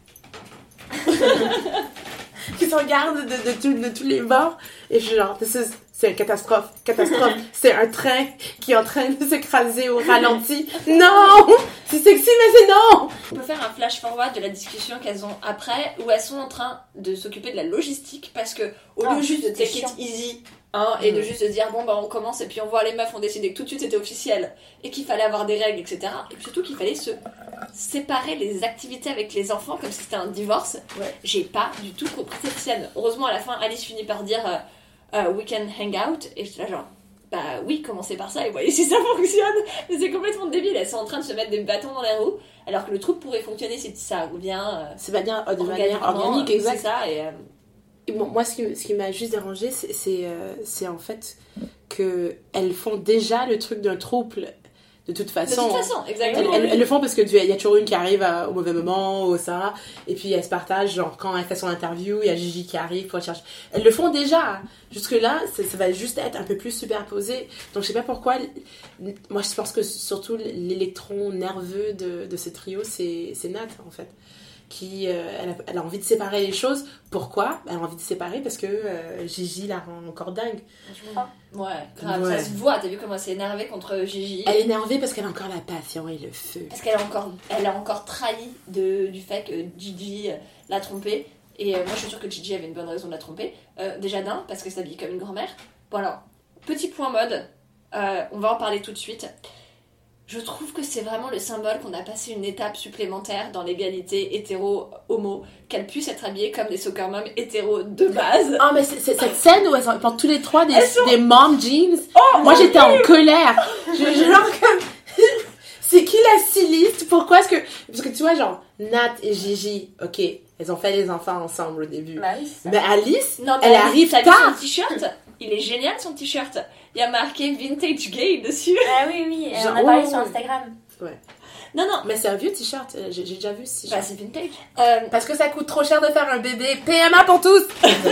qui se regardent de, de, tout- de tous les bords, et je suis genre, this is- c'est une catastrophe, catastrophe, c'est un train qui est en train de s'écraser au ralenti. Non! C'est sexy, mais c'est non! On peut faire un flash forward de la discussion qu'elles ont après, où elles sont en train de s'occuper de la logistique, parce que au Ah, lieu juste de c'était take it chiant. easy, hein, et de Mm. juste se dire bon bah on commence et puis on voit les meufs ont décidé que tout de suite c'était officiel et qu'il fallait avoir des règles, et cetera. Et puis surtout qu'il fallait se séparer les activités avec les enfants comme si c'était un divorce. Ouais. J'ai pas du tout compris cette scène. Heureusement à la fin Alice finit par dire euh, euh, we can hang out, et j'étais là genre bah oui, commencez par ça et voyez si ça fonctionne. Mais c'est complètement débile, elles sont en train de se mettre des bâtons dans les roues, alors que le truc pourrait fonctionner si ça vient euh, C'est pas bien euh, de manière organiquement, organique, euh, exact. C'est ça, et euh, Et bon, moi, ce qui, ce qui m'a juste dérangé, c'est, c'est, euh, c'est en fait qu'elles font déjà le truc d'un trouble de toute de façon. toute façon, Elles, exactement. elles- elles le font parce que tu il y a toujours une qui arrive à- au mauvais moment, au ça, et puis elles se partagent, genre quand elle fait son interview, il y a Gigi qui arrive pour chercher. Elles le font déjà. Jusque-là, ça, ça va juste être un peu plus superposé. Donc je sais pas pourquoi. l- Moi, je pense que surtout l'électron nerveux de, de ce trio, c'est, c'est Nat, en fait. Qui, euh, elle, a, elle a envie de séparer les choses. Pourquoi? Elle a envie de séparer parce que euh, Gigi la rend encore dingue. Je crois. Ouais, grave, Ouais. ça se voit, t'as vu comment elle s'est énervée contre Gigi. Elle est énervée parce qu'elle a encore la passion et le feu. Parce qu'elle a encore, elle a encore trahi de, du fait que Gigi euh, l'a trompée. Et euh, moi je suis sûre que Gigi avait une bonne raison de la tromper. Euh, déjà d'un, parce qu'elle s'habille comme une grand-mère. Bon alors, petit point mode, euh, on va en parler tout de suite. Je trouve que c'est vraiment le symbole qu'on a passé une étape supplémentaire dans l'égalité hétéro-homo, qu'elles puissent être habillées comme des soccer moms hétéro de base. Oh, mais c'est, c'est cette scène où elles sont- portent tous les trois des, Elles sont- des mom jeans. Oh, Moi, j'étais en colère. Je, je- genre comme... C'est qui la styliste? Pourquoi est-ce que... Parce que tu vois, genre, Nat et Gigi, ok, elles ont fait les enfants ensemble au début. Bah oui, c'est ça. Mais Alice, Non, mais elle Alice, arrive t'as vu tard. son t-shirt? Il est génial son t-shirt. Il y a marqué Vintage Gay dessus. Ah oui, oui, et on Genre, a parlé ouais, sur ouais. Instagram. Non, non, Mais c'est un vieux t-shirt. euh, J'ai, j'ai déjà vu ce bah t-shirt. c'est vintage. Euh, Parce que ça coûte trop cher de faire un bébé. P M A pour tous.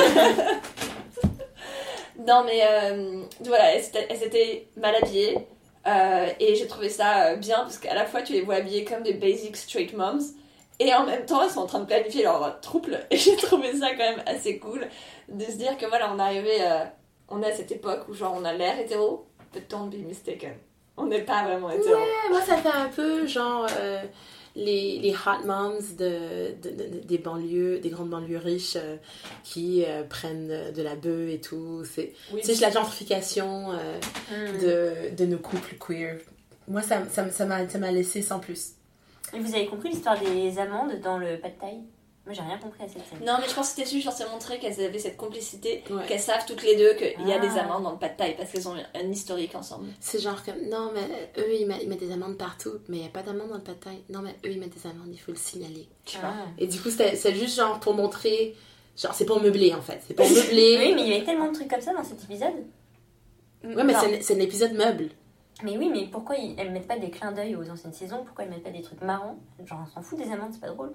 non, mais euh, voilà, elles étaient, elles étaient mal habillées. Euh, et j'ai trouvé ça euh, bien parce qu'à la fois tu les vois habillées comme des basic straight moms Et en même temps, elles sont en train de planifier leur trouble. Et j'ai trouvé ça quand même assez cool de se dire que voilà, on est arrivé, euh, on est à cette époque où genre on a l'air hétéro, but don't be mistaken. On n'est pas vraiment hétéro. Ouais, moi ça fait un peu genre euh, les, les hot moms de, de, de- des banlieues, des grandes banlieues riches euh, qui euh, prennent de la bœuf et tout. C'est Oui, c'est juste la gentrification euh, Mm. de, de nos couples queer. Moi ça, ça, ça m'a ça m'a laissé sans plus. Et vous avez compris l'histoire des amandes dans le pad thai? Moi, j'ai rien compris à cette scène. Non, mais je pense que c'était juste genre, c'est montrer qu'elles avaient cette complicité, Ouais. qu'elles savent toutes les deux qu'il y a Ah. des amandes dans le pad thai parce qu'elles ont un historique ensemble. C'est genre comme, non mais eux ils mettent, ils mettent des amandes partout, mais il n'y a pas d'amandes dans le pad thai. Non mais eux ils mettent des amandes, il faut le signaler. Tu vois. Ah. Et du coup c'était c'est juste genre pour montrer, genre c'est pour meubler en fait, c'est pour meubler. Oui, mais il y avait tellement de trucs comme ça dans cet épisode. Ouais mais Non. c'est, c'est un épisode meuble. Mais oui, mais pourquoi ils, elles mettent pas des clins d'œil aux anciennes saisons? Pourquoi elles mettent pas des trucs marrants? Genre, on s'en fout des amandes, c'est pas drôle.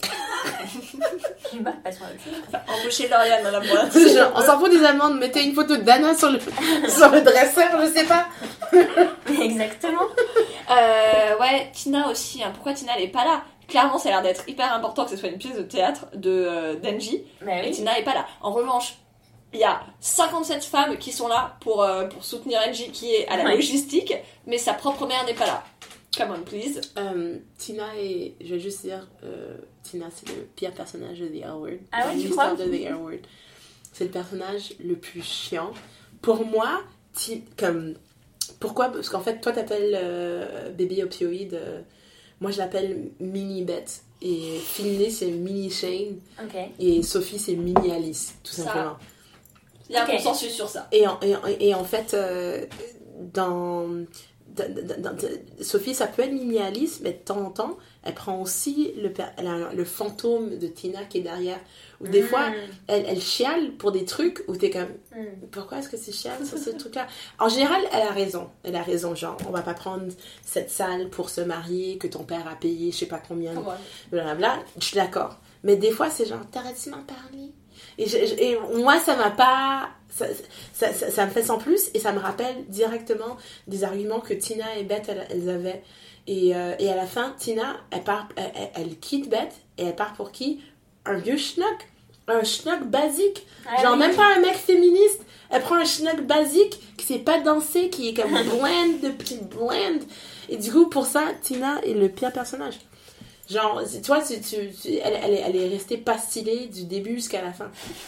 Je sais pas, passons à autre chose. Enfin, embaucher Lauriane dans la boîte. Genre, on s'en fout des amandes, mettez une photo d'Anna sur le, sur le dresseur, je sais pas. Exactement. Euh, ouais, Tina aussi. Hein. Pourquoi Tina elle est pas là? Clairement, ça a l'air d'être hyper important que ce soit une pièce de théâtre de euh, d'Angie. Bah Et oui. Tina est pas là. En revanche, il y a cinquante-sept femmes qui sont là pour, euh, pour soutenir Angie qui est à la Ouais. logistique, mais sa propre mère n'est pas là. Come on, please. Euh, Tina est, je vais juste dire, euh, Tina c'est le pire personnage de The L Word. Ah ouais, tu L'histoire crois? de The L Word. C'est le personnage le plus chiant. Pour moi, Ti- comme, pourquoi? Parce qu'en fait, toi t'appelles euh, bébé opioïde, euh, moi je l'appelle Mini Bette. Et Finlay c'est Mini Shane. Ok. Et Sophie c'est Mini Alice, tout Ça. simplement. Il y a Ok. un consensus sur ça. Et en, et, en- et en fait, euh, dans, dans- dans- dans- Sophie, ça peut être Mimi Alice, mais de temps en temps, elle prend aussi le, per- elle a le fantôme de Tina qui est derrière. Ou des Mm. fois, elle, elle chiale pour des trucs où t'es comme, Mm. pourquoi est-ce que c'est chiale sur ce truc-là? En général, elle a raison. Elle a raison, genre, on va pas prendre cette salle pour se marier que ton père a payé, je sais pas combien, Come on. blablabla. Je suis d'accord. Mais des fois, c'est genre, t'arrêtes de m'en parler. Et, je- je- et moi, ça m'a pas... Ça, ça, ça, ça me fait sans plus et ça me rappelle directement des arguments que Tina et Bette, elles, elles avaient. Et, euh, et à la fin, Tina, elle, part, elle, elle- elle quitte Bette et elle part pour qui? Un vieux schnock. Un schnock basique. Ah Genre oui. même pas un mec féministe. Elle prend un schnock basique qui sait pas danser, qui est comme bland de plus bland. Et du coup, pour ça, Tina est le pire personnage. Genre, tu vois, tu, tu, tu- elle, elle, est- elle est restée pas stylée du début jusqu'à la fin.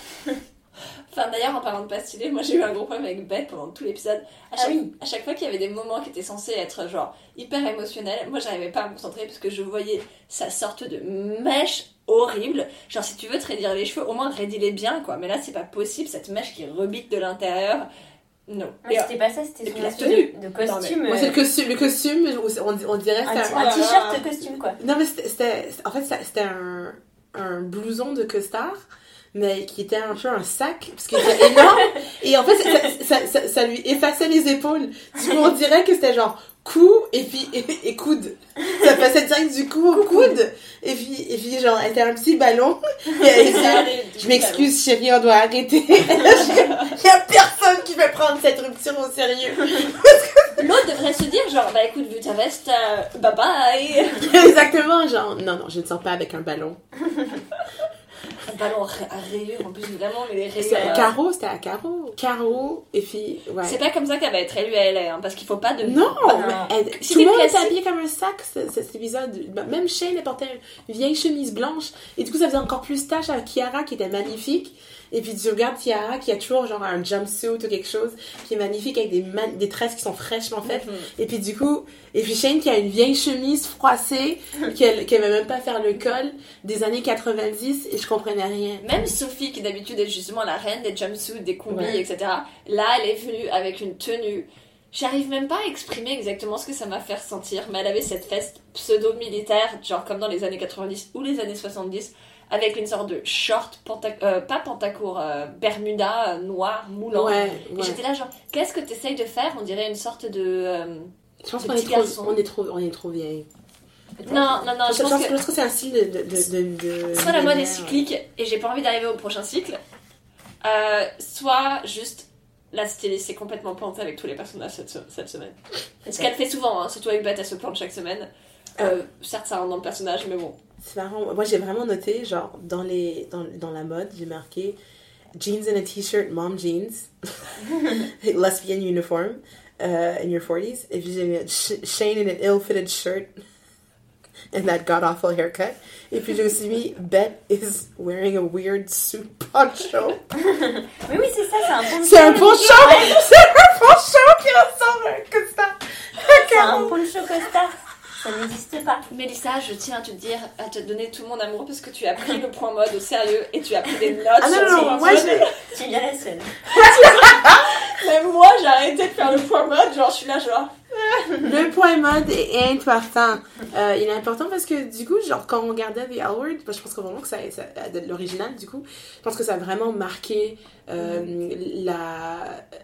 Enfin, d'ailleurs, en parlant de pas stylé, moi j'ai eu un gros problème avec Bette pendant tout l'épisode. À Ah chaque, oui. à chaque fois qu'il y avait des moments qui étaient censés être genre hyper émotionnels, moi j'arrivais pas à me concentrer parce que je voyais sa sorte de mèche horrible. Genre, si tu veux te raidir les cheveux, au moins raidis-les bien quoi. Mais là, c'est pas possible, cette mèche qui rebique de l'intérieur. Non. Mais Et, euh, c'était pas ça, c'était et son puis la espèce tenue. de, de costume. Moi, c'est euh, le costume, le costume on, on dirait un, que t- c'est un un... t-shirt costume, quoi. Non, mais c'était, c'était- en fait, ça- c'était un, un blouson de costard, mais qui était un peu un sac, parce qu'il était énorme, et en fait, ça, ça, ça, ça lui effaçait les épaules. Du coup, on dirait que c'était genre cou et puis et, et coude. Ça passait direct du cou au coude, et puis, et puis genre, elle était un petit ballon, et elle disait, je m'excuse chérie, on doit arrêter. Il y a personne qui veut prendre cette rupture au sérieux. L'autre devrait se dire genre, bah écoute, vu ta veste, euh, bye bye. Exactement, genre, non, non, je ne sors pas avec un ballon. Un ballon ra- à rayures en plus, vraiment, mais les C'était rayures. à carreau, c'était à carreau. Carreau, et puis, ouais. C'est pas comme ça qu'elle va être élue à L A, hein, parce qu'il faut pas de. Non, non. mais elle- Si tout t'es le monde était classique- habillé comme un sac ce- ce- cet épisode. Même Shane elle portait une vieille chemise blanche. Et du coup, ça faisait encore plus tâche à Kiara qui était magnifique. Et puis tu regardes Kiara qui a toujours genre un jumpsuit ou quelque chose qui est magnifique avec des, man- des tresses qui sont fraîchement faites. Mhm. Et puis du coup, et puis Shane qui a une vieille chemise froissée qu'elle qu'elle va même pas faire le col des années quatre-vingt-dix et je comprenais rien. Même Sophie, qui d'habitude est justement la reine des jumpsuits, des combis, Ouais. et cetera, là, elle est venue avec une tenue. J'arrive même pas à exprimer exactement ce que ça m'a fait ressentir, mais elle avait cette veste pseudo-militaire, genre comme dans les années quatre-vingt-dix ou les années soixante-dix, avec une sorte de short, panta- euh, pas pantacourt, euh, bermuda euh, noir, moulant. Ouais, Et ouais. j'étais là genre, qu'est-ce que t'essayes de faire? On dirait une sorte de... euh, Je pense le qu'on est petit trop, garçon. on est trop, on est trop vieille. Non, non, non, je, je pense pense que... que c'est un style de, de, de, de- de Soit la mode est millénaire, cyclique et j'ai pas envie d'arriver au prochain cycle, euh, soit juste la styliste s'est complètement plantée avec tous les personnages cette, se- cette semaine. Ce qu'elle fait souvent, hein, surtout avec Bette, elle se plante chaque semaine. Euh, certes, ça rentre dans le personnage, mais bon. C'est marrant. Moi, j'ai vraiment noté, genre, dans, les, dans, dans la mode, j'ai marqué jeans and a t-shirt, mom jeans, lesbian uniform, uh, in your forties. Et puis j'ai mis Shane in an ill-fitted shirt and that god-awful haircut. Et puis j'ai aussi mis Bette is wearing a weird suit poncho. Mais oui, c'est ça, c'est un poncho. C'est un poncho! C'est un poncho qui ressemble à un costard. C'est un poncho costard. Ça n'existe pas. Mélissa, je tiens à te dire, à te donner tout mon amour parce que tu as pris le point mode au sérieux et tu as pris des notes. Ah non, sur non, le non, point moi mode. je... Tu es bien la seule. Même moi, j'ai arrêté de faire le point mode, genre je suis là, genre... Le point mode est important. Euh, il est important parce que du coup, genre quand on regardait The L Word, je pense que vraiment que ça, ça de l'original, du coup, je pense que ça a vraiment marqué euh, mm. la...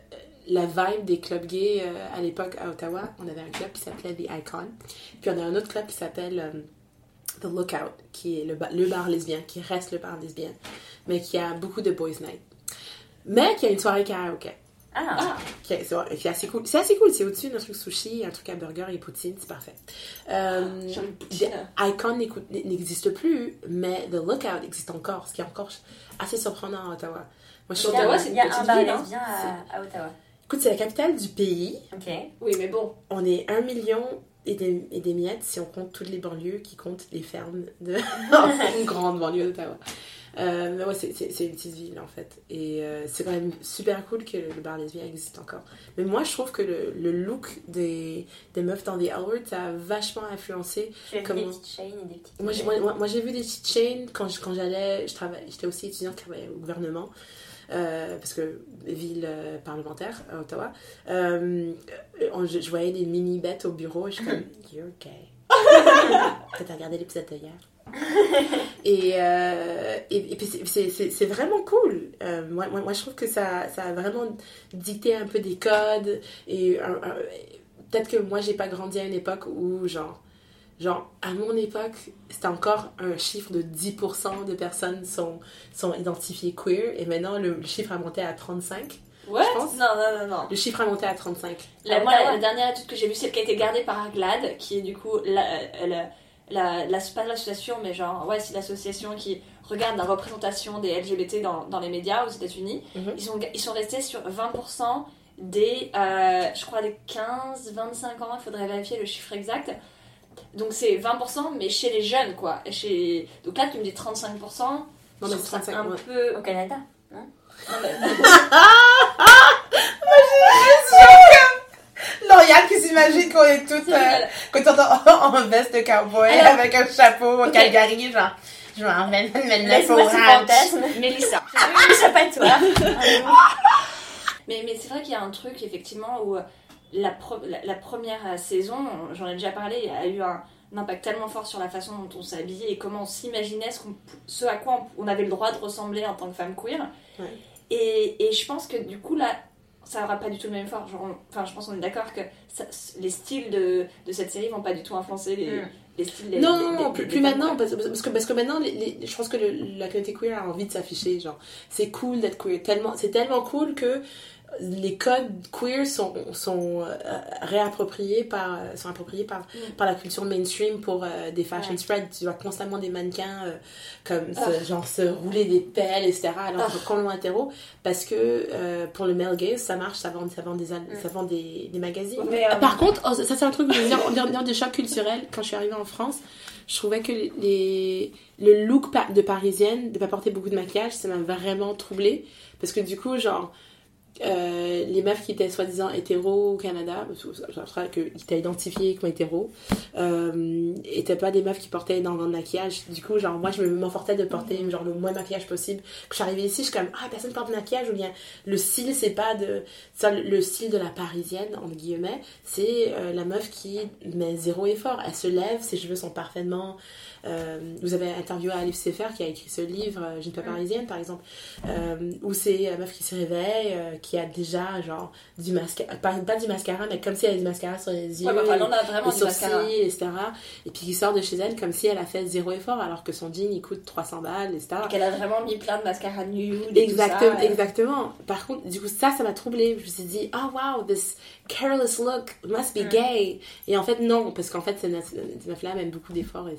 la vibe des clubs gays euh, à l'époque à Ottawa. On avait un club qui s'appelait The Icon. Puis on a un autre club qui s'appelle euh, The Lookout, qui est le, ba- le bar lesbien, qui reste le bar lesbien, mais qui a beaucoup de boys night. Mais qui a une soirée karaoké. Ah, Ah. Qui est, c'est, qui est assez cool. C'est assez cool. C'est au-dessus d'un truc sushi, un truc à burger et poutine. C'est parfait. Euh, J'ai une poutine. The Icon n'existe plus, mais The Lookout existe encore, ce qui est encore assez surprenant à Ottawa. Moi, je suis il y a, Ottawa, c'est il une y a un petite bar ville, hein. lesbien à, à Ottawa. Écoute, c'est la capitale du pays. Ok. Oui, mais bon. On est un million et des, et des miettes si on compte toutes les banlieues qui comptent les fermes de une grande banlieue d'Ottawa. Euh, mais ouais, c'est, c'est, c'est une petite ville en fait. Et euh, c'est quand même super cool que le bar lesbien existe encore. Mais moi, je trouve que le, le look des, des meufs dans The L Word, ça a vachement influencé. Tu as vu comment... des petites chaînes et des petites... Moi, j'ai, moi, moi, moi, j'ai vu des petites chaînes quand, je, quand j'allais... Je travaille, j'étais aussi étudiante, je travaillais au gouvernement. Euh, parce que ville euh, parlementaire à Ottawa, euh, on, je, je voyais des mini bêtes au bureau et je suis comme you're gay. Peut-être regarder l'épisode d'hier. et, euh, et, et puis c'est, c'est, c'est, c'est vraiment cool. Euh, moi, moi, moi je trouve que ça, ça a vraiment dicté un peu des codes et un, un, peut-être que moi j'ai pas grandi à une époque où genre Genre, à mon époque, c'était encore un chiffre de dix pour cent de personnes sont, sont identifiées queer. Et maintenant, le, le chiffre a monté à trente-cinq. What? Je pense. Non, non, non, non. Le chiffre a monté à trente-cinq. La, moi, la, la dernière étude que j'ai vue, celle qui a été gardée par GLAAD, qui est du coup la, la, la, la, pas l'association, mais genre, ouais, c'est l'association qui regarde la représentation des L G B T dans, dans les médias aux États-Unis. Mm-hmm. Ils, sont, ils sont restés sur vingt pour cent des, euh, je crois, des quinze vingt-cinq ans, il faudrait vérifier le chiffre exact. Donc c'est vingt pour cent, mais chez les jeunes, quoi. Chez... Donc là, tu me dis trente-cinq pour cent. Non, mais c'est trente-cinq, un ouais. peu... Au Canada, non? Non, mais... L'Oriane qui s'imagine qu'on est toutes euh, qu'on est en, en veste de cowboy alors, avec un chapeau au okay. Calgary, genre je m'en vais me mettre au ranch. Mélissa. Je sais pas toi. mais, mais c'est vrai qu'il y a un truc, effectivement, où la, pro, la, la première saison, j'en ai déjà parlé, a eu un, un impact tellement fort sur la façon dont on s'habillait et comment on s'imaginait ce, qu'on, ce à quoi on, on avait le droit de ressembler en tant que femme queer. Ouais. Et, et je pense que du coup, là, ça n'aura pas du tout le même effort. Genre, on, enfin, je pense qu'on est d'accord que ça, les styles de, de cette série vont pas du tout influencer les, mm. les styles des... Non, des, non, des, non, des, plus, des plus maintenant, parce, parce, que, parce que maintenant, les, les, je pense que le, la communauté queer a envie de s'afficher, genre, c'est cool d'être queer, tellement, c'est tellement cool que les codes queer sont, sont euh, réappropriés par, sont appropriés par, mm. par la culture mainstream pour euh, des fashion ouais. spreads. Tu vois constamment des mannequins euh, comme oh. se, genre se rouler des pelles, et cetera. Alors oh. complètement hétéro, parce que euh, pour le male gaze, ça marche, ça vend, ça vend, des, mm. ça vend des, des magazines. Mais, euh... Par contre, oh, ça c'est un truc que je veux dire, en termes de choc culturel, quand je suis arrivée en France, je trouvais que les, le look de parisienne, de pas porter beaucoup de maquillage, ça m'a vraiment troublée. Parce que du coup, genre, Euh, les meufs qui étaient soi-disant hétéros au Canada, je crois qu'ils étaient identifiés comme hétéros, euh, étaient pas des meufs qui portaient énormément de maquillage. Du coup, genre, moi, je me m'emportais de porter mm-hmm. genre, le moins de maquillage possible. Quand je suis arrivée ici, je suis comme, ah, personne porte de maquillage, ou bien le style, c'est pas de. Ça, le style de la parisienne, entre guillemets, c'est euh, la meuf qui met zéro effort. Elle se lève, ses cheveux sont parfaitement. Euh, vous avez interviewé Alif Sefer qui a écrit ce livre, Je ne suis pas parisienne, par exemple, euh, où c'est la meuf qui se réveille, euh, qui a déjà genre du mascara, pas, pas du mascara, mais comme si elle avait du mascara sur les yeux, ouais, bah, enfin, on a vraiment les sourcils, et cetera. Et puis qui sort de chez elle comme si elle a fait zéro effort, alors que son jean il coûte trois cents balles, et cetera. Et qu'elle a vraiment mis plein de mascara nude. Exactement, ça, exactement. Par contre, du coup, ça, ça m'a troublée. Je me suis dit, oh wow, this careless look must be mm. gay. Et en fait, non, parce qu'en fait, cette meuf-là aime beaucoup d'efforts et c'est.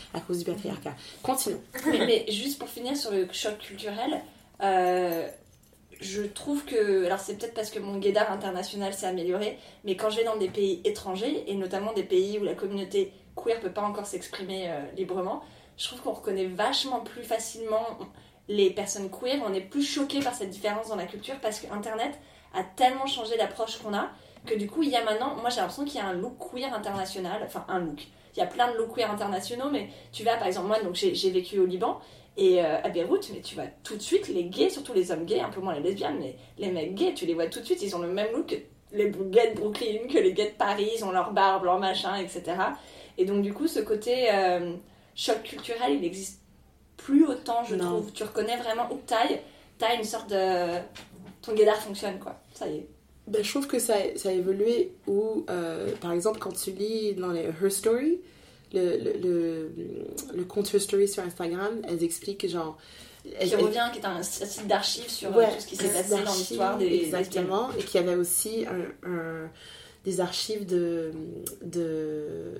à cause du patriarcat. Continuons. mais, mais juste pour finir sur le choc culturel, euh, je trouve que, alors c'est peut-être parce que mon guédard international s'est amélioré, mais quand je vais dans des pays étrangers, et notamment des pays où la communauté queer peut pas encore s'exprimer euh, librement, je trouve qu'on reconnaît vachement plus facilement les personnes queer, on est plus choqué par cette différence dans la culture parce que Internet a tellement changé l'approche qu'on a que du coup il y a maintenant, moi j'ai l'impression qu'il y a un look queer international, enfin un look, il y a plein de looks queer internationaux, mais tu vas par exemple, moi donc j'ai, j'ai vécu au Liban et euh, à Beyrouth, mais tu vois tout de suite les gays, surtout les hommes gays, un peu moins les lesbiennes, mais les mecs gays tu les vois tout de suite, ils ont le même look que les gays de Brooklyn, que les gays de Paris, ils ont leur barbe, leur machin, et cetera. Et donc du coup ce côté euh, choc culturel il existe plus autant, je non. trouve. Tu reconnais vraiment où t'ailles, t'as une sorte de... Ton guédard fonctionne, quoi. Ça y est. Ben, je trouve que ça, ça a évolué où, euh, par exemple, quand tu lis dans les Her Story, le, le, le, le compte Her Story sur Instagram, elles expliquent genre... Elles, qui revient, elles... qui est un, un site d'archives sur ouais, tout ce qui s'est passé dans l'histoire des... Exactement, des... et qui avait aussi un, un, des archives de... de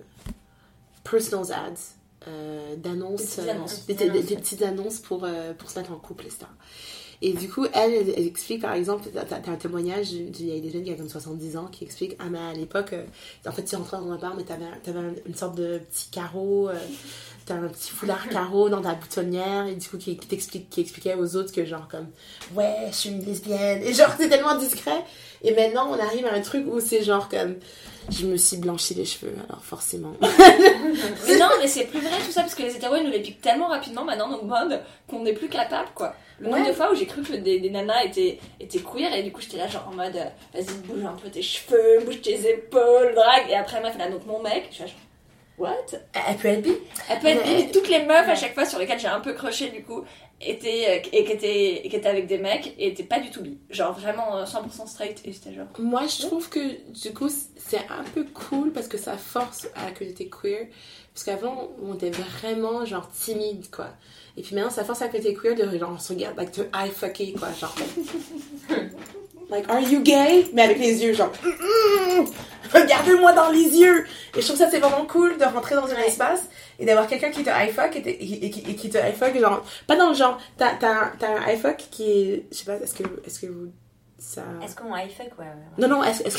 personal ads. Euh, d'annonces, des petites annonces, euh, des, des, des, des petites annonces pour, euh, pour se mettre en couple, et cetera. Et du coup, elle, elle, elle explique, par exemple, t'as, t'as un témoignage d'une vieille des jeunes qui a comme soixante-dix ans qui explique, ah mais à l'époque, euh, en fait tu rentrais dans un bar mais t'avais, t'avais une sorte de petit carreau, euh, t'avais un petit foulard carreau dans ta boutonnière et du coup qui, qui, t'explique, qui expliquait aux autres que genre comme, ouais, je suis une lesbienne, et genre c'est tellement discret. Et maintenant on arrive à un truc où c'est genre comme, je me suis blanchi les cheveux, alors forcément. Mais non, mais c'est plus vrai tout ça, parce que les hétéros, ils nous les piquent tellement rapidement maintenant dans le mode qu'on n'est plus capable, quoi. Le nombre ouais. de fois où j'ai cru que des, des nanas étaient, étaient queer, et du coup j'étais là genre en mode, euh, vas-y, bouge un peu tes cheveux, bouge tes épaules, drague, et après elle m'a fait là, donc mon mec, je suis là genre, what? Elle peut être bi. Elle peut être bi, mais toutes les meufs à chaque fois sur lesquelles j'ai un peu croché du coup, étaient, et qui étaient, et qui étaient avec des mecs, et étaient pas du tout bi. Genre vraiment cent pour cent straight, et c'était genre... Moi je trouve que du coup c'est un peu cool parce que ça force à la communauté queer, parce qu'avant on était vraiment genre timide quoi. Et puis maintenant ça force à la communauté queer de genre on se regarde, like to eye fucker quoi, genre... Like, are you gay? Mais avec les yeux, genre, mm, mm, regardez-moi dans les yeux! Et je trouve ça c'est vraiment cool de rentrer dans un ouais. espace et d'avoir quelqu'un qui te high fuck et, et, et, et qui te high fuck, genre, pas dans le genre, t'as, t'as, t'as un high fuck qui est, je sais pas, est-ce que, est-ce que vous, ça... Est-ce qu'on high fuck? Ouais, ouais, ouais. Non, non, est-ce, est-ce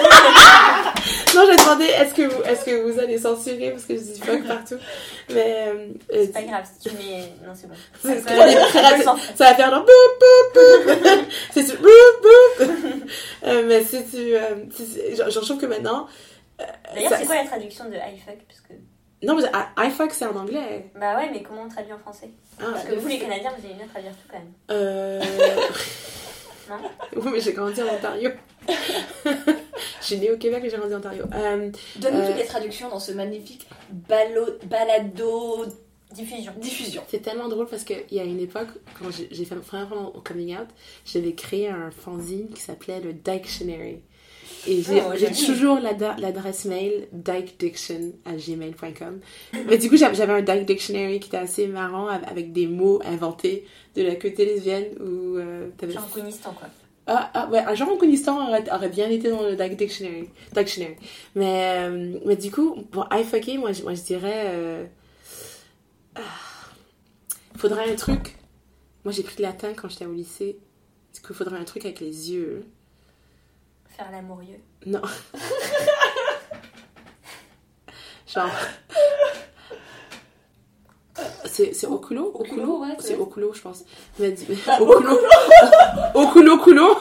que... non, j'ai demandé, est-ce que vous, est-ce que vous allez censurer parce que je dis fuck partout? Mais, euh, c'est pas grave, si tu mets, non, c'est bon. C'est ça, ça, ça, ça va faire genre, boop, boop, boop. C'est tu, boop, boop. euh, mais si tu, euh, si, genre, je trouve que maintenant, euh, d'ailleurs, ça, c'est quoi la traduction de high fuck? Parce que... Non, mais high fuck, c'est en anglais. Bah ouais, mais comment on traduit en français? Ah, parce que vous, les Canadiens, vous avez bien traduire tout quand même. Euh... Non? Oui, mais j'ai grandi en Ontario. Je suis née au Québec et j'ai grandi en Ontario. Euh, Donne-nous euh... toutes les traductions dans ce magnifique balo... balado... Diffusion. Diffusion. C'est tellement drôle parce qu'il y a une époque, quand j'ai, j'ai fait vraiment au coming out, j'avais créé un fanzine qui s'appelait le Dictionary. Et j'ai, oh, j'ai toujours l'ad- l'adresse mail dykediction arobase gmail point com. Mais du coup, j'avais un Dyke Dictionary qui était assez marrant avec des mots inventés de la communauté lesbienne. Où, euh, genre en Afghanistan, quoi. Ah, ah, ouais, un genre en Afghanistan aurait, aurait bien été dans le Dyke Dictionary. Dictionary. Mais, euh, mais du coup, pour I fucker, moi, moi je dirais... Euh, ah, faudrait un truc... Moi, j'ai pris le latin quand j'étais au lycée. Du coup, il faudrait un truc avec les yeux. Faire l'amourieux. Non. Genre... C'est, c'est Okulo? Okulo, ouais. C'est Okulo, je pense. Mais, mais, ah, Okulo. Okulo, Okulo.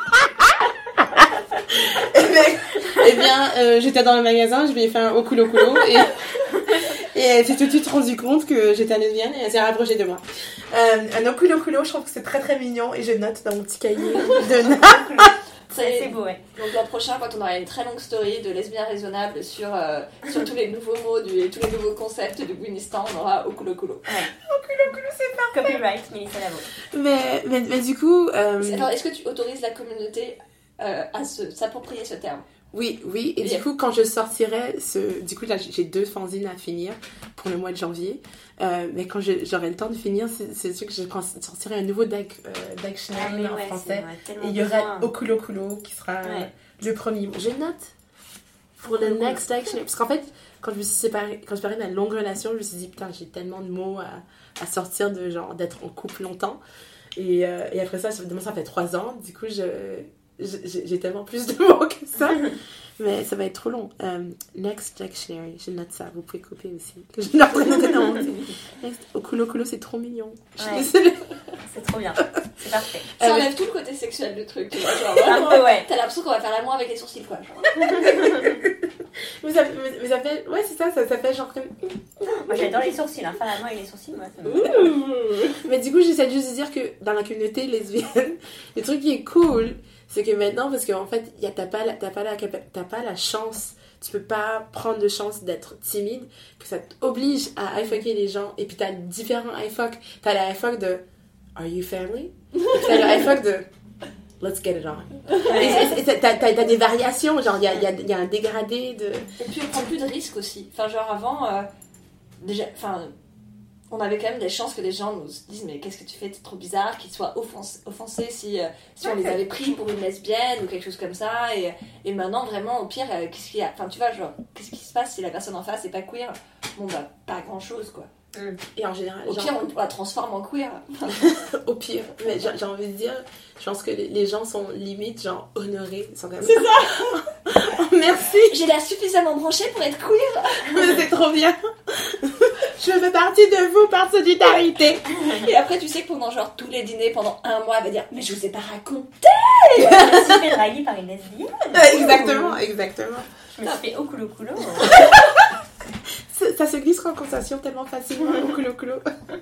Eh bien, eh bien euh, j'étais dans le magasin, je lui ai fait un Okulo, Okulo. Et, et elle s'est tout de suite rendue compte que j'étais lesbienne et elle s'est rapprochée de moi. Euh, un Okulo, Okulo, je trouve que c'est très très mignon et je note dans mon petit cahier de notes. C'est, c'est beau, ouais. Donc l'an prochain, quand on aura une très longue story de lesbiens raisonnables sur, euh, sur tous les nouveaux mots, du, tous les nouveaux concepts du Guinistan, on aura Okulo Okulo. Ouais. Okulo Okulo, c'est parfait. Copyright, Mélissa Lavo. Mais, mais, mais du coup... Euh... Alors, est-ce que tu autorises la communauté euh, à se, s'approprier ce terme? Oui, oui. Et oui. Du coup, quand je sortirai ce... Du coup, là, j'ai deux fanzines à finir pour le mois de janvier. Euh, mais quand je, j'aurai le temps de finir, c'est, c'est sûr que je sortirai un nouveau Dyke euh, Dictionary ah, en ouais, français. Et il y aura Okulo Okulo qui sera ouais. le premier. Je note pour le next Dictionary. Parce qu'en fait, quand je me suis séparée, quand je parlais de ma longue relation, je me suis dit, putain, j'ai tellement de mots à, à sortir de genre d'être en couple longtemps. Et, euh, et après ça, ça, ça fait trois ans. Du coup, je, je, j'ai tellement plus de mots que ça. Mais ça va être trop long. Um, next dictionary, je note ça. Vous pouvez couper aussi. Que je leur présente dans mon Next, Okulo Kulo, c'est trop mignon. Je suis Ouais. désolée. C'est trop bien. C'est parfait. Ça Euh, enlève tout le côté sexuel du truc, tu vois. Genre, Un vraiment, peu, ouais. t'as l'impression qu'on va faire l'amour avec les sourcils, quoi. Genre. Mais ça, mais, mais ça fait... Ouais, c'est ça, ça, ça fait genre comme... Moi, j'adore les sourcils. Hein. Faire la main avec les sourcils, moi, ça me... Mais du coup, j'essaie juste de dire que dans la communauté lesbienne, le truc qui est cool, c'est que maintenant, parce qu'en fait, y a, t'as, pas la, t'as, pas la, t'as pas la chance, tu peux pas prendre de chance d'être timide, que ça t'oblige à ifucker les gens. Et puis t'as différents ifuck. T'as le ifuck de Are you family? Et puis t'as le ifuck de Let's get it on. Et, et, et t'as, t'as, t'as des variations, genre il y a, y, a, y a un dégradé de. Et puis on prend plus de risques aussi. Enfin, genre avant, euh, déjà, enfin, on avait quand même des chances que les gens nous disent mais qu'est-ce que tu fais, c'est trop bizarre, qu'ils soient offens- offensés si, euh, si on les avait pris pour une lesbienne ou quelque chose comme ça. Et, et maintenant, vraiment, au pire, euh, qu'est-ce qu'il y a, enfin, tu vois, genre, qu'est-ce qui se passe si la personne en face est pas queer? Bon, bah, pas grand-chose, quoi. Et en général, Au genre, pire, on la transforme en queer. au pire, mais j'ai, j'ai envie de dire, je pense que les, les gens sont limite genre honorés. Ils sont comme C'est ça. Oh, merci. J'ai l'air suffisamment branchée pour être queer. Mais c'est trop bien. Je fais partie de vous par solidarité. Et après, tu sais que pendant genre tous les dîners, pendant un mois, elle va dire mais je vous ai pas raconté. Je me suis fait draguer par une lesbienne. Exactement, exactement. Je me suis fait okulo kulo. Ça, ça se glisse en conversation tellement facilement. Au culo culo.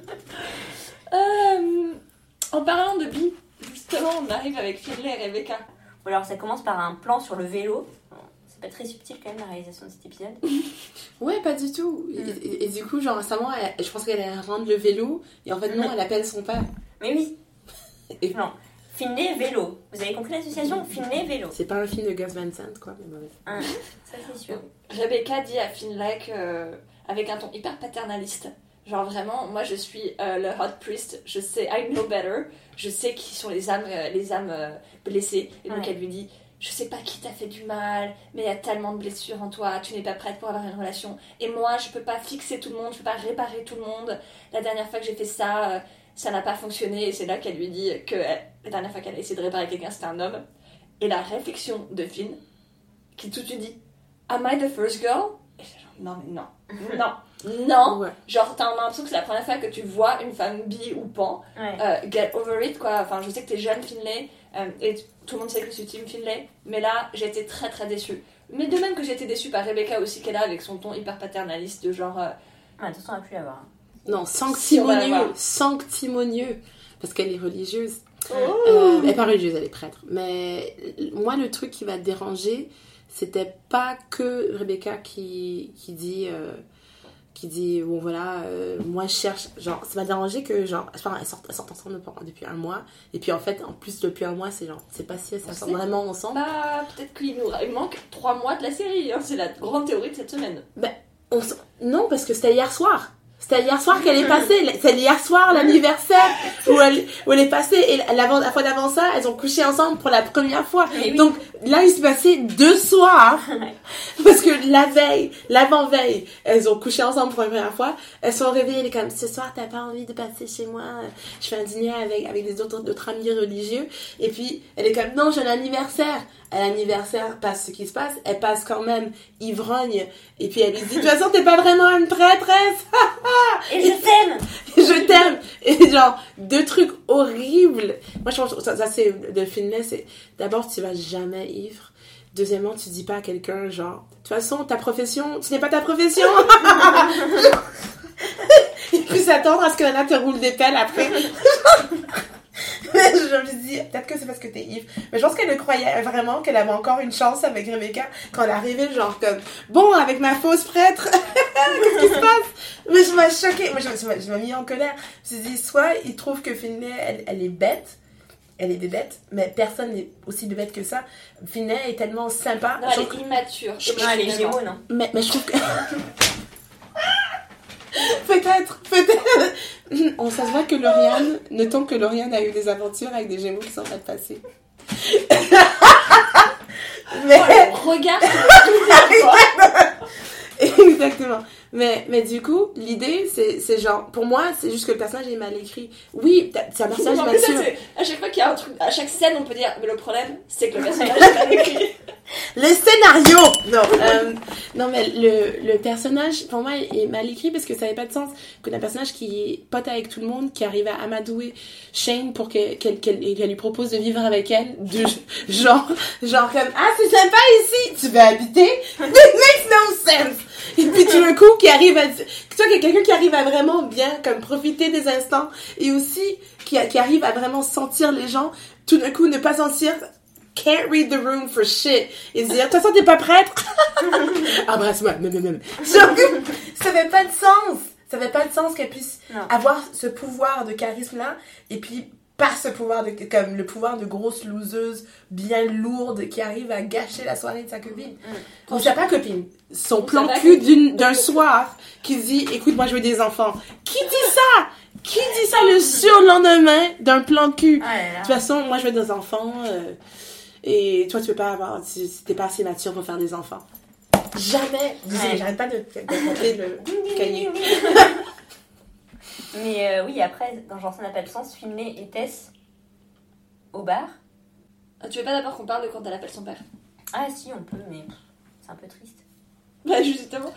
Euh, en parlant de bi, justement, on arrive avec Finlay et Rebecca. Ou alors ça commence par un plan sur le vélo. C'est pas très subtil quand même la réalisation de cet épisode. Ouais, pas du tout. Et, et- et du coup, genre récemment, elle- je pense qu'elle allait rendre le vélo. Et en fait, non, elle appelle son père. Mais oui. Et- Non. Finlay vélo. Vous avez compris l'association? Finlay vélo. C'est pas un film de Gus Van Sant, quoi. Mais bref. Hein, ça c'est sûr. Rebecca dit à Finlay que, euh, avec un ton hyper paternaliste, genre vraiment, moi je suis euh, le hot priest, je sais, I know better, je sais qui sont les âmes, euh, les âmes euh, blessées. Et donc Ouais. elle lui dit, je sais pas qui t'a fait du mal, mais il y a tellement de blessures en toi, tu n'es pas prête pour avoir une relation. Et moi je peux pas fixer tout le monde, je peux pas réparer tout le monde. La dernière fois que j'ai fait ça, euh, ça n'a pas fonctionné. Et c'est là qu'elle lui dit que euh, la dernière fois qu'elle a essayé de réparer quelqu'un, c'était un homme. Et la réflexion de Finn, qui tout de suite dit, Am I the first girl? Et c'est genre, non, mais non, non, non. Ouais. Genre, t'as l'impression que c'est la première fois que tu vois une femme bi ou pan. Ouais. Euh, get over it, quoi. Enfin, je sais que t'es jeune, Finlay, euh, et t- tout le monde sait que je suis team Finlay, mais là, j'ai été très très déçue. Mais de même que j'ai été déçue par Rebecca aussi, qu'elle a avec son ton hyper paternaliste, de genre. euh, Ouais, attention, on va plus la voir. Non, Si, on va la sanctimonieux. voir. Sanctimonieux. Parce qu'elle est religieuse. Oh. Euh, elle est pas religieuse, elle est prêtre. Mais moi, le truc qui m'a dérangée, c'était pas que Rebecca qui, qui dit, euh, qui dit, bon voilà, euh, moi je cherche, genre, ça m'a dérangé que, genre, je sais pas, elles sortent, elles sortent ensemble depuis un mois. Et puis en fait, en plus, depuis un mois, c'est genre, c'est pas si elles On sortent sait. vraiment ensemble. Bah, peut-être qu'il nous il manque trois mois de la série, hein. C'est la grande théorie de cette semaine. On s- Non, parce que c'était hier soir. C'était hier soir qu'elle est passée. C'est hier soir l'anniversaire où elle, où elle est passée. Et l'avant- la fois d'avant ça, elles ont couché ensemble pour la première fois. Mais oui. Donc là, il se passait deux soirs. Parce que la veille, l'avant-veille, elles ont couché ensemble pour la première fois. Elles sont réveillées, elle est comme, ce soir, t'as pas envie de passer chez moi? Je fais un dîner avec, avec des autres, d'autres amis religieux. Et puis, elle est comme, non, j'ai un anniversaire. À l'anniversaire, passe ce qui se passe. Elle passe quand même ivrogne. Et puis, elle lui dit, de toute façon, t'es pas vraiment une prêtresse. Et je t'aime. Je t'aime. Et genre, deux trucs horribles. Moi, je pense que ça, ça c'est de Finlay, c'est d'abord, tu vas jamais ivre. Deuxièmement, tu dis pas à quelqu'un, genre, de toute façon, ta profession, ce n'est pas ta profession. Et puis s'attendre à ce que Nana te roule des pelles après. Mais je me dis, peut-être que c'est parce que t'es ivre. Mais je pense qu'elle le croyait vraiment qu'elle avait encore une chance avec Rebecca quand elle est arrivée, genre comme, bon, avec ma fausse prêtre, qu'est-ce qui se passe? Mais je m'ai choquée. Moi, je, je, je m'ai mis en colère. Je me suis dit, soit il trouve que Finlay, elle, elle est bête. Elle est bête, mais personne n'est aussi bête que ça. Finlay est tellement sympa. Non, Je elle trouve est immature. Non, les Gémeaux, non. mais, mais je trouve que... peut-être, peut-être. On ça se voit que Lauriane, notons que Lauriane a eu des aventures avec des Gémeaux qui sont mal passées. Mais... Oh, le regard sur le tout Exactement. Mais, mais du coup, l'idée, c'est, c'est genre, pour moi, c'est juste que le personnage est mal écrit. Oui, c'est un personnage Non, mais mature. ça, c'est- à chaque fois qu'il y a un truc, à chaque scène, on peut dire, mais le problème, c'est que le personnage est mal écrit. Le scénario! Non, euh, non mais le, le personnage, pour moi, est mal écrit parce que ça n'avait pas de sens. Qu'on a un personnage qui est pote avec tout le monde, qui arrive à amadouer Shane pour que, qu'elle, qu'elle, qu'elle lui propose de vivre avec elle. De, genre, genre comme, ah, c'est sympa ici! Tu veux habiter? It makes no sense! Et puis tout d'un coup, qui arrive à, tu vois, qu'il y a quelqu'un qui arrive à vraiment bien, comme, profiter des instants, et aussi, qui, qui arrive à vraiment sentir les gens, tout d'un coup, ne pas sentir, can't read the room for shit, et se dire, de toute façon, t'es pas prête? Embrasse-moi, même, même, même. Genre, ça fait pas de sens! Ça fait pas de sens qu'elle puisse Non. avoir ce pouvoir de charisme-là, et puis, par ce pouvoir de, comme le pouvoir de grosse loseuse bien lourde qui arrive à gâcher la soirée de sa copine. Mm. Ou sa pas copine, son Ou plan sa cul pas d'une, d'un soir qui dit écoute moi je veux des enfants. Qui dit ça? Qui dit ça le surlendemain d'un plan cul? Ah là là. De toute façon moi je veux des enfants euh, et toi tu peux pas avoir, si si t'es pas assez mature pour faire des enfants. Jamais. Ouais. J'arrête pas de, de compter le cahier. Mais euh, oui, après, dans Genre ça n'a pas de sens, Finlay et Tess au bar. Ah, tu veux pas d'abord qu'on parle de quand elle appelle son père? Ah si, on peut, mais pff, c'est un peu triste. Bah, justement.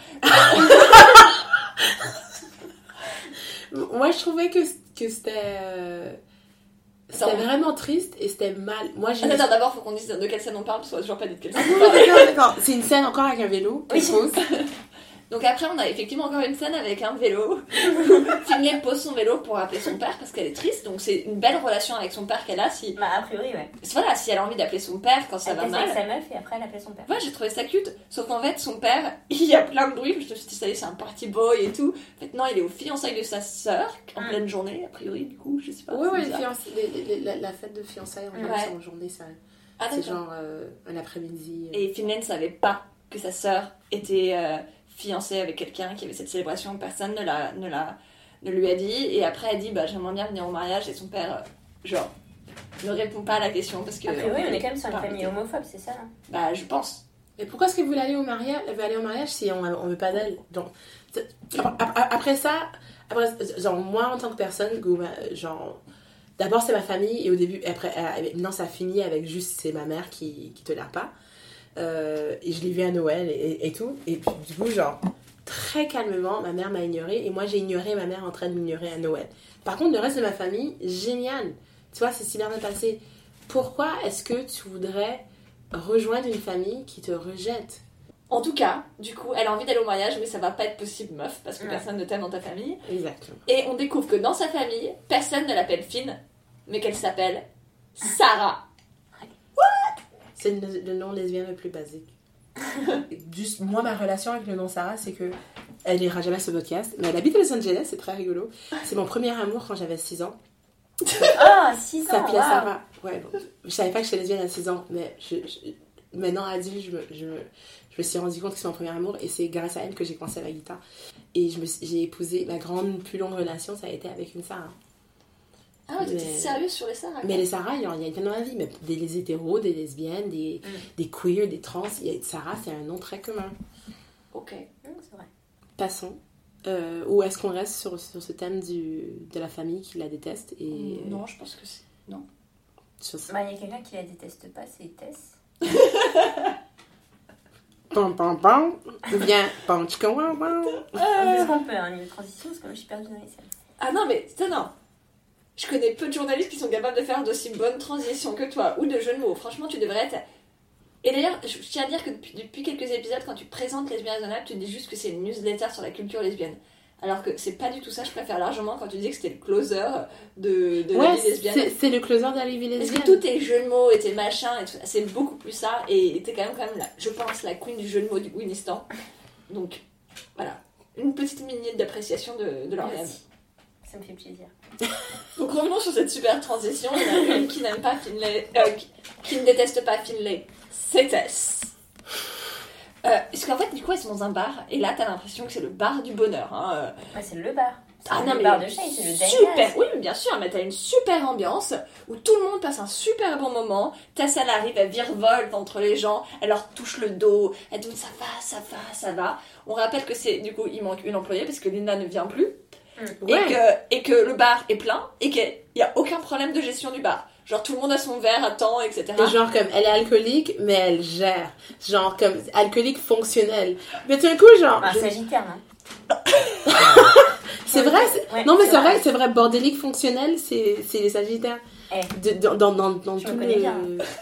Moi je trouvais que, que c'était euh, c'était Ça, on- vraiment triste et c'était mal. Moi j'ai Ah, attends, d'abord, faut qu'on dise de quelle scène on parle, parce qu'on a toujours pas dit de quelle scène on Ah, parle. d'accord, d'accord. C'est une scène encore avec un vélo. Oui. qui pose. Donc après, on a effectivement encore une scène avec un vélo. Finlay pose son vélo pour appeler son père parce qu'elle est triste. Donc c'est une belle relation avec son père qu'elle a. Si, Bah, a priori, ouais. voilà, si elle a envie d'appeler son père quand ça Elle va passe mal. avec sa meuf et après elle appelle son père. Ouais, j'ai trouvé ça cute. Sauf qu'en fait, son père, il y a plein de bruit. Je me suis dit, ça y est, c'est un party boy et tout. En fait, non, il est aux fiançailles de sa sœur en Mm. pleine journée, a priori, du coup, je sais pas. Ouais, c'est ouais, bizarre. les fiançailles- les- les- la, la fête de fiançailles en, Ouais. en journée, ça, Ah, c'est d'accord. genre euh, un après-midi. euh. Et Finlay ne savait pas que sa sœur était euh, fiancée avec quelqu'un qui avait cette célébration. Personne ne, l'a, ne, l'a, ne lui a dit. Et après, elle dit bah, j'aimerais bien venir au mariage. Et son père, euh, genre, ne répond pas à la question parce que. A priori, on est quand même sur une pas famille invité. homophobe, c'est ça, non? Bah, je pense. Et pourquoi est-ce qu'elle voulait aller au mariage? Elle veut aller au mariage si on, on veut pas d'elle. Donc, c'est- après, après ça, après, genre, moi en tant que personne, go- genre, d'abord c'est ma famille et au début, après, euh, non, ça finit avec juste c'est ma mère qui, qui tolère pas. Euh, et je l'ai vu à Noël et, et tout. Et puis, du coup, genre, très calmement, ma mère m'a ignorée et moi j'ai ignoré ma mère en train de m'ignorer à Noël. Par contre, le reste de ma famille, génial. Tu vois, c'est si bien passé. Pourquoi est-ce que tu voudrais rejoindre une famille qui te rejette? En tout cas, du coup, elle a envie d'aller au mariage, mais ça va pas être possible, meuf, parce que Ouais. personne ne t'aime dans ta famille. Exactement. Et on découvre que dans sa famille, personne ne l'appelle Finn, mais qu'elle s'appelle Sarah. C'est le, le nom lesbien le plus basique. Juste, moi, ma relation avec le nom Sarah, c'est que elle n'ira jamais à ce podcast, mais elle habite à Los Angeles, c'est très rigolo. C'est mon premier amour quand j'avais six ans. Ah, six Ça ans, s'appelait waouh. Sarah. Ouais, bon, je savais pas que j'étais lesbienne à six ans, mais je, je- maintenant adulte, je me, je, me, je me suis rendu compte que c'est mon premier amour et c'est grâce à elle que j'ai commencé à la guitare. Et je me suis- j'ai épousé, ma grande, plus longue relation, ça a été avec une Sarah. Ah ouais, t'étais Mais- sérieuse sur les Sarah. Mais les Sarah, il y en il y a plein dans la vie, mais des les hétéros, des lesbiennes, des, Mm. des queers, des trans. Il y a- Sarah, c'est un nom très commun. Ok. Hum, c'est vrai. Passons. Euh, ou est-ce qu'on reste sur, sur ce thème du, de la famille qui la déteste et Non, je pense que c'est. Non. sur ce... Bah, il y a quelqu'un qui la déteste pas, c'est Tess. Pam pam pam ou bien pam tchika wam wam. Est-ce qu'on peut, hein, une transition, parce que moi je suis perdue dans les scènes. Ah non, mais ça non. Je connais peu de journalistes qui sont capables de faire d'aussi bonnes transitions que toi, ou de jeux de mots. Franchement, tu devrais être. Et d'ailleurs, je tiens à dire que depuis, depuis quelques épisodes, quand tu présentes Lesbian Raisonnable, tu dis juste que c'est une newsletter sur la culture lesbienne. Alors que c'est pas du tout ça, je préfère largement quand tu dis que c'était le closer de, de la Ouais, vie lesbienne. c'est, c'est le closer de la vie Parce lesbienne. que tous tes jeux de mots et tes machins, et tout, c'est beaucoup plus ça. Et t'es quand même, quand même la, je pense, la queen du jeu de mots du Winistan. Donc, voilà. Une petite minute d'appréciation de, de Lauriane. Merci. Ça me fait plaisir. Donc revenons sur cette super transition. Il y en a une qui n'aime pas Finlay, euh, qui, qui ne déteste pas Finlay. C'est Tess. Euh, parce qu'en fait, du coup, elles sont dans un bar. Et là, t'as l'impression que c'est le bar du bonheur. Hein. Ouais, c'est le bar. Ah non, mais bar de chai, c'est le super, Dainas. oui, mais bien sûr, mais t'as une super ambiance où tout le monde passe un super bon moment. Tess, elle arrive, elle virevolte entre les gens, elle leur touche le dos, elle dit ça va, ça va, ça va. On rappelle que c'est, du coup, il manque une employée parce que Linda ne vient plus. Mm. Et, Ouais. que, et que le bar est plein et qu'il n'y a aucun problème de gestion du bar. Genre tout le monde a son verre à temps, et cetera. Et genre comme, elle est alcoolique, mais elle gère. Genre comme, alcoolique fonctionnelle. Mais tout d'un coup, genre... Un je- sagittaire, non? C'est vrai, c'est- Ouais, non mais c'est c'est vrai, vrai. c'est vrai, bordélique fonctionnel, c'est c'est les sagittaires. Eh. De- dans, dans, dans, dans Je tout me le... connais bien.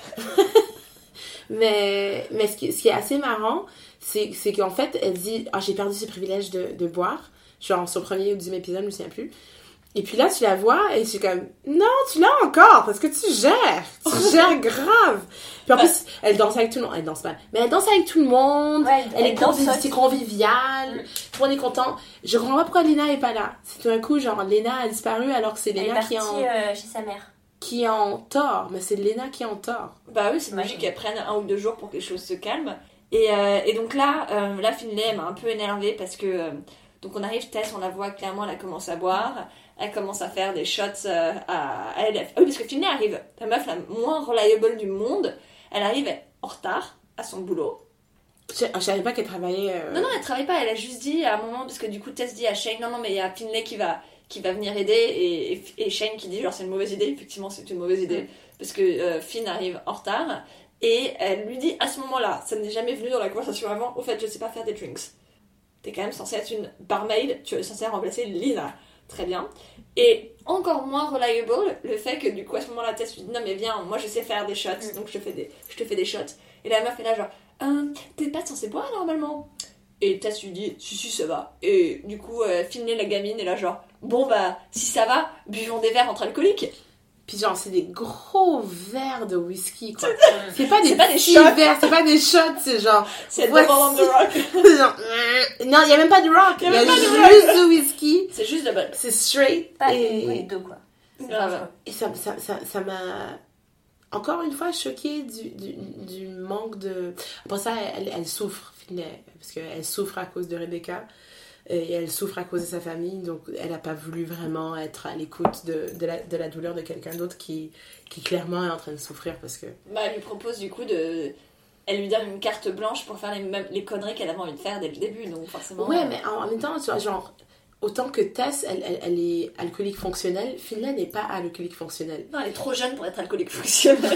mais mais ce qui, ce qui est assez marrant, c'est c'est qu'en fait, elle dit, ah j'ai perdu ce privilège de, de boire. Genre sur le premier ou deuxième épisode, je me souviens plus. Et puis là, tu la vois et je suis comme, non, tu l'as encore parce que tu gères. Tu gères grave. Puis en plus, elle danse avec tout le monde. Elle danse pas. Mais elle danse avec tout le monde. Ouais, elle, est elle danse conviv- aussi. c'est convivial. Tout le monde est content. Je comprends pas pourquoi Léna est pas là. C'est tout d'un coup, genre, Léna a disparu alors que c'est Elle est Léna partie qui est, en, euh, chez sa mère. qui est en tort. Mais c'est Léna qui est en tort. Bah oui, c'est Ouais. logique qu'elle prenne un ou deux jours pour que les choses se calment. Et, euh, et donc là, euh, là, Finlay, elle m'a un peu énervée parce que... euh, donc on arrive, Tess, on la voit clairement, elle commence à boire. Elle commence à faire des shots euh, à, à elle. Ah oui, parce que Finlay arrive, la meuf la moins reliable du monde. Elle arrive en retard à son boulot. Je, je savais pas qu'elle travaillait... euh, Non, non, elle travaille pas, elle a juste dit à un moment, parce que du coup Tess dit à Shane, non, non, mais il y a Finlay qui va, qui va venir aider, et, et, et Shane qui dit, genre, c'est une mauvaise idée. Effectivement, c'est une mauvaise idée, parce que euh, Finn arrive en retard, et elle lui dit à ce moment-là, ça n'est jamais venu dans la conversation avant, au fait, je sais pas faire des drinks. T'es quand même censée être une barmaid, tu es censée remplacer Lina. Très bien. Et encore moins reliable, le fait que du coup à ce moment-là, Tess lui dit non mais viens, moi je sais faire des shots, donc je te fais des, je te fais des shots. Et la meuf est là genre, euh, t'es pas censée boire normalement. Et Tess lui dit si si ça va. Et du coup euh, Finlay la gamine est là genre, bon bah si ça va, buvons des verres entre alcooliques. Puis genre, c'est des gros verres de whisky, quoi. C'est pas des, C'est pas des petits shots. verres, c'est pas des shots, c'est genre... C'est voici- Double on the Rock. genre, non, il y a même pas de rock, il y a, même pas de juste du whisky. C'est juste de bonne. C'est straight. Pas et... ouais, deux, quoi. C'est Grave. dangereux. Et ça, ça, ça, ça m'a encore une fois choquée du, du, du manque de... Après ça, elle, elle souffre, Finlay, parce qu'elle souffre à cause de Rebecca, et elle souffre à cause de sa famille, donc elle n'a pas voulu vraiment être à l'écoute de, de, la, de la douleur de quelqu'un d'autre qui, qui clairement est en train de souffrir, parce que... Bah elle lui propose du coup de... Elle lui donne une carte blanche pour faire les, mêmes, les conneries qu'elle avait envie de faire dès le début, donc forcément... Ouais, mais en, en même temps, tu vois, genre... Autant que Tess, elle, elle, elle est alcoolique fonctionnelle, Finlay n'est pas alcoolique fonctionnelle. Non, elle est trop jeune pour être alcoolique fonctionnelle.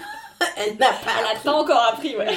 Elle n'a pas... Elle a pas encore appris, ouais.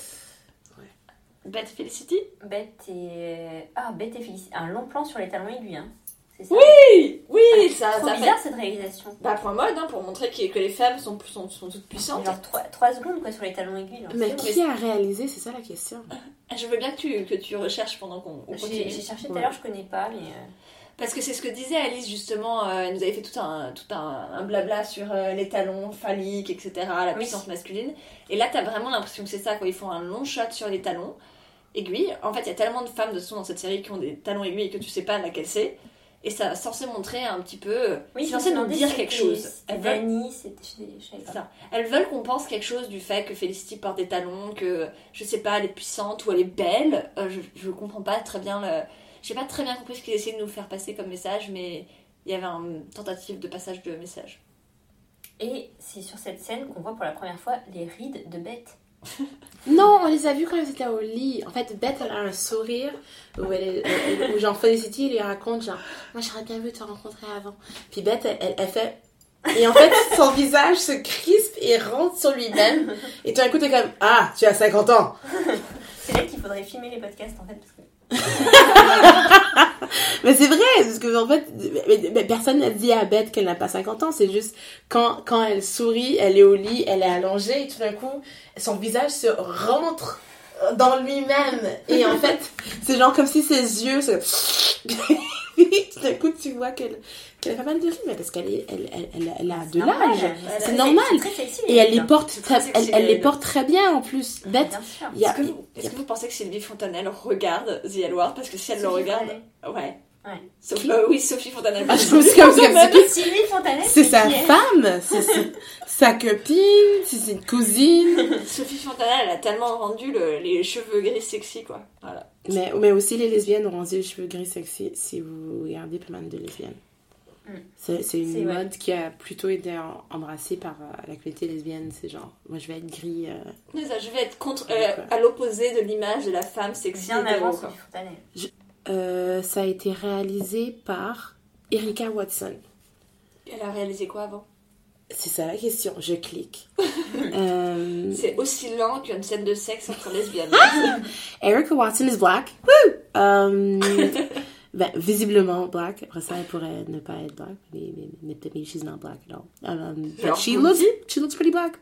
Beth Felicity. Beth et... Ah, Beth et Félicie. Un long plan sur les talons aigus, hein. C'est ça. Oui, oui, Ah, ça, trop ça bizarre fait... cette réalisation. Bah, point mode, hein, pour montrer que, que les femmes sont, sont, sont toutes puissantes. Genre trois secondes, quoi, sur les talons aigus. genre. Mais C'est qui a réalisé, c'est ça la question. Je veux bien que tu, que tu recherches pendant qu'on on J'ai continue. j'ai cherché tout Ouais. à l'heure, je connais pas, mais... euh, Parce que c'est ce que disait Alice, justement. Euh, elle nous avait fait tout un, tout un, un blabla sur euh, les talons phalliques, et cetera, la Oui. puissance masculine. Et là, t'as vraiment l'impression que c'est ça, quoi. Ils font un long shot sur les talons aiguilles. En fait, il y a tellement de femmes de son dans cette série qui ont des talons aiguilles que tu sais pas laquelle c'est. Et ça est censé montrer un petit peu... Oui, c'est censé nous dire quelque chose. C'était Elles veulent, Dani, c'était... Je savais pas. ça. Elles veulent qu'on pense quelque chose du fait que Felicity porte des talons, que, je sais pas, elle est puissante ou elle est belle. Euh, je, je comprends pas très bien le... J'ai pas très bien compris ce qu'ils essayaient de nous faire passer comme message, mais il y avait une tentative de passage de message. Et c'est sur cette scène qu'on voit pour la première fois les rides de Beth. Non, on les a vus quand elles étaient au lit. En fait, Beth, elle a un sourire où, elle est, elle- où genre Felicity lui raconte genre, moi j'aurais bien voulu te rencontrer avant. Puis Beth, elle, elle, elle fait... Et en fait, son visage se crispe et rentre sur lui-même. Et tout d'un coup, t'es comme, ah, tu as cinquante ans. C'est là qu'il faudrait filmer les podcasts, en fait, parce que... Mais c'est vrai, parce que en fait, mais- mais personne n'a dit à Beth qu'elle n'a pas cinquante ans. C'est juste quand, quand elle sourit, elle est au lit, elle est allongée, et tout d'un coup, son visage se rentre dans lui-même. Et en fait, c'est genre comme si ses yeux se... tout d'un coup, tu vois qu'elle, qu'elle a pas mal de rides, mais parce qu'elle est, elle, elle, elle, elle a de normal, l'âge. c'est C'est très- normal. c'est très sexy, Et elle les hein. porte C'est très, très elle, sexy, elle les elle. porte très bien en plus. Beth, Bien sûr. il y a, Est-ce que, vous, il y est-ce a- que vous pensez que Sylvie Fontanelle regarde The L Word? Parce que si elle le Sophie regarde... Fontanelle. Ouais. Ouais. Sauf, Qui euh, oui, Sophie Fontanelle. Ah, je me suis comme ça, Même Sylvie Fontanelle, c'est sa qui est- femme, c'est, c'est, sa copine, si c'est une cousine. Sophie Fontanelle, elle a tellement rendu le, les cheveux gris sexy, quoi. Voilà. Mais, mais aussi, les lesbiennes ont rendu les cheveux gris sexy si vous regardez pas mal de lesbiennes. Mm. C'est, c'est une c'est mode vrai. Qui a plutôt été embrassée par euh, la communauté lesbienne. C'est genre, moi je vais être gris. Euh... Mais ça, je vais être contre, euh, à l'opposé de l'image de la femme sexy. Bien avant Sophie Fontanelle. Je, euh, ça a été réalisé par Erika Watson. Elle a réalisé quoi avant? C'est ça la question, je clique. euh... C'est aussi lent qu'une scène de sexe entre lesbiennes. Erika Watson is black. Woo! Um, ben, visiblement black. Après ça, elle pourrait ne pas être black. Mais, mais, mais peut-être que she's not black at all. Um, but she looks, she looks pretty black.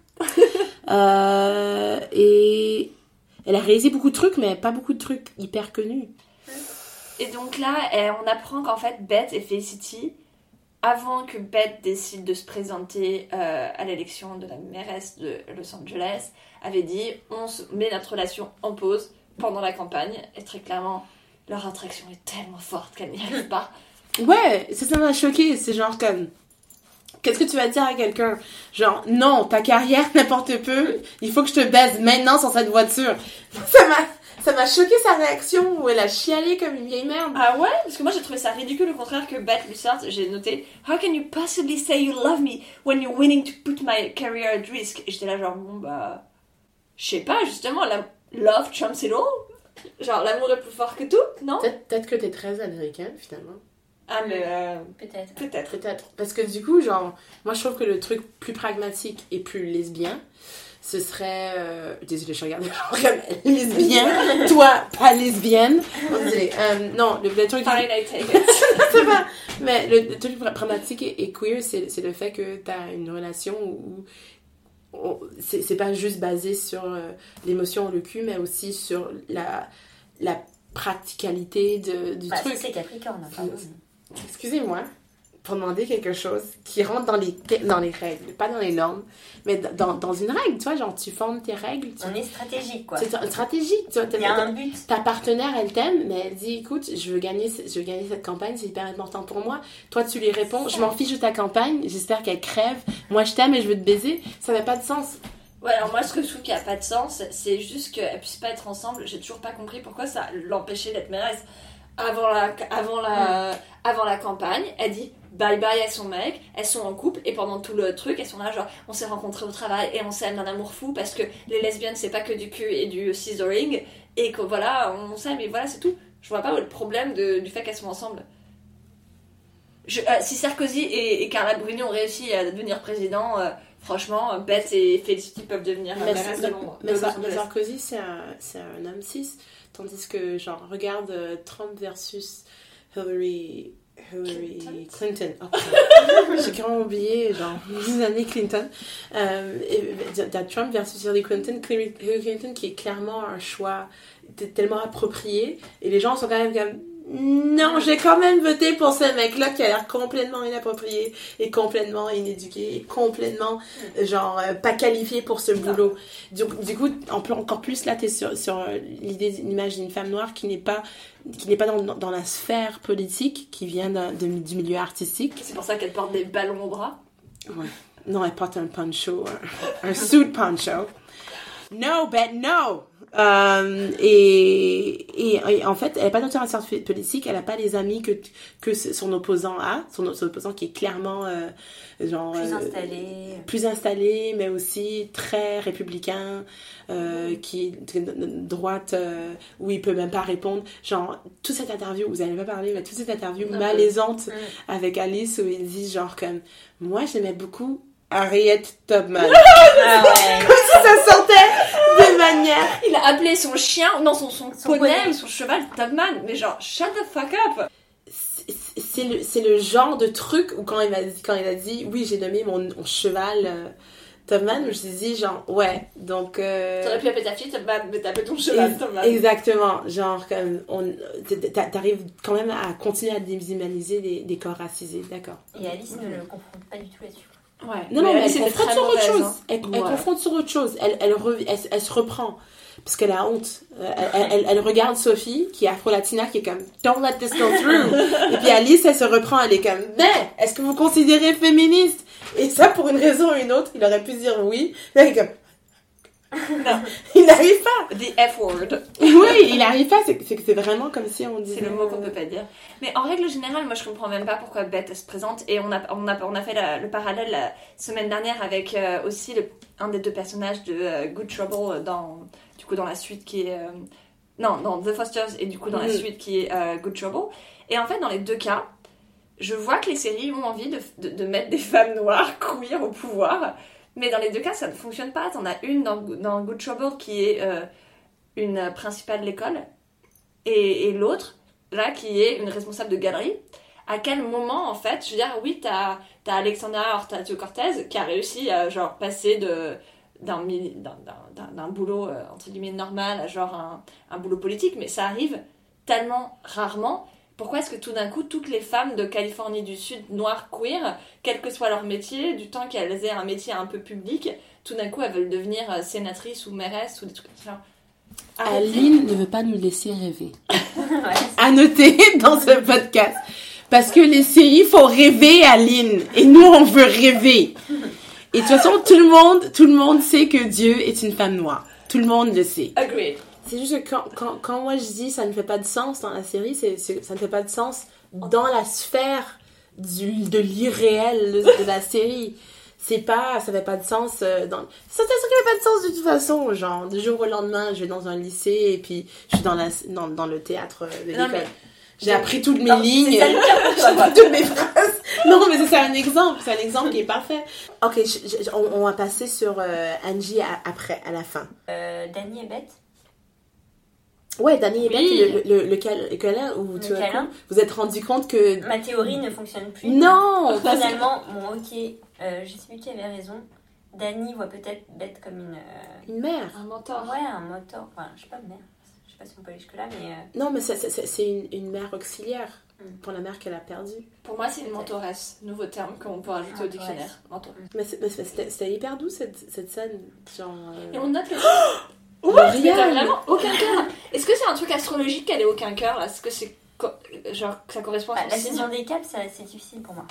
euh, et elle a réalisé beaucoup de trucs, mais pas beaucoup de trucs hyper connus. Et donc là, on apprend qu'en fait, Beth et Felicity, avant que Beth décide de se présenter euh, à l'élection de la mairesse de Los Angeles, avait dit on se met notre relation en pause pendant la campagne. Et très clairement, leur attraction est tellement forte qu'elle n'y arrive pas. Ouais, ça, ça m'a choqué. C'est genre comme... Qu'est-ce que tu vas dire à quelqu'un? Genre, non, ta carrière n'importe peu. Il faut que je te baise maintenant sur cette voiture. Ça m'a... Ça m'a choqué sa réaction où elle a chialé comme une vieille merde. Ah ouais? Parce que moi j'ai trouvé ça ridicule, au contraire que Beth lui sorte. J'ai noté How can you possibly say you love me when you're willing to put my career at risk? Et j'étais là genre bon bah... Je sais pas, justement, la love trumps it all. Genre l'amour est plus fort que tout, non? Peut-être, peut-être que t'es très américaine finalement. Ah mais euh, peut-être. Peut-être. Peut-être. Parce que du coup, genre, moi je trouve que le truc plus pragmatique et plus lesbien, ce serait... Euh... Désolée, je regarde genre comme lesbien. Toi, pas lesbienne. Désolée. Euh, non, le, le truc... Fine, I take it. C'est pas... Mais le, le truc pragmatique et, et queer, c'est, c'est le fait que t'as une relation où... où c'est, c'est pas juste basé sur euh, l'émotion, le cul, mais aussi sur la, la practicalité de, du bah, truc. C'est Capricorne. Pardon. Excusez-moi. Pour demander quelque chose qui rentre dans les, dans les règles, pas dans les normes, mais dans, dans une règle, tu vois, genre tu formes tes règles. Tu... On est stratégique, quoi. C'est une stratégie. Tu vois, il y a un but. Ta partenaire, elle t'aime, mais elle dit, écoute, je veux gagner, je veux gagner cette campagne, c'est hyper important pour moi. Toi, tu lui réponds, je m'en fiche de ta campagne, j'espère qu'elle crève, moi je t'aime et je veux te baiser. Ça n'a pas de sens. Ouais, alors moi, ce que je trouve qui a pas de sens, c'est juste qu'elles puissent pas être ensemble. J'ai toujours pas compris pourquoi ça l'empêchait d'être mairesse. Avant la, avant la, mmh. avant la campagne, elle dit bye bye à son mec, elles sont en couple et pendant tout le truc, elles sont là genre on s'est rencontrés au travail et on s'aime d'un amour fou parce que les lesbiennes c'est pas que du cul et du scissoring et que voilà, on s'aime et voilà, c'est tout. Je vois pas le problème de, du fait qu'elles sont ensemble. Je, euh, si Sarkozy et, et Carla Bruni ont réussi à devenir président, euh, franchement, Beth et Felicity peuvent devenir mais mairesse de Londres. Mais, Sar- mais Sarkozy c'est un, c'est un homme cis. Tandis que, genre, regarde euh, Trump versus Hillary, Hillary Clinton. Clinton. Oh, j'ai carrément oublié, genre, les années Clinton. Euh, et, t'as Trump versus Hillary Clinton. Hillary Clinton qui est clairement un choix tellement approprié. Et les gens sont quand même comme... Non, j'ai quand même voté pour ce mec-là qui a l'air complètement inapproprié et complètement inéduqué et complètement, genre, euh, pas qualifié pour ce boulot. Du, du coup, on peut encore plus là, t'es sur, sur l'idée, l'image d'une femme noire qui n'est pas, qui n'est pas dans, dans la sphère politique, qui vient de, de, du milieu artistique. C'est pour ça qu'elle porte des ballons au bras. Ouais. Non, elle porte un poncho, un, un suit poncho. No, but no! Euh, et, et, et en fait, elle n'a pas d'intérêt politique, elle n'a pas les amis que, que son opposant a, son, son opposant qui est clairement euh, genre, plus euh, installé. Plus installé, mais aussi très républicain, euh, qui est de droite, euh, où il peut même pas répondre. Genre, toute cette interview, vous n'allez pas parler, mais toute cette interview non, malaisante mmh. avec Alice, où il dit genre comme, moi j'aimais beaucoup Harriet Tubman. Ah ouais. Comme si ça sortait de manière. Il a appelé son chien, non, son, son, son poney, poney. son cheval Tubman. Mais genre, shut the fuck up. C'est, c'est, le, c'est le genre de truc où quand il m'a dit, quand il a dit, oui, j'ai nommé mon, mon cheval euh, Tubman, où je me dit, genre, ouais, donc. Euh... T'aurais pu appeler ta fille Tubman, mais t'as appelé ton cheval Tubman. Exactement. Genre, comme, on, t'arrives quand même à continuer à déshumaniser des, des corps racisés, d'accord. Et Alice ne le confronte pas du tout là-dessus. Ouais. Non, non, mais, Alice elle était confronte très sur autre mauvaise, chose. hein. Elle, elle Ouais. confronte sur autre chose. Elle, elle, rev- elle, elle se reprend. Parce qu'elle a honte. Euh, Elle, elle, elle regarde Sophie, qui est afro-latina, qui est comme « Don't let this go through ». Et puis Alice, elle se reprend, elle est comme « Ben, est-ce que vous considérez féministe ?» Et ça, pour une raison ou une autre, il aurait pu dire oui. Là, il est comme... Non. Il n'arrive pas. The F-word. Oui, il n'arrive pas. C'est, c'est que c'est vraiment comme si on disait... C'est le mot qu'on peut pas dire. Mais en règle générale, moi je comprends même pas pourquoi Beth elle se présente. Et on a, on a, on a fait la- le parallèle la semaine dernière avec euh, aussi le, un des deux personnages de euh, Good Trouble dans, du coup, dans la suite qui est. Euh, non, dans The Fosters et du coup dans la Mhm. suite qui est euh, Good Trouble. Et en fait, dans les deux cas, je vois que les séries ont envie de, de, de mettre des femmes noires, queer au pouvoir. Mais dans les deux cas, ça ne fonctionne pas. T'en as une dans, dans Good Trouble qui est euh, une principale de l'école. Et, et l'autre, là, qui est une responsable de galerie. À quel moment, en fait, je veux dire, oui, t'as, t'as Alexandra Ocasio-Cortez qui a réussi à, genre, passer de, d'un, mili- d'un, d'un, d'un, d'un boulot, euh, entre guillemets, normal à, genre, un, un boulot politique, mais ça arrive tellement rarement. Pourquoi est-ce que tout d'un coup, toutes les femmes de Californie du Sud, noires, queer, quel que soit leur métier, du temps qu'elles aient un métier un peu public, tout d'un coup, elles veulent devenir euh, sénatrices ou mairesses ou des trucs comme ça. Aline ne veut pas nous laisser rêver. Ouais, À noter dans ce podcast. Parce que les séries font rêver, Aline. Et nous, on veut rêver. Et de toute façon, tout le monde, tout le monde sait que Dieu est une femme noire. Tout le monde le sait. Agreed. C'est juste que quand, quand, quand moi je dis ça ne fait pas de sens dans la série, c'est, c'est, ça ne fait pas de sens dans la sphère du, de l'irréel de, de la série. C'est pas, ça fait pas de sens euh, dans... C'est ça qui fait pas de sens de toute façon, genre, du jour au lendemain, je vais dans un lycée et puis je suis dans, la, dans, dans le théâtre de Non, l'école. mais- J'ai appris toutes mes Non, lignes, c'est ça le cas pour toi, quoi. toutes mes phrases. Non, mais c'est, c'est un exemple, c'est un exemple qui est parfait. Ok, je- je- on, on va passer sur euh, Angie à- après, à la fin. Euh, Dani et Beth. Ouais, Dani et Beth, Oui. le, le, le, cal- le câlin où Le tu as câlin. vous êtes rendu compte que... Ma théorie ne fonctionne plus. Non, parce que- Finalement, bon, ok, euh, je sais plus qui avait raison. Dani voit peut-être Beth comme une. euh, Une mère. Un mentor. Ouais, un moteur. Enfin, je sais pas, mère. Je sais pas si on peut aller jusque-là, mais. euh, Non, mais c'est, c'est, c'est une, une mère auxiliaire Mm. pour la mère qu'elle a perdue. Pour moi, c'est une mentoresse. Nouveau terme qu'on peut rajouter au Mentoresse. dictionnaire. Mentor. Mais, c'est- mais c'est- c'était, c'était hyper doux cette, cette scène. Genre. euh, Et on note le. What? Mais t'as vraiment aucun cœur. Est-ce que c'est un truc astrologique qu'elle ait aucun cœur là? Est-ce que c'est co- genre que ça correspond bah, à son la signe? saison des caps, ça- c'est difficile pour moi.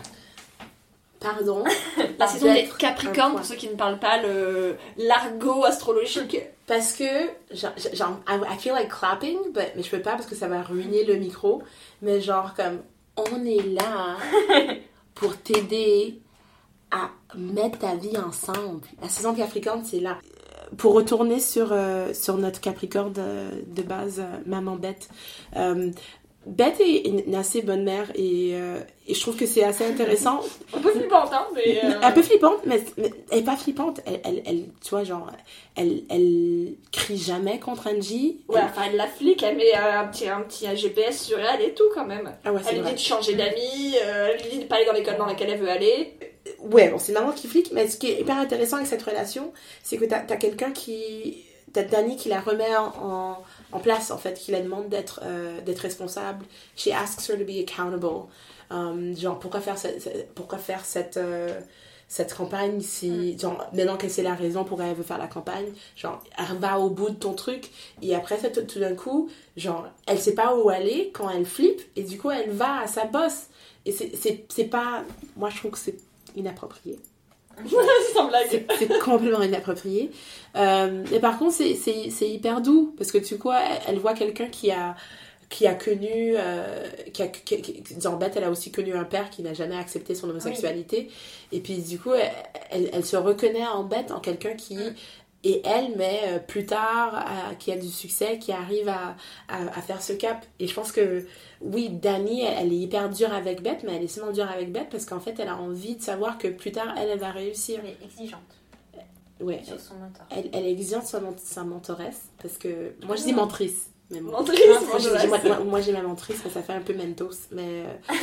Pardon. La saison des Peut-être un Capricornes, point. pour ceux qui ne parlent pas le l'argot astrologique. Parce que, genre, genre, I, I feel like clapping, but, mais je peux pas parce que ça va ruiner le micro. Mais genre, comme, on est là pour t'aider à mettre ta vie ensemble. La saison Capricorne, c'est là. Pour retourner sur, euh, sur notre Capricorne de, de base, euh, Maman Beth, euh, Beth est une, une assez bonne mère et, euh, et je trouve que c'est assez intéressant. Un peu flippante, hein, mais. euh, Un peu flippante, mais, mais elle est pas flippante. Elle, elle, elle, tu vois, genre, elle, elle crie jamais contre Angie. Ouais, enfin, elle la flic, elle met euh, un petit, un petit G P S sur elle et tout quand même. Ah ouais, c'est Elle lui vrai. dit de changer d'amis, euh, elle lui dit de pas aller dans l'école dans laquelle elle veut aller. Ouais, bon, c'est maman qui flic, mais ce qui est hyper intéressant avec cette relation, c'est que t'as, t'as quelqu'un qui... T'as Dani qui la remet en, en, en place, en fait, qui la demande d'être, euh, d'être responsable. She asks her to be accountable. Um, genre, pourquoi faire, cette, cette- pourquoi faire cette, euh, cette campagne si... Genre, maintenant qu'elle sait la raison pourquoi elle veut faire la campagne, genre, elle va au bout de ton truc. Et après ça, tout, tout d'un coup, genre, elle sait pas où aller quand elle flippe. Et du coup, elle va à sa bosse. Et c'est, c'est, c'est pas... Moi, je trouve que c'est inapproprié. Sans blague. C'est, c'est complètement inapproprié. Euh, mais par contre, c'est, c'est, c'est hyper doux. Parce que tu vois, elle, elle voit quelqu'un qui a, qui a connu... Euh, qui a, qui, qui, disons, Beth, elle a aussi connu un père qui n'a jamais accepté son homosexualité. Et puis, du coup, elle, elle, elle se reconnaît en Beth, en quelqu'un qui... Mm. Et elle, mais euh, plus tard, à- qui a du succès, qui arrive à, à, à faire ce cap. Et je pense que, oui, Dani, elle, elle est hyper dure avec Beth, mais elle est seulement dure avec Beth parce qu'en fait, elle a envie de savoir que plus tard, elle, elle va réussir. Elle est exigeante Ouais, sur son mentor. elle, elle est exigeante sur mon- sa mentoresse, parce que... Moi, je dis mentrice. Mais bon. Mentrice, Moi, j'ai, mentoresse. moi, moi- moi, j'ai ma mentrice, mais ça fait un peu mentos, mais... euh,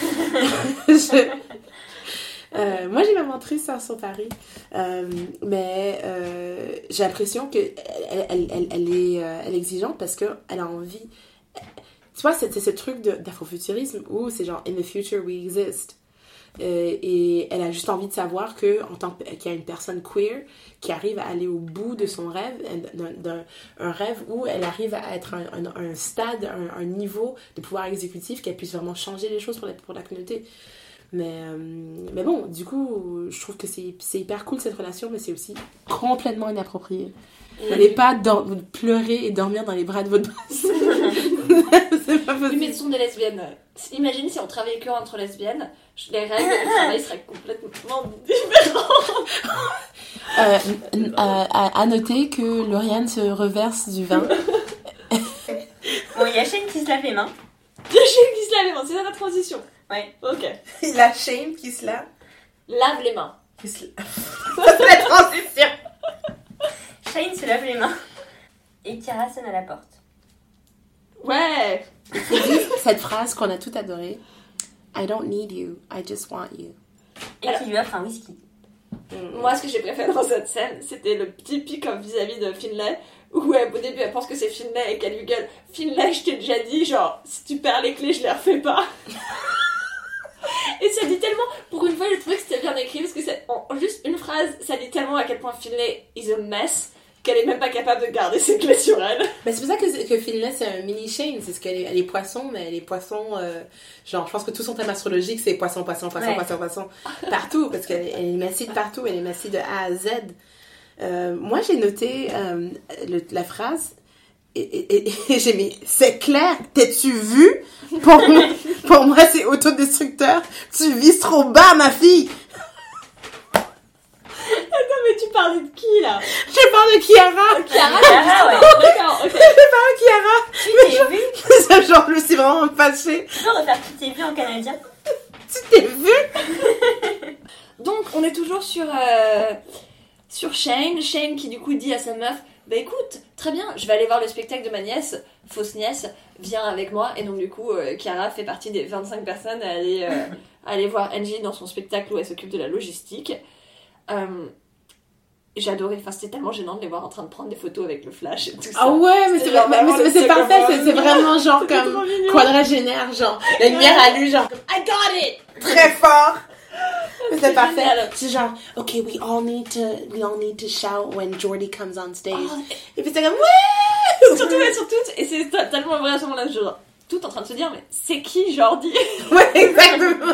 je- Euh, moi, j'ai ma mentrice sur son pari. Euh, mais euh, j'ai l'impression qu'elle elle, elle, elle, elle est, euh, elle est exigeante parce qu'elle a envie... Tu vois, c'est, c'est ce truc de, d'afrofuturisme où c'est genre « In the future, we exist ». Euh, et elle a juste envie de savoir que, en tant que, qu'il y a une personne queer qui arrive à aller au bout de son rêve, d'un, d'un, un rêve où elle arrive à être un, un, un stade, un, un niveau de pouvoir exécutif, qu'elle puisse vraiment changer les choses pour la, pour la communauté. Mais, euh, mais bon, du coup, je trouve que c'est, c'est hyper cool cette relation, mais c'est aussi complètement inapproprié. N'allez pas dor- pleurer et dormir dans les bras de votre boss. C'est pas possible. Oui, mais ce sont des lesbiennes. Imagine si on travaillait que entre lesbiennes, les règles du travail seraient complètement différentes. Euh, euh, à, à noter que Lauriane se reverse du vin. Bon, il y a Shane qui se lave les mains. Il y a Shane qui se lave les mains, c'est ça la transition. Ouais. Ok. Il a Shane qui se lave. Lave les mains. Qui se lave. C'est la transition. Shane se lave les mains. Et Kara sonne à la porte. Ouais. Il dit cette phrase qu'on a tout adorée. I don't need you, I just want you. Et qui lui offre un whisky. Moi, ce que j'ai préféré dans cette scène, c'était le petit pick-up vis-à-vis de Finlay, où elle, au début elle pense que c'est Finlay et qu'elle lui gueule « Finlay, je t'ai déjà dit, genre, si tu perds les clés, je les refais pas !» Et ça dit tellement, pour une fois j'ai trouvé que c'était bien écrit, parce que c'est en juste une phrase, ça dit tellement à quel point Finlay is a mess, qu'elle est même pas capable de garder ses clés sur elle. Mais c'est pour ça que, que Finlay c'est un mini Shane, c'est ce qu'elle est, elle est poisson, mais elle est poisson, euh, genre je pense que tout son thème astrologique c'est poisson, poisson, poisson, ouais. poisson, poisson, partout, parce qu'elle elle est massée de partout, elle est massée de A à Z. Euh, moi j'ai noté euh, le, la phrase, et, et, et, et j'ai mis, c'est clair, t'es-tu vu? Pour, pour moi c'est autodestructeur, tu vises trop bas ma fille! Attends, mais tu parlais de qui là? Je parle de Kiara! Kiara, Kiara, ouais. D'accord, ok. Je parle de Kiara! Tu t'es vu? C'est genre, je me suis vraiment fâchée. Tu peux refaire tu t'es vu en canadien? Tu t'es vu? Donc, on est toujours sur, euh, sur Shane. Shane qui du coup dit à sa meuf, bah écoute, très bien, je vais aller voir le spectacle de ma nièce, fausse nièce, viens avec moi. Et donc du coup, euh, Kiara fait partie des vingt-cinq personnes à aller, euh, à aller voir Angie dans son spectacle où elle s'occupe de la logistique. Euh, j'ai adoré, enfin c'était tellement gênant de les voir en train de prendre des photos avec le flash et tout ça. Ah ouais, mais c'est, genre mais, mais c'est, mais c'est parfait, c'est, c'est vraiment genre C'était trop comme mignon. quadragénaire, genre la lumière allume, genre I got it! très fort. Mais c'est parfait. génial. C'est genre, ok, we all need to, we all need to shout when Jordy comes on stage. Oh, et puis c'est comme, ouais! Surtout, ouais, surtout, et c'est t- tellement vrai à ce moment-là, genre, tout en train de se dire, mais c'est qui Jordy? Ouais, exactement.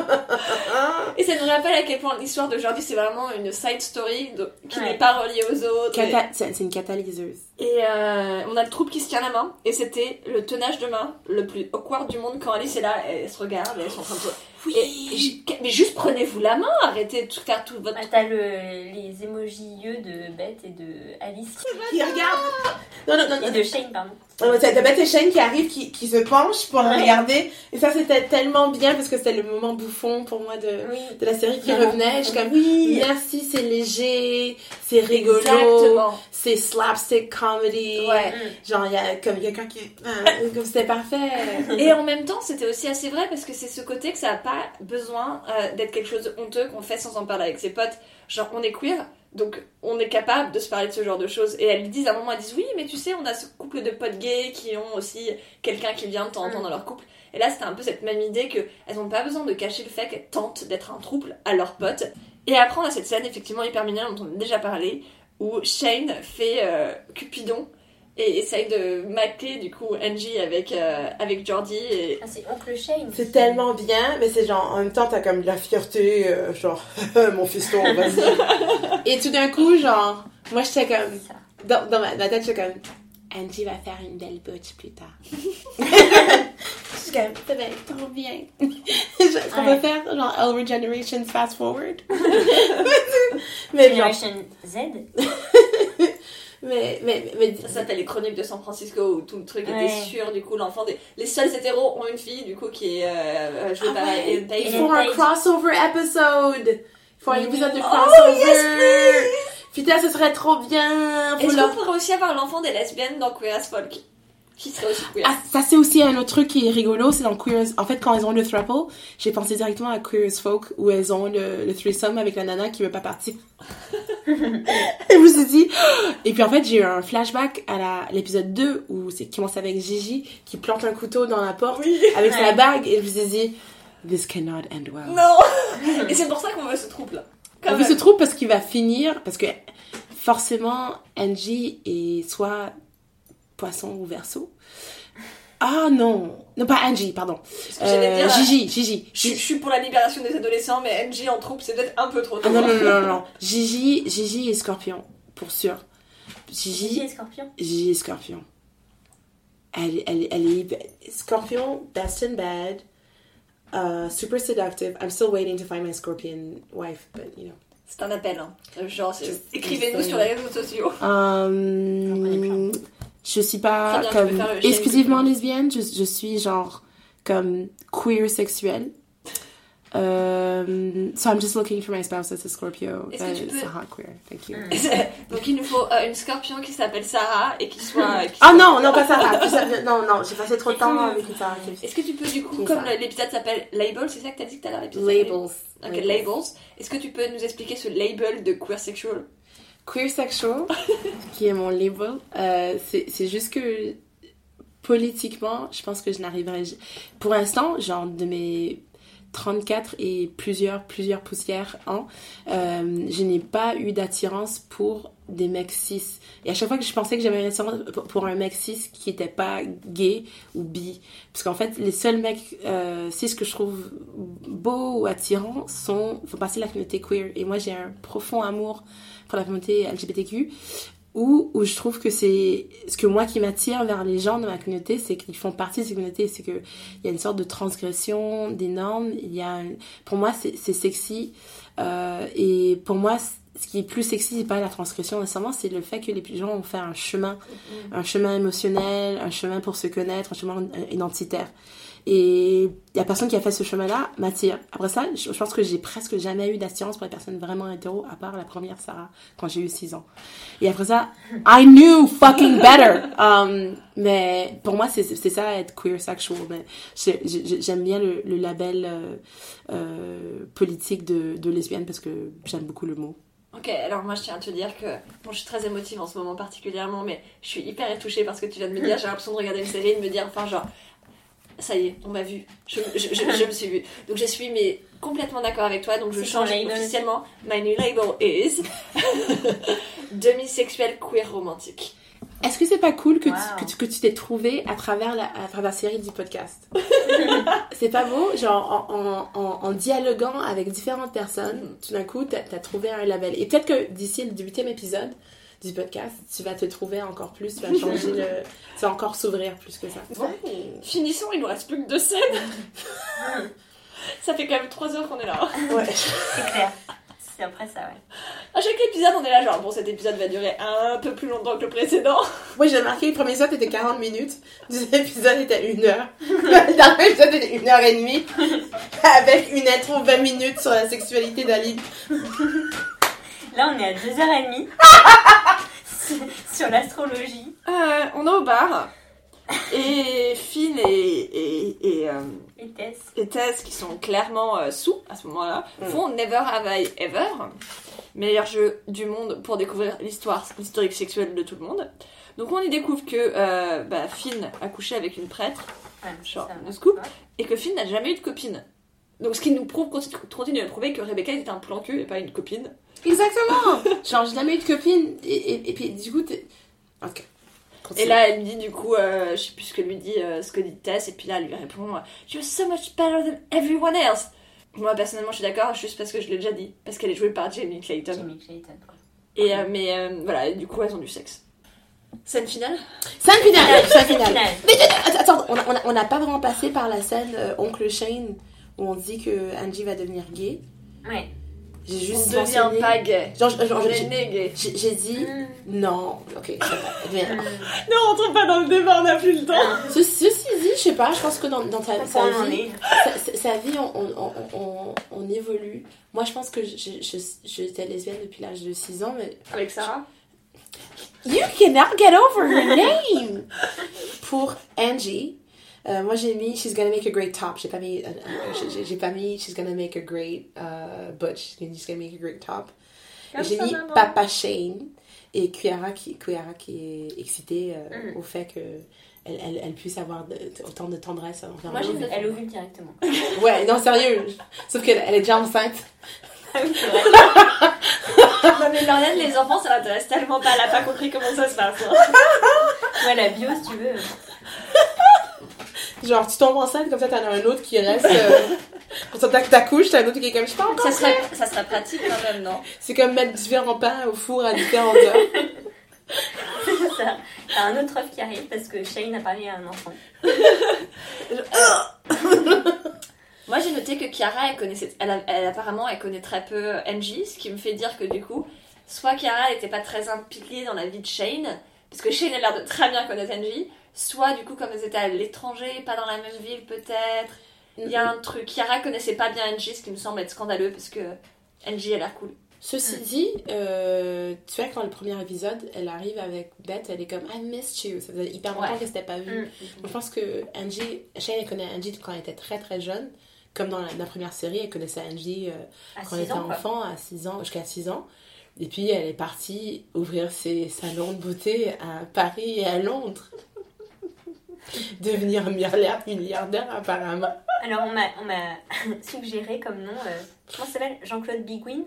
Et ça nous rappelle à quel point l'histoire de Jordy, c'est vraiment une side story de, qui Ouais. n'est pas reliée aux autres. Cata- c'est, c'est une catalyseuse. Et euh, on a le troupe qui se tient la main, et c'était le tenage de main le plus awkward du monde quand Alice est là, elle se regarde, et elles sont en train de se... Oui. Et, et j- mais juste prenez-vous la main, arrêtez de faire tout votre... Bah, t'as le, les émojis yeux de Beth et de Alice. Qui regarde. Non, non, non, Et non. de Shane, pardon. Non, mais t'as t'as Beth et Shane qui arrivent, qui, qui se penchent pour la Ouais. regarder. Et ça, c'était tellement bien parce que c'était le moment bouffon pour moi de, Oui. de la série qui Vraiment. revenait. Je suis comme, Oui. merci, c'est léger, c'est rigolo, Exactement. c'est slapstick comedy. Ouais. Genre, il y a comme quelqu'un qui. euh, comme c'était parfait. Et en même temps, c'était aussi assez vrai parce que c'est ce côté que ça n'a pas besoin euh, d'être quelque chose de honteux qu'on fait sans en parler avec ses potes. Genre, on est queer, donc on est capable de se parler de ce genre de choses. Et elles disent, à un moment, elles disent, oui, mais tu sais, on a ce couple de potes gays qui ont aussi quelqu'un qui vient de temps en temps dans leur couple. Et là, c'était un peu cette même idée qu'elles n'ont pas besoin de cacher le fait qu'elles tentent d'être un trouble à leurs potes. Et après, on a cette scène effectivement hyper mignonne dont on a déjà parlé, où Shane fait euh, Cupidon et essaye de mater du coup Angie avec, euh, avec Jordy. Et... Ah, c'est Oncle Shane. C'est tellement bien, mais c'est genre, en même temps, t'as comme de la fierté, euh, genre, mon fiston, vas-y. Et tout d'un coup, genre, moi, j'étais comme, dans, dans ma, ma tête, j'étais comme, Angie va faire une belle butch plus tard. Je suis comme, ça va être trop bien. Est-ce qu'on Ouais. va faire, genre, Elder Generations Fast Forward? Mais genre, Generation Z. mais, mais, mais, Ça, t'as les chroniques de San Francisco où tout le truc Ouais. était sûr, du coup, l'enfant des... Les seuls hétéros ont une fille, du coup, qui est euh, jouée Ah par ouais. Ellen Page. il faut un Page. crossover episode. Il faut un épisode de Oh, crossover. yes, please. Putain, ce serait trop bien. Faut Est-ce leur- qu'on pourrait aussi avoir l'enfant des lesbiennes dans Queer as Folk? Qui serait aussi queer. Ah, ça c'est aussi un autre truc qui est rigolo, c'est dans Queer as... En fait, quand elles ont le throuple, j'ai pensé directement à Queer as Folk, où elles ont le, le threesome avec la nana qui veut pas partir. Et je me suis dit... Et puis en fait, j'ai eu un flashback à la, l'épisode deux, où c'est qui commence avec Gigi, qui plante un couteau dans la porte, Oui. avec Ouais. sa bague, et je me suis dit... This cannot end well. Non. Et c'est pour ça qu'on veut ce trouble là. On veut ce trouble parce qu'il va finir, parce que forcément, Angie est soit poisson ou verseau. Ah non, non pas Angie, pardon. Euh, dire, Gigi, Gigi. Je, je suis pour la libération des adolescents, mais Angie en troupe, c'est peut-être un peu trop tôt. Ah non, non, non, non, non. Gigi, Gigi et Scorpion, pour sûr. Gigi, Gigi et Scorpion. Gigi et Scorpion. Elle, elle, elle est... Scorpion, best in bed, uh, super seductive. I'm still waiting to find my Scorpion wife, but you know. C'est un appel, hein. Genre, c'est... écrivez-nous sur les réseaux sociaux. Um, je suis pas bien, comme exclusivement lesbienne, je, je suis genre comme queer sexuelle. Um, so I'm just looking for my spouse as a Scorpio. Est-ce que tu peux... Sarah queer, thank you. Donc il nous faut euh, une Scorpion qui s'appelle Sarah et qui soit... Ah oh non, non pas Sarah. non, non, j'ai passé trop de temps avec une Sarah. Est-ce que tu peux du coup, comme Sarah. L'épisode s'appelle Label, c'est ça que t'as dit que t'as l'air l'épisode Labels. Ok, Labels. Labels. Est-ce que tu peux nous expliquer ce label de queer sexual? Queer sexual, qui est mon label, euh, c'est, c'est juste que politiquement, je pense que je n'arriverai... Pour l'instant, genre de mes... trente-quatre et plusieurs, plusieurs poussières ans, euh, je n'ai pas eu d'attirance pour des mecs cis. Et à chaque fois que je pensais que j'avais une attirance pour un mec cis qui n'était pas gay ou bi, parce qu'en fait, les seuls mecs euh, cis que je trouve beaux ou attirants sont, font partie de la communauté queer. Et moi, j'ai un profond amour pour la communauté L G B T Q, où, où je trouve que c'est ce que moi qui m'attire vers les gens de ma communauté, c'est qu'ils font partie de cette communauté, c'est que il y a une sorte de transgression des normes, il y a un, pour moi c'est, c'est sexy, euh, et pour moi ce qui est plus sexy, c'est pas la transgression nécessairement, c'est le fait que les gens ont fait un chemin, un chemin émotionnel, un chemin pour se connaître, un chemin identitaire. Et la personne qui a fait ce chemin-là m'attire. Après ça, je pense que j'ai presque jamais eu d'attirance pour les personnes vraiment hétéros, à part la première Sarah, quand j'ai eu six ans. Et après ça, I knew fucking better! Um, mais pour moi, c'est, c'est ça, être queer sexual. Mais j'aime bien le, le label euh, euh, politique de, de lesbienne parce que j'aime beaucoup le mot. Ok, alors moi je tiens à te dire que bon, je suis très émotive en ce moment particulièrement, mais je suis hyper touchée par ce que tu viens de me dire. J'ai l'impression de regarder une série et de me dire, enfin genre, ça y est, on m'a vu, je, je, je, je me suis vue. Donc je suis mais complètement d'accord avec toi, donc je c'est change officiellement. My new label is demi-sexuel queer romantique. Est-ce que c'est pas cool que, wow. tu, que, tu, que tu t'es trouvé à travers la, à travers la série du podcast? C'est pas beau? Genre, en, en, en dialoguant avec différentes personnes, mm-hmm. tout d'un coup, t'as, t'as trouvé un label. Et peut-être que d'ici le dix-huitième épisode du podcast, tu vas te trouver encore plus, tu vas changer le... Tu vas encore s'ouvrir plus que ça. Bon, finissons, il nous reste plus que deux scènes. Ça fait quand même trois heures qu'on est là. Ouais. C'est clair. C'est après ça, ouais. À chaque épisode, on est là, genre, bon, cet épisode va durer un peu plus longtemps que le précédent. Moi, j'ai remarqué, le premier épisode était quarante minutes, le deuxième épisode était une heure, le dernier épisode était une heure et demie, avec une intro vingt minutes sur la sexualité d'Aline. Là, on est à deux heures trente sur l'astrologie. Euh, on est au bar. Et Finn et, et, et, euh, et, Tess. et Tess, qui sont clairement euh, sous à ce moment-là, mm. font Never Have I Ever, meilleur jeu du monde pour découvrir l'histoire, l'historique sexuelle de tout le monde. Donc on y découvre que euh, bah, Finn a couché avec une prêtre, ouais, genre le scoop, et que Finn n'a jamais eu de copine. Donc ce qui nous prouve, continue, continue à prouver que Rebecca était un plan cul et pas une copine. Exactement. Genre j'ai jamais eu de copine, et, et, et puis du coup t'es... Ok. Et là, elle lui dit du coup, euh, je sais plus ce que lui dit, euh, ce que dit Tess, et puis là, elle lui répond You're so much better than everyone else. Moi, personnellement, je suis d'accord, juste parce que je l'ai déjà dit, parce qu'elle est jouée par Jamie Clayton. Jamie Clayton, quoi. Et, euh, mais euh, voilà, et du coup, elles ont du sexe. Scène finale Scène finale Scène finale Mais attends, on n'a on a pas vraiment passé par la scène euh, Oncle Shane, où on dit que Angie va devenir gay. Ouais. J'ai juste on devient pas gay. Genre, genre, on j'ai, est né gay. J'ai, j'ai dit mm. non. Ok, ça va. Bien. Ne rentre pas dans le débat, on n'a plus le temps. Ceci dit, je sais pas, je pense que dans, dans ta, sa, vie, sa, sa vie, on, on, on, on évolue. Moi, je pense que je, je, j'étais lesbienne depuis l'âge de six ans, mais... Avec Sarah? You cannot get over her name! Pour Angie... Euh, moi j'ai mis She's gonna make a great top. J'ai pas mis, euh, j'ai, j'ai pas mis She's gonna make a great uh, butch. She's gonna make a great top. Et j'ai mis maman. Papa Shane et Kiara qui, Kiara qui est excitée euh, mm. au fait que elle, elle, elle puisse avoir de, autant de tendresse envers Moi, l'autre. j'ai elle ovule directement. Ouais, non, sérieux. Sauf qu'elle elle est déjà enceinte. Ah oui, c'est vrai. Non mais Lauriane, les enfants, ça l'intéresse tellement pas. Elle a pas compris comment ça se passe. Hein. Ouais, la bio, si tu veux. Genre, tu tombes enceinte, comme ça, t'en as un autre qui reste... Euh, pour ça, que t'accouches, t'as un autre qui est comme... Je sais pas encore. Ça serait, ça serait pratique quand même, non? C'est comme mettre différents pains au four à différentes heures. C'est ça. T'as un autre œuf qui arrive parce que Shane a parlé à un enfant. Moi, j'ai noté que Chiara, elle connaissait, elle, a- elle apparemment, elle connaît très peu Angie, ce qui me fait dire que du coup, soit Chiara, elle était pas très impliquée dans la vie de Shane, parce que Shane a l'air de très bien connaître Angie, soit du coup, comme elles étaient à l'étranger, pas dans la même ville peut-être, il y a un truc. Chiara connaissait pas bien Angie, ce qui me semble être scandaleux, parce que Angie a l'air cool. Ceci dit, euh, tu vois, quand le premier épisode, elle arrive avec Beth, elle est comme I missed you. Ça faisait hyper longtemps Ouais. qu'elle s'était pas vue. Mm. Je pense que Angie, Shane, elle connaît Angie quand elle était très très jeune. Comme dans la, la première série, elle connaissait Angie euh, À quand elle six était ans, quoi. enfant, à six ans, jusqu'à six ans. Et puis elle est partie ouvrir ses salons de beauté à Paris et à Londres. Devenir milliardaire, milliardaire apparemment. Alors, on m'a, on m'a suggéré comme nom, euh, comment ça s'appelle? Jean-Claude Biguin.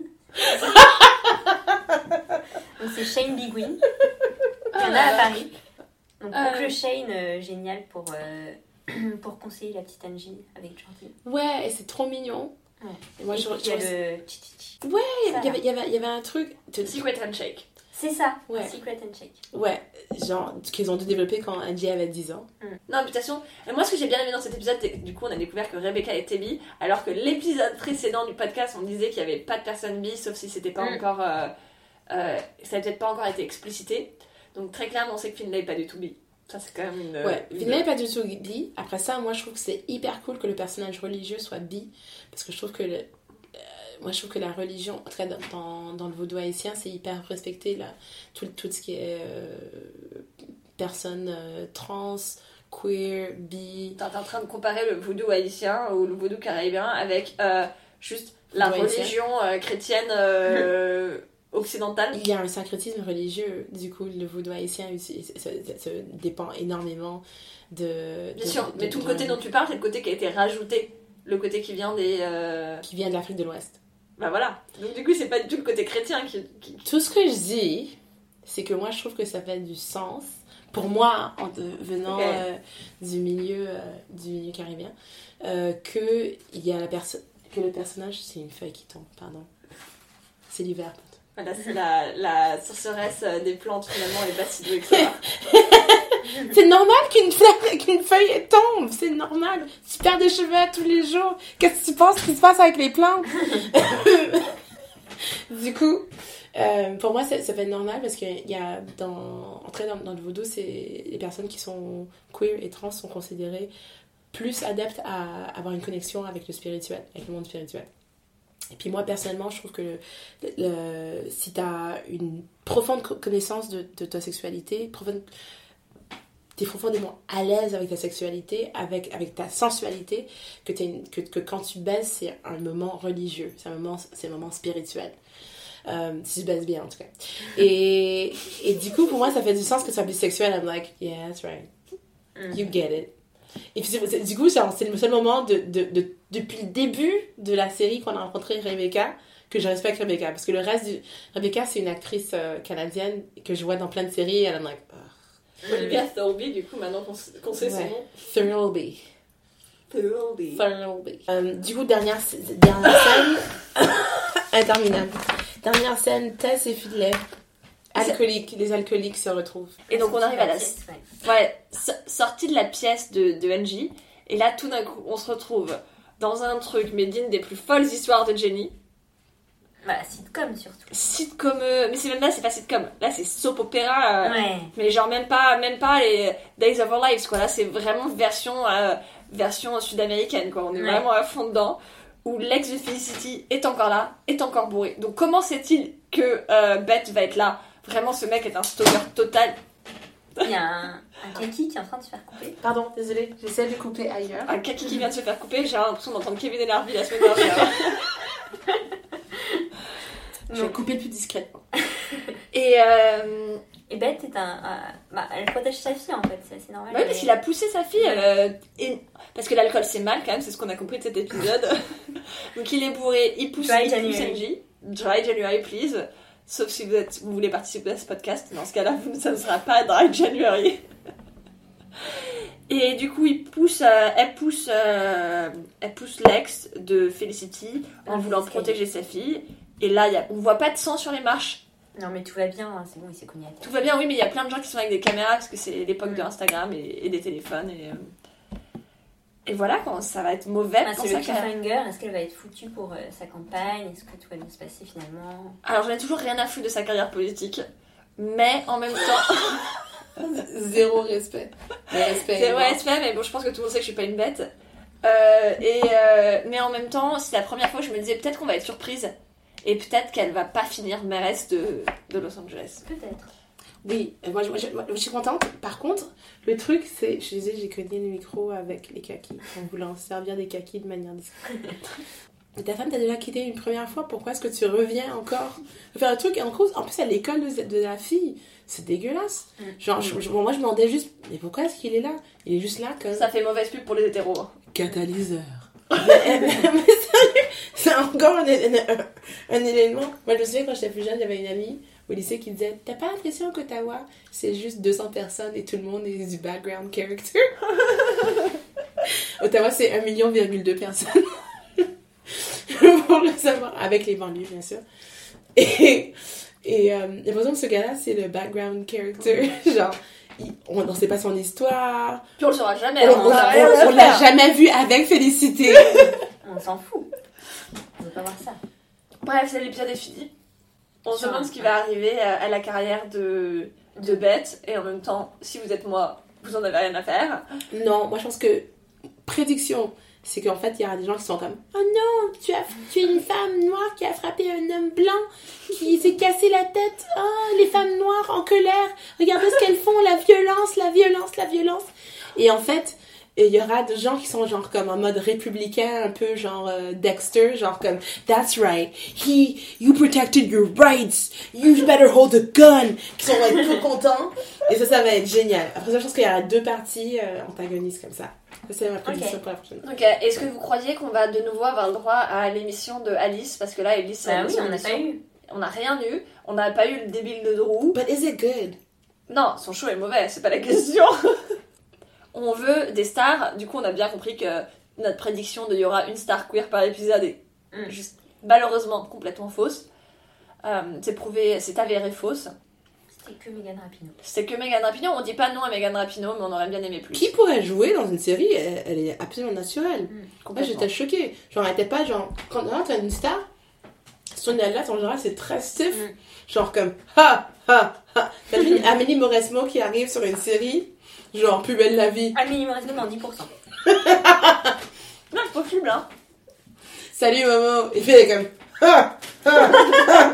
Donc, c'est Shane Biguin. Il y en a à Paris. Donc, Ah, oncle ouais. Shane, euh, génial pour, euh, pour conseiller la petite Angie avec Jordi. Ouais, et c'est trop mignon. Ouais. Et moi, Et je, puis, je- il y a je- le tchi-tchi-tchi. Ouais, il y Ça, avait, il y avait, il y avait un truc. de- Secret Handshake. C'est ça, Ouais. Secret Handshake. Ouais, genre, qu'ils ont dû développer quand Angie avait dix ans. Non, mais de toute façon, moi ce que j'ai bien aimé dans cet épisode, c'est que du coup on a découvert que Rebecca était bi, alors que l'épisode précédent du podcast, on disait qu'il n'y avait pas de personne bi, sauf si c'était pas Mm. encore. Euh, euh, ça n'a peut-être pas encore été explicité. Donc très clairement, on sait que Finlay n'est pas du tout bi. Ça, c'est quand même une. Ouais, une- Finlay n'est pas du tout bi. Après ça, moi je trouve que c'est hyper cool que le personnage religieux soit bi. Parce que je trouve que le- euh, moi je trouve que la religion, en tout cas dans, dans, dans le vaudou haïtien, c'est hyper respecté là. Tout, tout ce qui est euh, personnes euh, trans, queer, bi. T'es en train de comparer le vaudou haïtien ou le vaudou caribéen avec euh, juste la Vaudou haïtien. religion euh, chrétienne euh, occidentale. Il y a un syncrétisme religieux, du coup le vaudou haïtien aussi, ça, ça- ça dépend énormément de... Bien de- sûr, de- mais de- tout le de- côté dont tu parles, c'est le côté qui a été rajouté. Le côté qui vient des. euh, qui vient de l'Afrique de l'Ouest. Bah voilà. Donc du coup, c'est pas du tout le côté chrétien qui. qui- Tout ce que je dis, c'est que moi je trouve que ça fait du sens, pour moi, en de- venant Ok. euh, du, milieu, euh, du milieu caribéen, euh, que, il y a la perso- que le personnage, c'est une feuille qui tombe, pardon. C'est l'hiver. Voilà, c'est la, la sorceresse des plantes finalement et Bassido, et cetera. C'est normal qu'une feuille, qu'une feuille tombe, c'est normal. Tu perds des cheveux tous les jours. Qu'est-ce que tu penses qui se passe avec les plantes? Du coup, euh, pour moi, ça, ça fait normal parce qu'il y a dans, entrer dans, dans le vaudou, c'est les personnes qui sont queer et trans sont considérées plus adeptes à avoir une connexion avec le spirituel, avec le monde spirituel. Et puis moi, personnellement, je trouve que le, le- si tu as une profonde co- connaissance de, de ta sexualité, profonde, t'es profondément à l'aise avec ta sexualité, avec, avec ta sensualité, que, t'es une- que, que quand tu baises, c'est un moment religieux, c'est un moment, c'est un moment spirituel. Euh, si je baise bien, en tout cas. Et, et du coup, pour moi, ça fait du sens que tu sois bisexuel. I'm like, yeah, that's right. You get it. Et puis, c'est- c'est- du coup, c'est c'est le seul moment de, de, de, depuis le début de la série qu'on a rencontré Rebecca, que je respecte Rebecca. Parce que le reste du... Rebecca, c'est une actrice euh, canadienne que je vois dans plein de séries. Et I'm like, ugh. Olivia Thirlby, du coup, maintenant qu'on s- qu'on sait son Ouais. nom. Thirlby. Thirlby. Thirlby. Euh, du coup, dernière, dernière scène. Interminable. Dernière scène, Tess et Finlay. Alcooliques. Les alcooliques se retrouvent. Et donc on arrive à la. pièce, ouais. Ouais, so- sortie de la pièce de, de Angie. Et là, tout d'un coup, on se retrouve dans un truc, mais digne des plus folles histoires de Jenny. Bah, sitcom surtout. Sitcom. euh, Mais c'est même là, c'est pas sitcom. Là, c'est soap opéra. euh, Ouais. Mais genre, même pas, même pas les Days of Our Lives, quoi. Là, c'est vraiment version, euh, version sud-américaine, quoi. On est Ouais. vraiment à fond dedans. Où l'ex de Felicity est encore là, est encore bourré. Donc, comment sait-il que euh, Beth va être là? Vraiment, ce mec est un stalker total. Il y a un, un kaki qui est en train de se faire couper. Pardon, désolée. J'essaie de couper ailleurs. Un kaki qui vient de se faire couper, j'ai l'impression d'entendre Kevin et Larvie la semaine dernière. Je vais couper le plus discrètement. Et, euh, Et Beth est un, un- bah, elle protège sa fille en fait, c'est assez normal. Bah oui, parce mais- qu'il a poussé sa fille. euh, et- Parce que l'alcool c'est mal quand même, c'est ce qu'on a compris de cet épisode. Donc il est bourré, il pousse, Dry il pousse January. N J. Dry January, please. Sauf si vous, êtes, vous voulez participer à ce podcast. Dans ce cas-là, vous, ça ne sera pas Dry January. Et du coup, il pousse, euh, elle, pousse, euh, elle pousse l'ex de Felicity en Ah, voulant c'est protéger sa fille. Et là, il y a, on voit pas de sang sur les marches. Non mais tout va bien, hein, c'est bon, il s'est cogné à terre. Tout va bien, oui, mais il y a plein de gens qui sont avec des caméras parce que c'est l'époque Mm. de Instagram et, et des téléphones. Et, euh, et voilà, quand ça va être mauvais Ah, pour c'est sa le carrière. cliffhanger, est-ce qu'elle va être foutue pour euh, sa campagne? Est-ce que tout va bien se passer finalement? Alors, j'en ai toujours rien à foutre de sa carrière politique. Mais en même temps, Zéro respect. Le respect. c'est est ouais, mort. c'est mais bon, je pense que tout le monde sait que je suis pas une bête. Euh, et, euh, mais en même temps, c'est la première fois que je me disais peut-être qu'on va être surprise. Et peut-être qu'elle va pas finir mairesse de, de Los Angeles. Peut-être. Oui, euh, moi, je- moi, je, moi, je suis contente. Par contre, le truc, c'est, je disais, j'ai cogné le micro avec les kakis, en voulant servir des kakis de manière discrète. Et ta femme t'a déjà quitté une première fois, pourquoi est-ce que tu reviens encore faire un truc? En plus, en plus à l'école de, de la fille, c'est dégueulasse. Mm. Genre, je- je- bon, moi je me demandais juste, mais pourquoi est-ce qu'il est là? Il est juste là comme Ça fait mauvaise pub pour les hétéros. catalyseur. mais, mais- mais sérieux, c'est encore un, un- un- un élément. Moi je me souviens quand j'étais plus jeune, j'avais une amie au lycée qui disait, t'as pas l'impression qu'Ottawa c'est juste deux cents personnes et tout le monde est du background character? Ottawa c'est un million virgule deux personnes. Pour le savoir, avec les banlieues bien sûr. Et, et euh, j'ai l'impression que ce gars-là c'est le background character. Genre, il- on ne sait pas son histoire. Puis on le saura jamais. On, hein, on- on a on- rien à on l'a faire. jamais vu avec Félicité. On s'en fout. On veut pas voir ça. Bref, c'est l'épisode est fini. On se Sur demande un- ce qui va arriver à, à la carrière de, de Beth. Et en même temps, si vous êtes moi, vous en avez rien à faire. Non, moi je pense que prédiction, c'est qu'en fait il y aura des gens qui sont comme oh non, tu as tu es une femme noire qui a frappé un homme blanc qui s'est cassé la tête. Oh, les femmes noires en colère, regardez ce qu'elles font, la violence, la violence, la violence. Et en fait, il y aura des gens qui sont genre comme en mode républicain, un peu genre euh, Dexter, genre comme that's right, he, you protected your rights, you better hold a gun, qui sont like, tout contents. Et ça, ça va être génial. Après ça, je pense qu'il y aura deux parties euh, antagonistes comme ça. Ça, c'est ma prédiction Ok. pour la prochaine. Donc, euh, est-ce que vous croyez qu'on va de nouveau avoir le droit à l'émission de Alice? Parce que là, Alice, Bah oui, son on n'a émission. pas eu. On n'a rien eu. On n'a pas eu le débile de Drew. But is it good? Non, son show est mauvais, c'est pas la question. On veut des stars. Du coup, on a bien compris que notre prédiction de il y aura une star queer par épisode est Mm. juste malheureusement complètement fausse. Euh, c'est prouvé, c'est avéré fausse. C'était que Megan Rapinoe. C'est que Megan Rapinoe. On dit pas non à Megan Rapinoe, mais on aurait bien aimé plus. Qui pourrait jouer dans une série? Elle, elle est absolument naturelle. Moi, Complètement. j'étais choquée. Genre, elle était pas genre. Quand non, t'as une star, son là, en général, c'est très stiff. Mm. Genre comme ha ha ha. T'as vu Amélie Mauresmo qui arrive sur une série, genre plus belle la vie. Amélie Mauresmo dans dix pour cent. Non, c'est possible, hein. Salut maman. Il fait comme ha ha ha.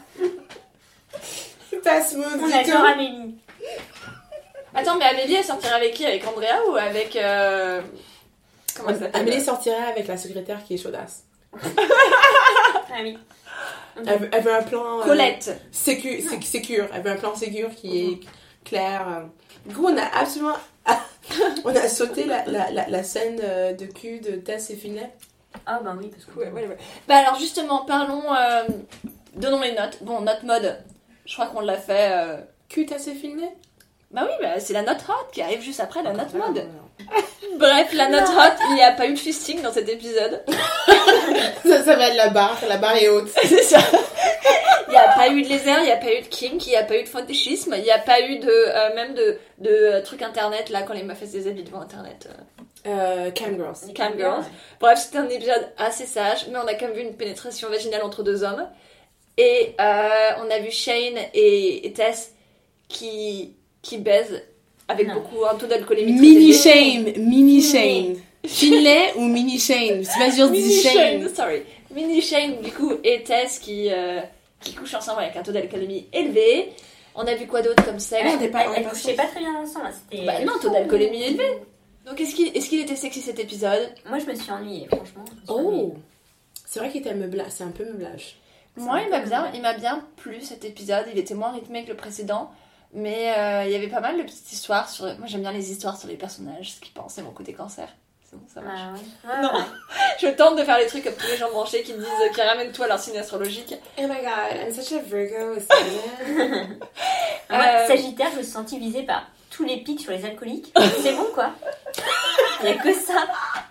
Pas smooth On du adore tout. Amélie. Attends, mais Amélie, elle sortira avec qui? Avec Andrea ou avec. euh, Comment elle s'appelle? Amélie sortira avec la secrétaire qui est chaudasse. Ah oui. Elle veut, elle veut un plan. euh, Colette. sécu, sé- sécure. Elle veut un plan sécure qui est clair. euh. Du coup, on a absolument. On a sauté la, la, la, la scène euh, de cul de Tess et Finlay. Ah bah oui, parce que... Ouais, ouais, ouais. Bah alors justement, parlons. Euh... Donnons les notes. Bon, note mode. Je crois qu'on l'a fait. euh, Cul, Tess et Finlay? Bah oui, bah, c'est la note hot qui arrive juste après la note Ah, mode. non. Bref, la note hot, il n'y a pas eu de fisting dans cet épisode. Ça, ça va être la barre. La barre est haute. C'est ça. Il n'y a pas eu de lézard, il n'y a pas eu de kink, il n'y a pas eu de fétichisme, il n'y a pas eu de euh, même de, de euh, trucs internet là quand les meufs faisaient des habits devant internet. euh, Euh, Cam Girls. Cam Girls. Bref, c'était un épisode assez sage, mais on a quand même vu une pénétration vaginale entre deux hommes. Et euh, on a vu Shane et, et Tess qui, qui baisent avec Non. beaucoup un taux d'alcoolémie. très Mini élevé. Shane. Mini Shane. Finlay ou Mini Shane? C'est pas sûr de Mini dire Shane, Shane. sorry. Mini Shane, du coup, et Tess qui, euh, qui couchent ensemble avec un taux d'alcoolémie élevé. On a vu quoi d'autre comme sexe? Ouais, on est pas- on est Elles pas couchaient pas très bien ensemble. hein, C'était... Bah non, taux d'alcoolémie élevé. Donc est-ce qu'il est-ce qu'il était sexy cet épisode? Moi, je me suis ennuyée, franchement. je me suis ennuyée. Oh. C'est vrai qu'il était meublage. C'est un peu meublage. Moi, il m'a bien, il m'a bien plu cet épisode. Il était moins rythmé que le précédent. Mais euh, il y avait pas mal de petites histoires sur... Moi j'aime bien les histoires sur les personnages, ce qu'ils pensent, c'est mon côté cancer. C'est bon, ça marche. Ah ouais. Ouais, Non, ouais. je tente de faire les trucs comme tous les gens branchés qui me disent, qui ramènent tout à leur signe astrologique. Oh my god, I'm such a Virgo. Ascendant. Moi, Euh, Sagittaire, je me suis sentie visée par tous les pics sur les alcooliques. C'est bon, quoi. Il n'y a que ça.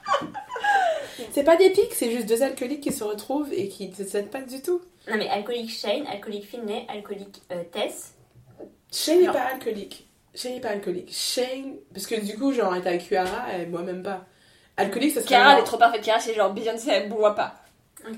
C'est pas des pics, c'est juste deux alcooliques qui se retrouvent et qui ne s'aident pas du tout. Non, mais alcoolique Shane, alcoolique Finlay, alcoolique euh, Tess. Shane n'est Non. pas alcoolique. Shane n'est pas alcoolique. Shane, parce que du coup, genre, elle était avec Kiara et moi même pas. Alcoolique, ça serait. Chiara, elle genre- est trop parfaite. Chiara, c'est genre Beyoncé, elle boit pas. Ok.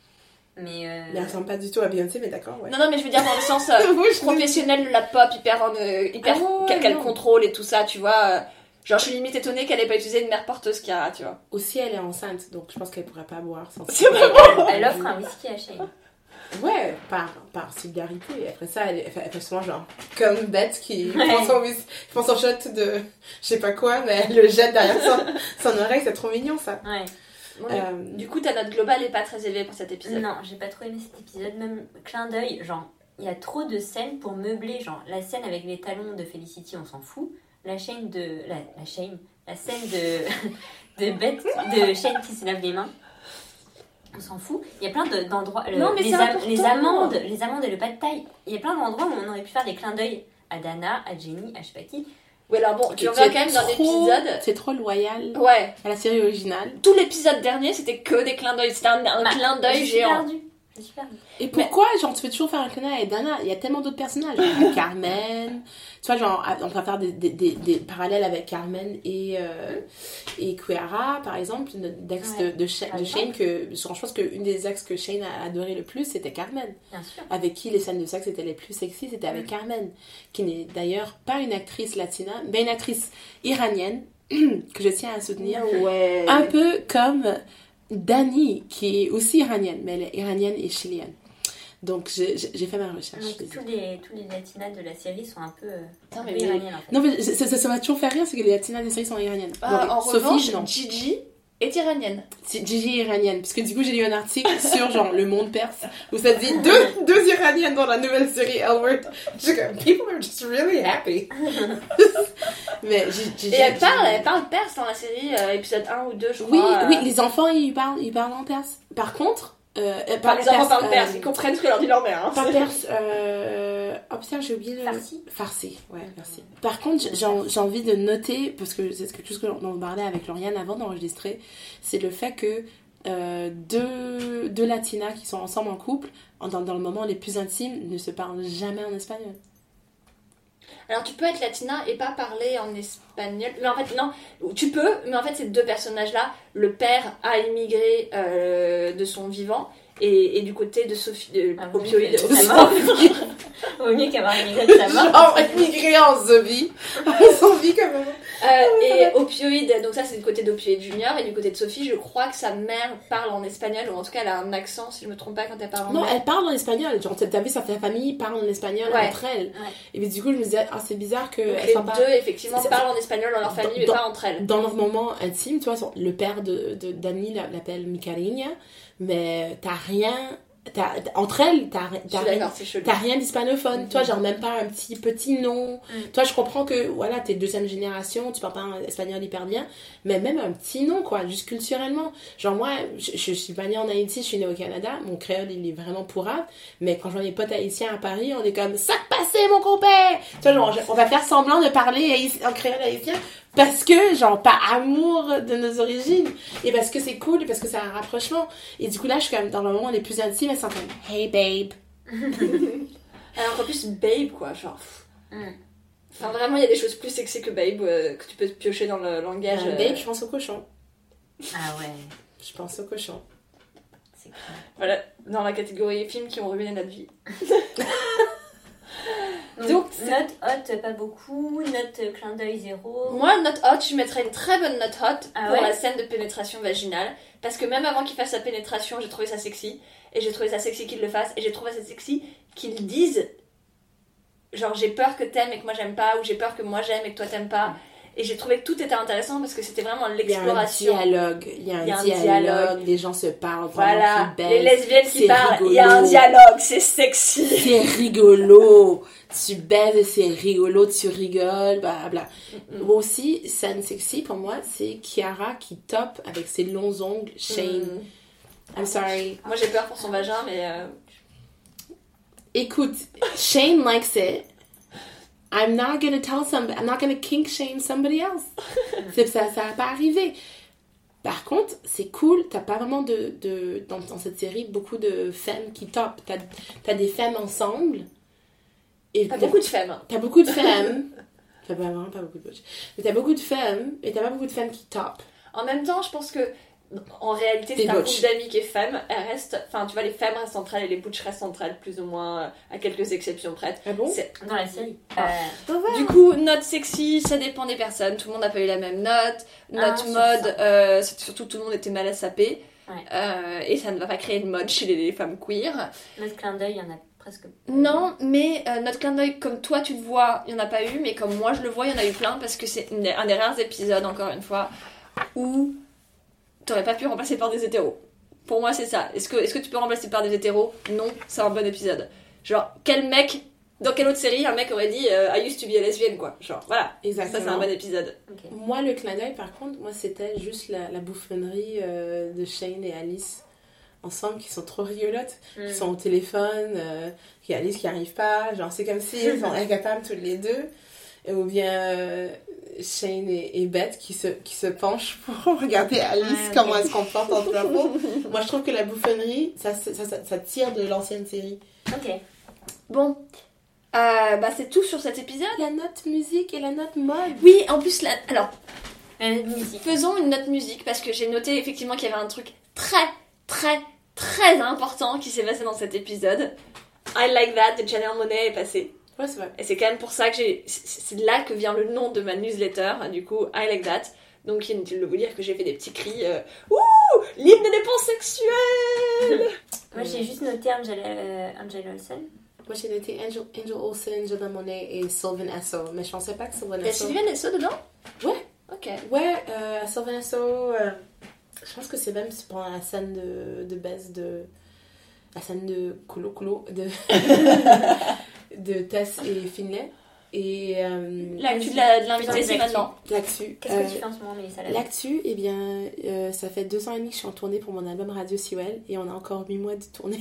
Mais. Euh... Elle ressemble pas du tout à Beyoncé, mais d'accord, ouais. Non, non, mais je veux dire dans le sens euh, Oui, je- professionnel de la pop, hyper, euh, hyper Ah ouais, qu'elle qu'elle non. contrôle et tout ça, tu vois. euh, genre, je suis limite étonnée qu'elle ait pas utilisé une mère porteuse, Chiara, tu vois. Aussi, elle est enceinte, donc je pense qu'elle pourrait pas boire sans. C'est vraiment. Elle offre un whisky à Shane. Ouais, par, par solidarité. Et après ça, elle, elle, fait, elle fait souvent genre comme Bette qui Ouais. prend, son, whis- prend son shot de je sais pas quoi, mais elle le jette derrière son, son oreille, c'est trop mignon ça. Ouais. Bon, Euh, Du coup, ta note globale est pas très élevée pour cet épisode. Non, j'ai pas trop aimé cet épisode. Même clin d'œil, genre, il y a trop de scènes pour meubler. Genre, la scène avec les talons de Felicity, on s'en fout. La chaîne de. La, la chaîne. La scène de. de Bette, de Shane qui se lave les mains. On s'en fout. Il y a plein de- d'endroits. le- Non, mais les, c'est am- important. les amandes, les amandes et le pas de taille. Il y a plein d'endroits où on aurait pu faire des clins d'œil à Dana, à Jenny, à je sais pas qui. Oui, alors bon, tu c'est reviens quand même dans trop- l'épisode. C'est trop loyal Ouais, à la série originale. tout l'épisode dernier, c'était que des clins d'œil. C'était un, un Bah, clin d'œil je suis géant. perdue. Je suis perdue. Et pourquoi, genre, tu veux toujours faire un clin d'œil à Dana? Il y a tellement d'autres personnages. Il y a Carmen. Tu vois, genre, on peut faire des, des, des, des parallèles avec Carmen et, euh, et Kiara, par exemple, l'ex Ouais. de, de, Sha- Par de exemple. Shane. Que, je pense que une des ex que Shane a adoré le plus, c'était Carmen. Bien sûr. Avec qui les scènes de sexe étaient les plus sexy, c'était avec Carmen. Qui n'est d'ailleurs pas une actrice latina, mais une actrice iranienne, que je tiens à soutenir. Ouais. Un peu comme Dani, qui est aussi iranienne, mais elle est iranienne et chilienne. Donc j'ai j'ai fait ma recherche. Donc, tous les, tous les latinas de la série sont un peu, euh, Putain, un mais peu oui. Ah, iraniennes en fait. Non, mais ça, ça, ça m'a toujours fait rire, c'est que les latinas des séries sont iraniennes. Ah, Donc, en Sophie, revanche, non. Gigi est iranienne. C'est Gigi est iranienne. Parce que du coup, j'ai lu un article sur genre le monde perse où ça dit deux, deux iraniennes dans la nouvelle série Elwood. Je suis comme, people are just really happy. Mais Gigi. Et elle parle, elle parle perse dans la série, euh, épisode un ou deux, je Oui, crois. euh. oui, les enfants, ils parlent, ils parlent en perse. Par contre, euh, euh, Enfin, les enfants parlent perse, euh, ils comprennent ce que leur dit leur mère. Hein. Pas perse, euh... oh putain, j'ai oublié le... Farsi. Farsi, ouais, merci. Par contre, j'ai j'ai envie de noter, parce que c'est quelque chose que dont on parlait avec Lauriane avant d'enregistrer, c'est le fait que euh, deux, deux latinas qui sont ensemble en couple, dans, dans le moment les plus intimes, ne se parlent jamais en espagnol. Alors tu peux être latina et pas parler en espagnol. Mais en fait, non, tu peux, mais en fait, ces deux personnages-là, le père a immigré euh, de son vivant. Et, et du côté de Sophie, de Ah, opioïde, oui, de sa mort. Vaut mieux qu'avoir immigré de sa mort. Genre, immigré en zombie. En zombie, quand même. Euh, et opioïde, donc ça c'est du côté d'opioïde junior, et du côté de Sophie, je crois que sa mère parle en espagnol, ou en tout cas elle a un accent, si je me trompe pas, quand elle parle en Non, anglais. elle parle en espagnol. Genre, t'as vu, sa famille parle en espagnol Ouais. entre elles. Ouais. Et puis, du coup, je me disais, ah, c'est bizarre Donc qu'elles les soient pas... deux, effectivement, C'est- parlent en espagnol dans leur famille, mais Dans- pas entre elles. Dans leur moment intime, tu vois, son- le père de, de Dani la- l'appelle Micarigna, mais t'as rien... T'as, entre elles, t'as, Je t'as suis rien, d'accord, c'est chelou. t'as rien d'hispanophone. Mhm. Toi, genre même pas un petit petit nom. Mm. Toi, je comprends que, voilà, t'es deuxième génération, tu parles pas un espagnol hyper bien, mais même un petit nom, quoi, juste culturellement. Genre moi, je, je suis pas née en Haïti, je suis née au Canada, mon créole, il est vraiment pourrave, mais quand j'en ai potes haïtiens à Paris, on est comme, ça passé, mon compère! Tu vois, genre, on va faire semblant de parler haïti- en créole haïtien, parce que, genre, par amour de nos origines, et parce que c'est cool, et parce que c'est un rapprochement. Et du coup, là, je suis comme, dans le moment, on est plus intimes, elles sont comme, hey babe. Alors qu'en plus, Babe, quoi, genre... pff. Mm. Enfin, vraiment, il y a des choses plus sexy que Babe, euh, que tu peux piocher dans le langage. Euh, euh, babe, je pense au cochon. Ah ouais, Je pense au cochon. c'est clair. Voilà, dans la catégorie films qui ont ruiné notre vie. Donc, Donc, c'est- note hot, pas beaucoup. Note euh, clin d'œil zéro. Moi, note hot, je mettrais une très bonne note hot Ah pour ouais la scène de pénétration vaginale. Parce que même avant qu'il fasse sa pénétration, j'ai trouvé ça sexy. Et j'ai trouvé ça sexy qu'il le fasse. Et j'ai trouvé ça sexy qu'ils disent genre j'ai peur que t'aimes et que moi j'aime pas. Ou j'ai peur que moi j'aime et que toi t'aimes pas. Et j'ai trouvé que tout était intéressant parce que c'était vraiment Il y a un l'exploration. dialogue, il y a un, Il y a un dialogue, dialogue. les gens se parlent, Voilà, vraiment les qui lesbiennes qui c'est parlent, il rigolo. y a un dialogue, c'est sexy. C'est rigolo, tu baises et c'est rigolo, tu rigoles, blablabla. Mm-hmm. Moi aussi, scène sexy pour moi, c'est Kiara qui top avec ses longs ongles, Shane. Mm. I'm sorry. Moi j'ai peur pour son vagin, mais. Euh... Écoute, Shane likes it. I'm not gonna tell somebody, I'm not gonna kink shame somebody else. C'est, ça, ça va pas arriver. Par contre, c'est cool, t'as pas vraiment de, de dans, dans cette série beaucoup de femmes qui top. T'as, t'as des femmes ensemble. Et t'as, t'as beaucoup de femmes. Hein. T'as beaucoup de femmes. T'as pas, vraiment pas beaucoup de butch. Mais t'as beaucoup de femmes et t'as pas beaucoup de femmes qui top. En même temps, je pense que en réalité, c'est un couple d'amis qui est femme. Elle reste, enfin, tu vois, les femmes restent entre elles et les butch restent entre elles, plus ou moins, à quelques exceptions près. Ah bon? C'est dans la série. Ah. Euh... Du coup, note sexy, ça dépend des personnes. Tout le monde n'a pas eu la même note. Note ah, mode, euh, surtout tout le monde était mal à saper. Ouais. Euh, et ça ne va pas créer de mode chez les, les femmes queer. Notre clin d'œil, il y en a presque pas. Non, mais euh, notre clin d'œil, comme toi tu le vois, il n'y en a pas eu, mais comme moi je le vois, il y en a eu plein parce que c'est une, un des rares épisodes, encore une fois, où t'aurais pas pu remplacer par des hétéros. Pour moi, c'est ça. Est-ce que, est-ce que tu peux remplacer par des hétéros? Non, c'est un bon épisode. Genre, quel mec, dans quelle autre série, un mec aurait dit euh, I used to be a lesbienne, quoi. Genre, voilà. Exactement. Ça, c'est un bon épisode. Okay. Moi, le clin d'œil, par contre, moi, c'était juste la, la bouffonnerie euh, de Shane et Alice ensemble, qui sont trop rigolotes, mm. qui sont au téléphone, euh, qui Alice qui arrive pas. Genre, c'est comme s'ils sont incapables tous les deux. Ou bien euh, Shane et, et Beth qui se, qui se penchent pour regarder Alice, ouais, okay. comment elle se comporte entre la peau. Moi, je trouve que la bouffonnerie, ça, ça, ça, ça tire de l'ancienne série. Ok. Bon, euh, bah c'est tout sur cet épisode. La note musique et la note mode. Oui, en plus, la... alors, euh, musique. Faisons une note musique, parce que j'ai noté effectivement qu'il y avait un truc très, très, très important qui s'est passé dans cet épisode. I Like That de Janelle Monáe est passé. Ouais, c'est vrai. Et c'est quand même pour ça que j'ai... C'est là que vient le nom de ma newsletter, du coup, I Like That. Donc, inutile de vous dire que j'ai fait des petits cris. Euh, Ouh, l'hymne des dépenses sexuelles. Moi, j'ai juste noté Angela, euh, Angela Olsen. Moi, j'ai noté Angel, Angel Olsen, Janelle Monáe et Sylvan Esso. Mais je pensais pas que Sylvan Esso... Il y a Sylvan Esso dedans? Ouais. Ok. Ouais, euh, Sylvan Esso... Euh, je pense que c'est même pendant la scène de, de baisse de... La scène de Colo Colo, de... de Tess et Finlay. Et euh, l'actu de, la, de l'invité, c'est maintenant. L'actu. Qu'est-ce euh, que tu fais en ce moment, Mélissa? L'actu, eh bien, euh, ça fait deux ans et demi que je suis en tournée pour mon album Radio Sewell et on a encore huit mois de tournée.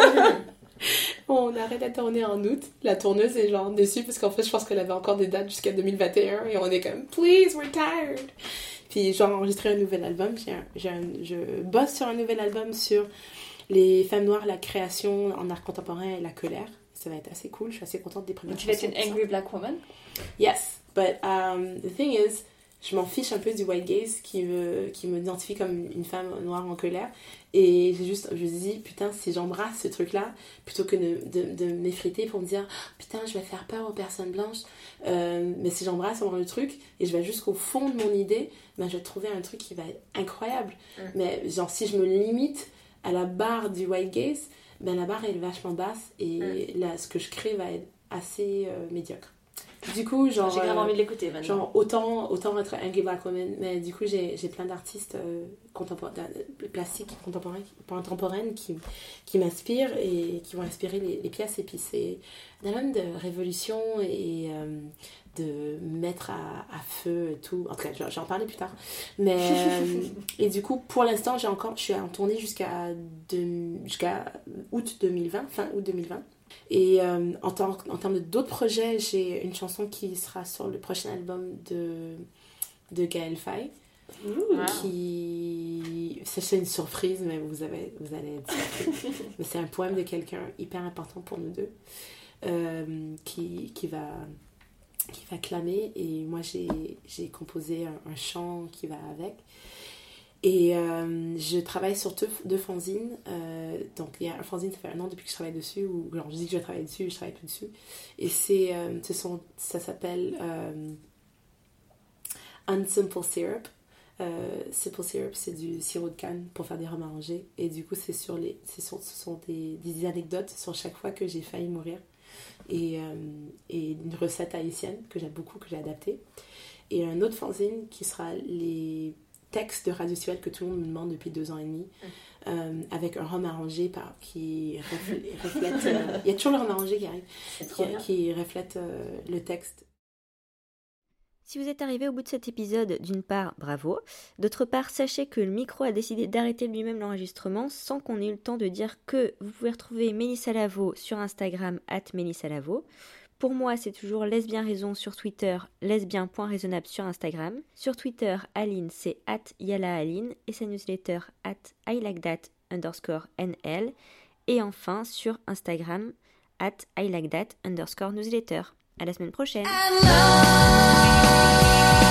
On arrête la tournée en août. La tourneuse est genre déçue parce qu'en fait, je pense qu'elle avait encore des dates jusqu'à deux mille vingt et un et on est comme please, we're tired. Puis j'ai enregistré un nouvel album. J'ai un, j'ai un, je bosse sur un nouvel album sur les femmes noires, la création en art contemporain et la colère. Ça va être assez cool, je suis assez contente des premières chansons. Tu vas être une angry black woman? Yes, but um, the thing is, je m'en fiche un peu du white gaze qui me, qui me identifie comme une femme noire en colère. Et j'ai juste, je me dis, putain, si j'embrasse ce truc-là, plutôt que de, de, de m'effriter pour me dire, putain, je vais faire peur aux personnes blanches, euh, mais si j'embrasse vraiment le truc et je vais jusqu'au fond de mon idée, ben, je vais trouver un truc qui va être incroyable. Mm. Mais genre, si je me limite à la barre du white gaze, ben la barre est vachement basse et mm. là, ce que je crée va être assez euh, médiocre. Du coup, genre... J'ai grave euh, envie de l'écouter maintenant. Genre, autant, autant être angry black woman, mais du coup, j'ai, j'ai plein d'artistes euh, contemporains, plastiques contemporains, contemporaines qui, qui m'inspirent et qui vont inspirer les, les pièces. Et puis, c'est un album de révolution et euh, de mettre à, à feu et tout. En tout cas, j'en parler plus tard. Mais, euh, et du coup, pour l'instant, j'ai encore, je suis en tournée jusqu'à, de, jusqu'à août deux mille vingt, fin août deux mille vingt. Et euh, en, tant, en termes d'autres projets, j'ai une chanson qui sera sur le prochain album de, de Gaël Faye. Wow. Qui... C'est une surprise, mais vous, avez, vous allez être surpris. Mais c'est un poème de quelqu'un hyper important pour nous deux euh, qui, qui, va, qui va clamer. Et moi, j'ai, j'ai composé un, un chant qui va avec. Et euh, je travaille sur deux, deux fanzines. Euh, donc, il y a un fanzine, ça fait un an depuis que je travaille dessus, ou genre, je dis que je travaille dessus, je travaille plus dessus. Et c'est, euh, ce sont, ça s'appelle euh, Unsimple Syrup. Euh, Simple Syrup, c'est du sirop de canne pour faire des rhums arrangés. Et du coup, c'est sur les, c'est sur, ce sont des, des anecdotes sur chaque fois que j'ai failli mourir. Et, euh, et une recette haïtienne que j'aime beaucoup, que j'ai adaptée. Et un autre fanzine qui sera les texte de Radio Suel que tout le monde me demande depuis deux ans et demi, mm. euh, avec un rhum arrangé par, qui reflète... reflète euh, il y a toujours le rhum arrangé qui arrive, qui, qui reflète euh, le texte. Si vous êtes arrivé au bout de cet épisode, d'une part, bravo. D'autre part, sachez que le micro a décidé d'arrêter lui-même l'enregistrement sans qu'on ait eu le temps de dire que vous pouvez retrouver Mélissa Lavo sur Instagram, arobase Mélissa Lavo. Pour moi, c'est toujours Lesbien Raison sur Twitter, lesbien point raisonnable sur Instagram. Sur Twitter, Aline, c'est arobase Yala Aline et sa newsletter arobase I like that underscore N L. Et enfin, sur Instagram, arobase I like that underscore newsletter. À la semaine prochaine.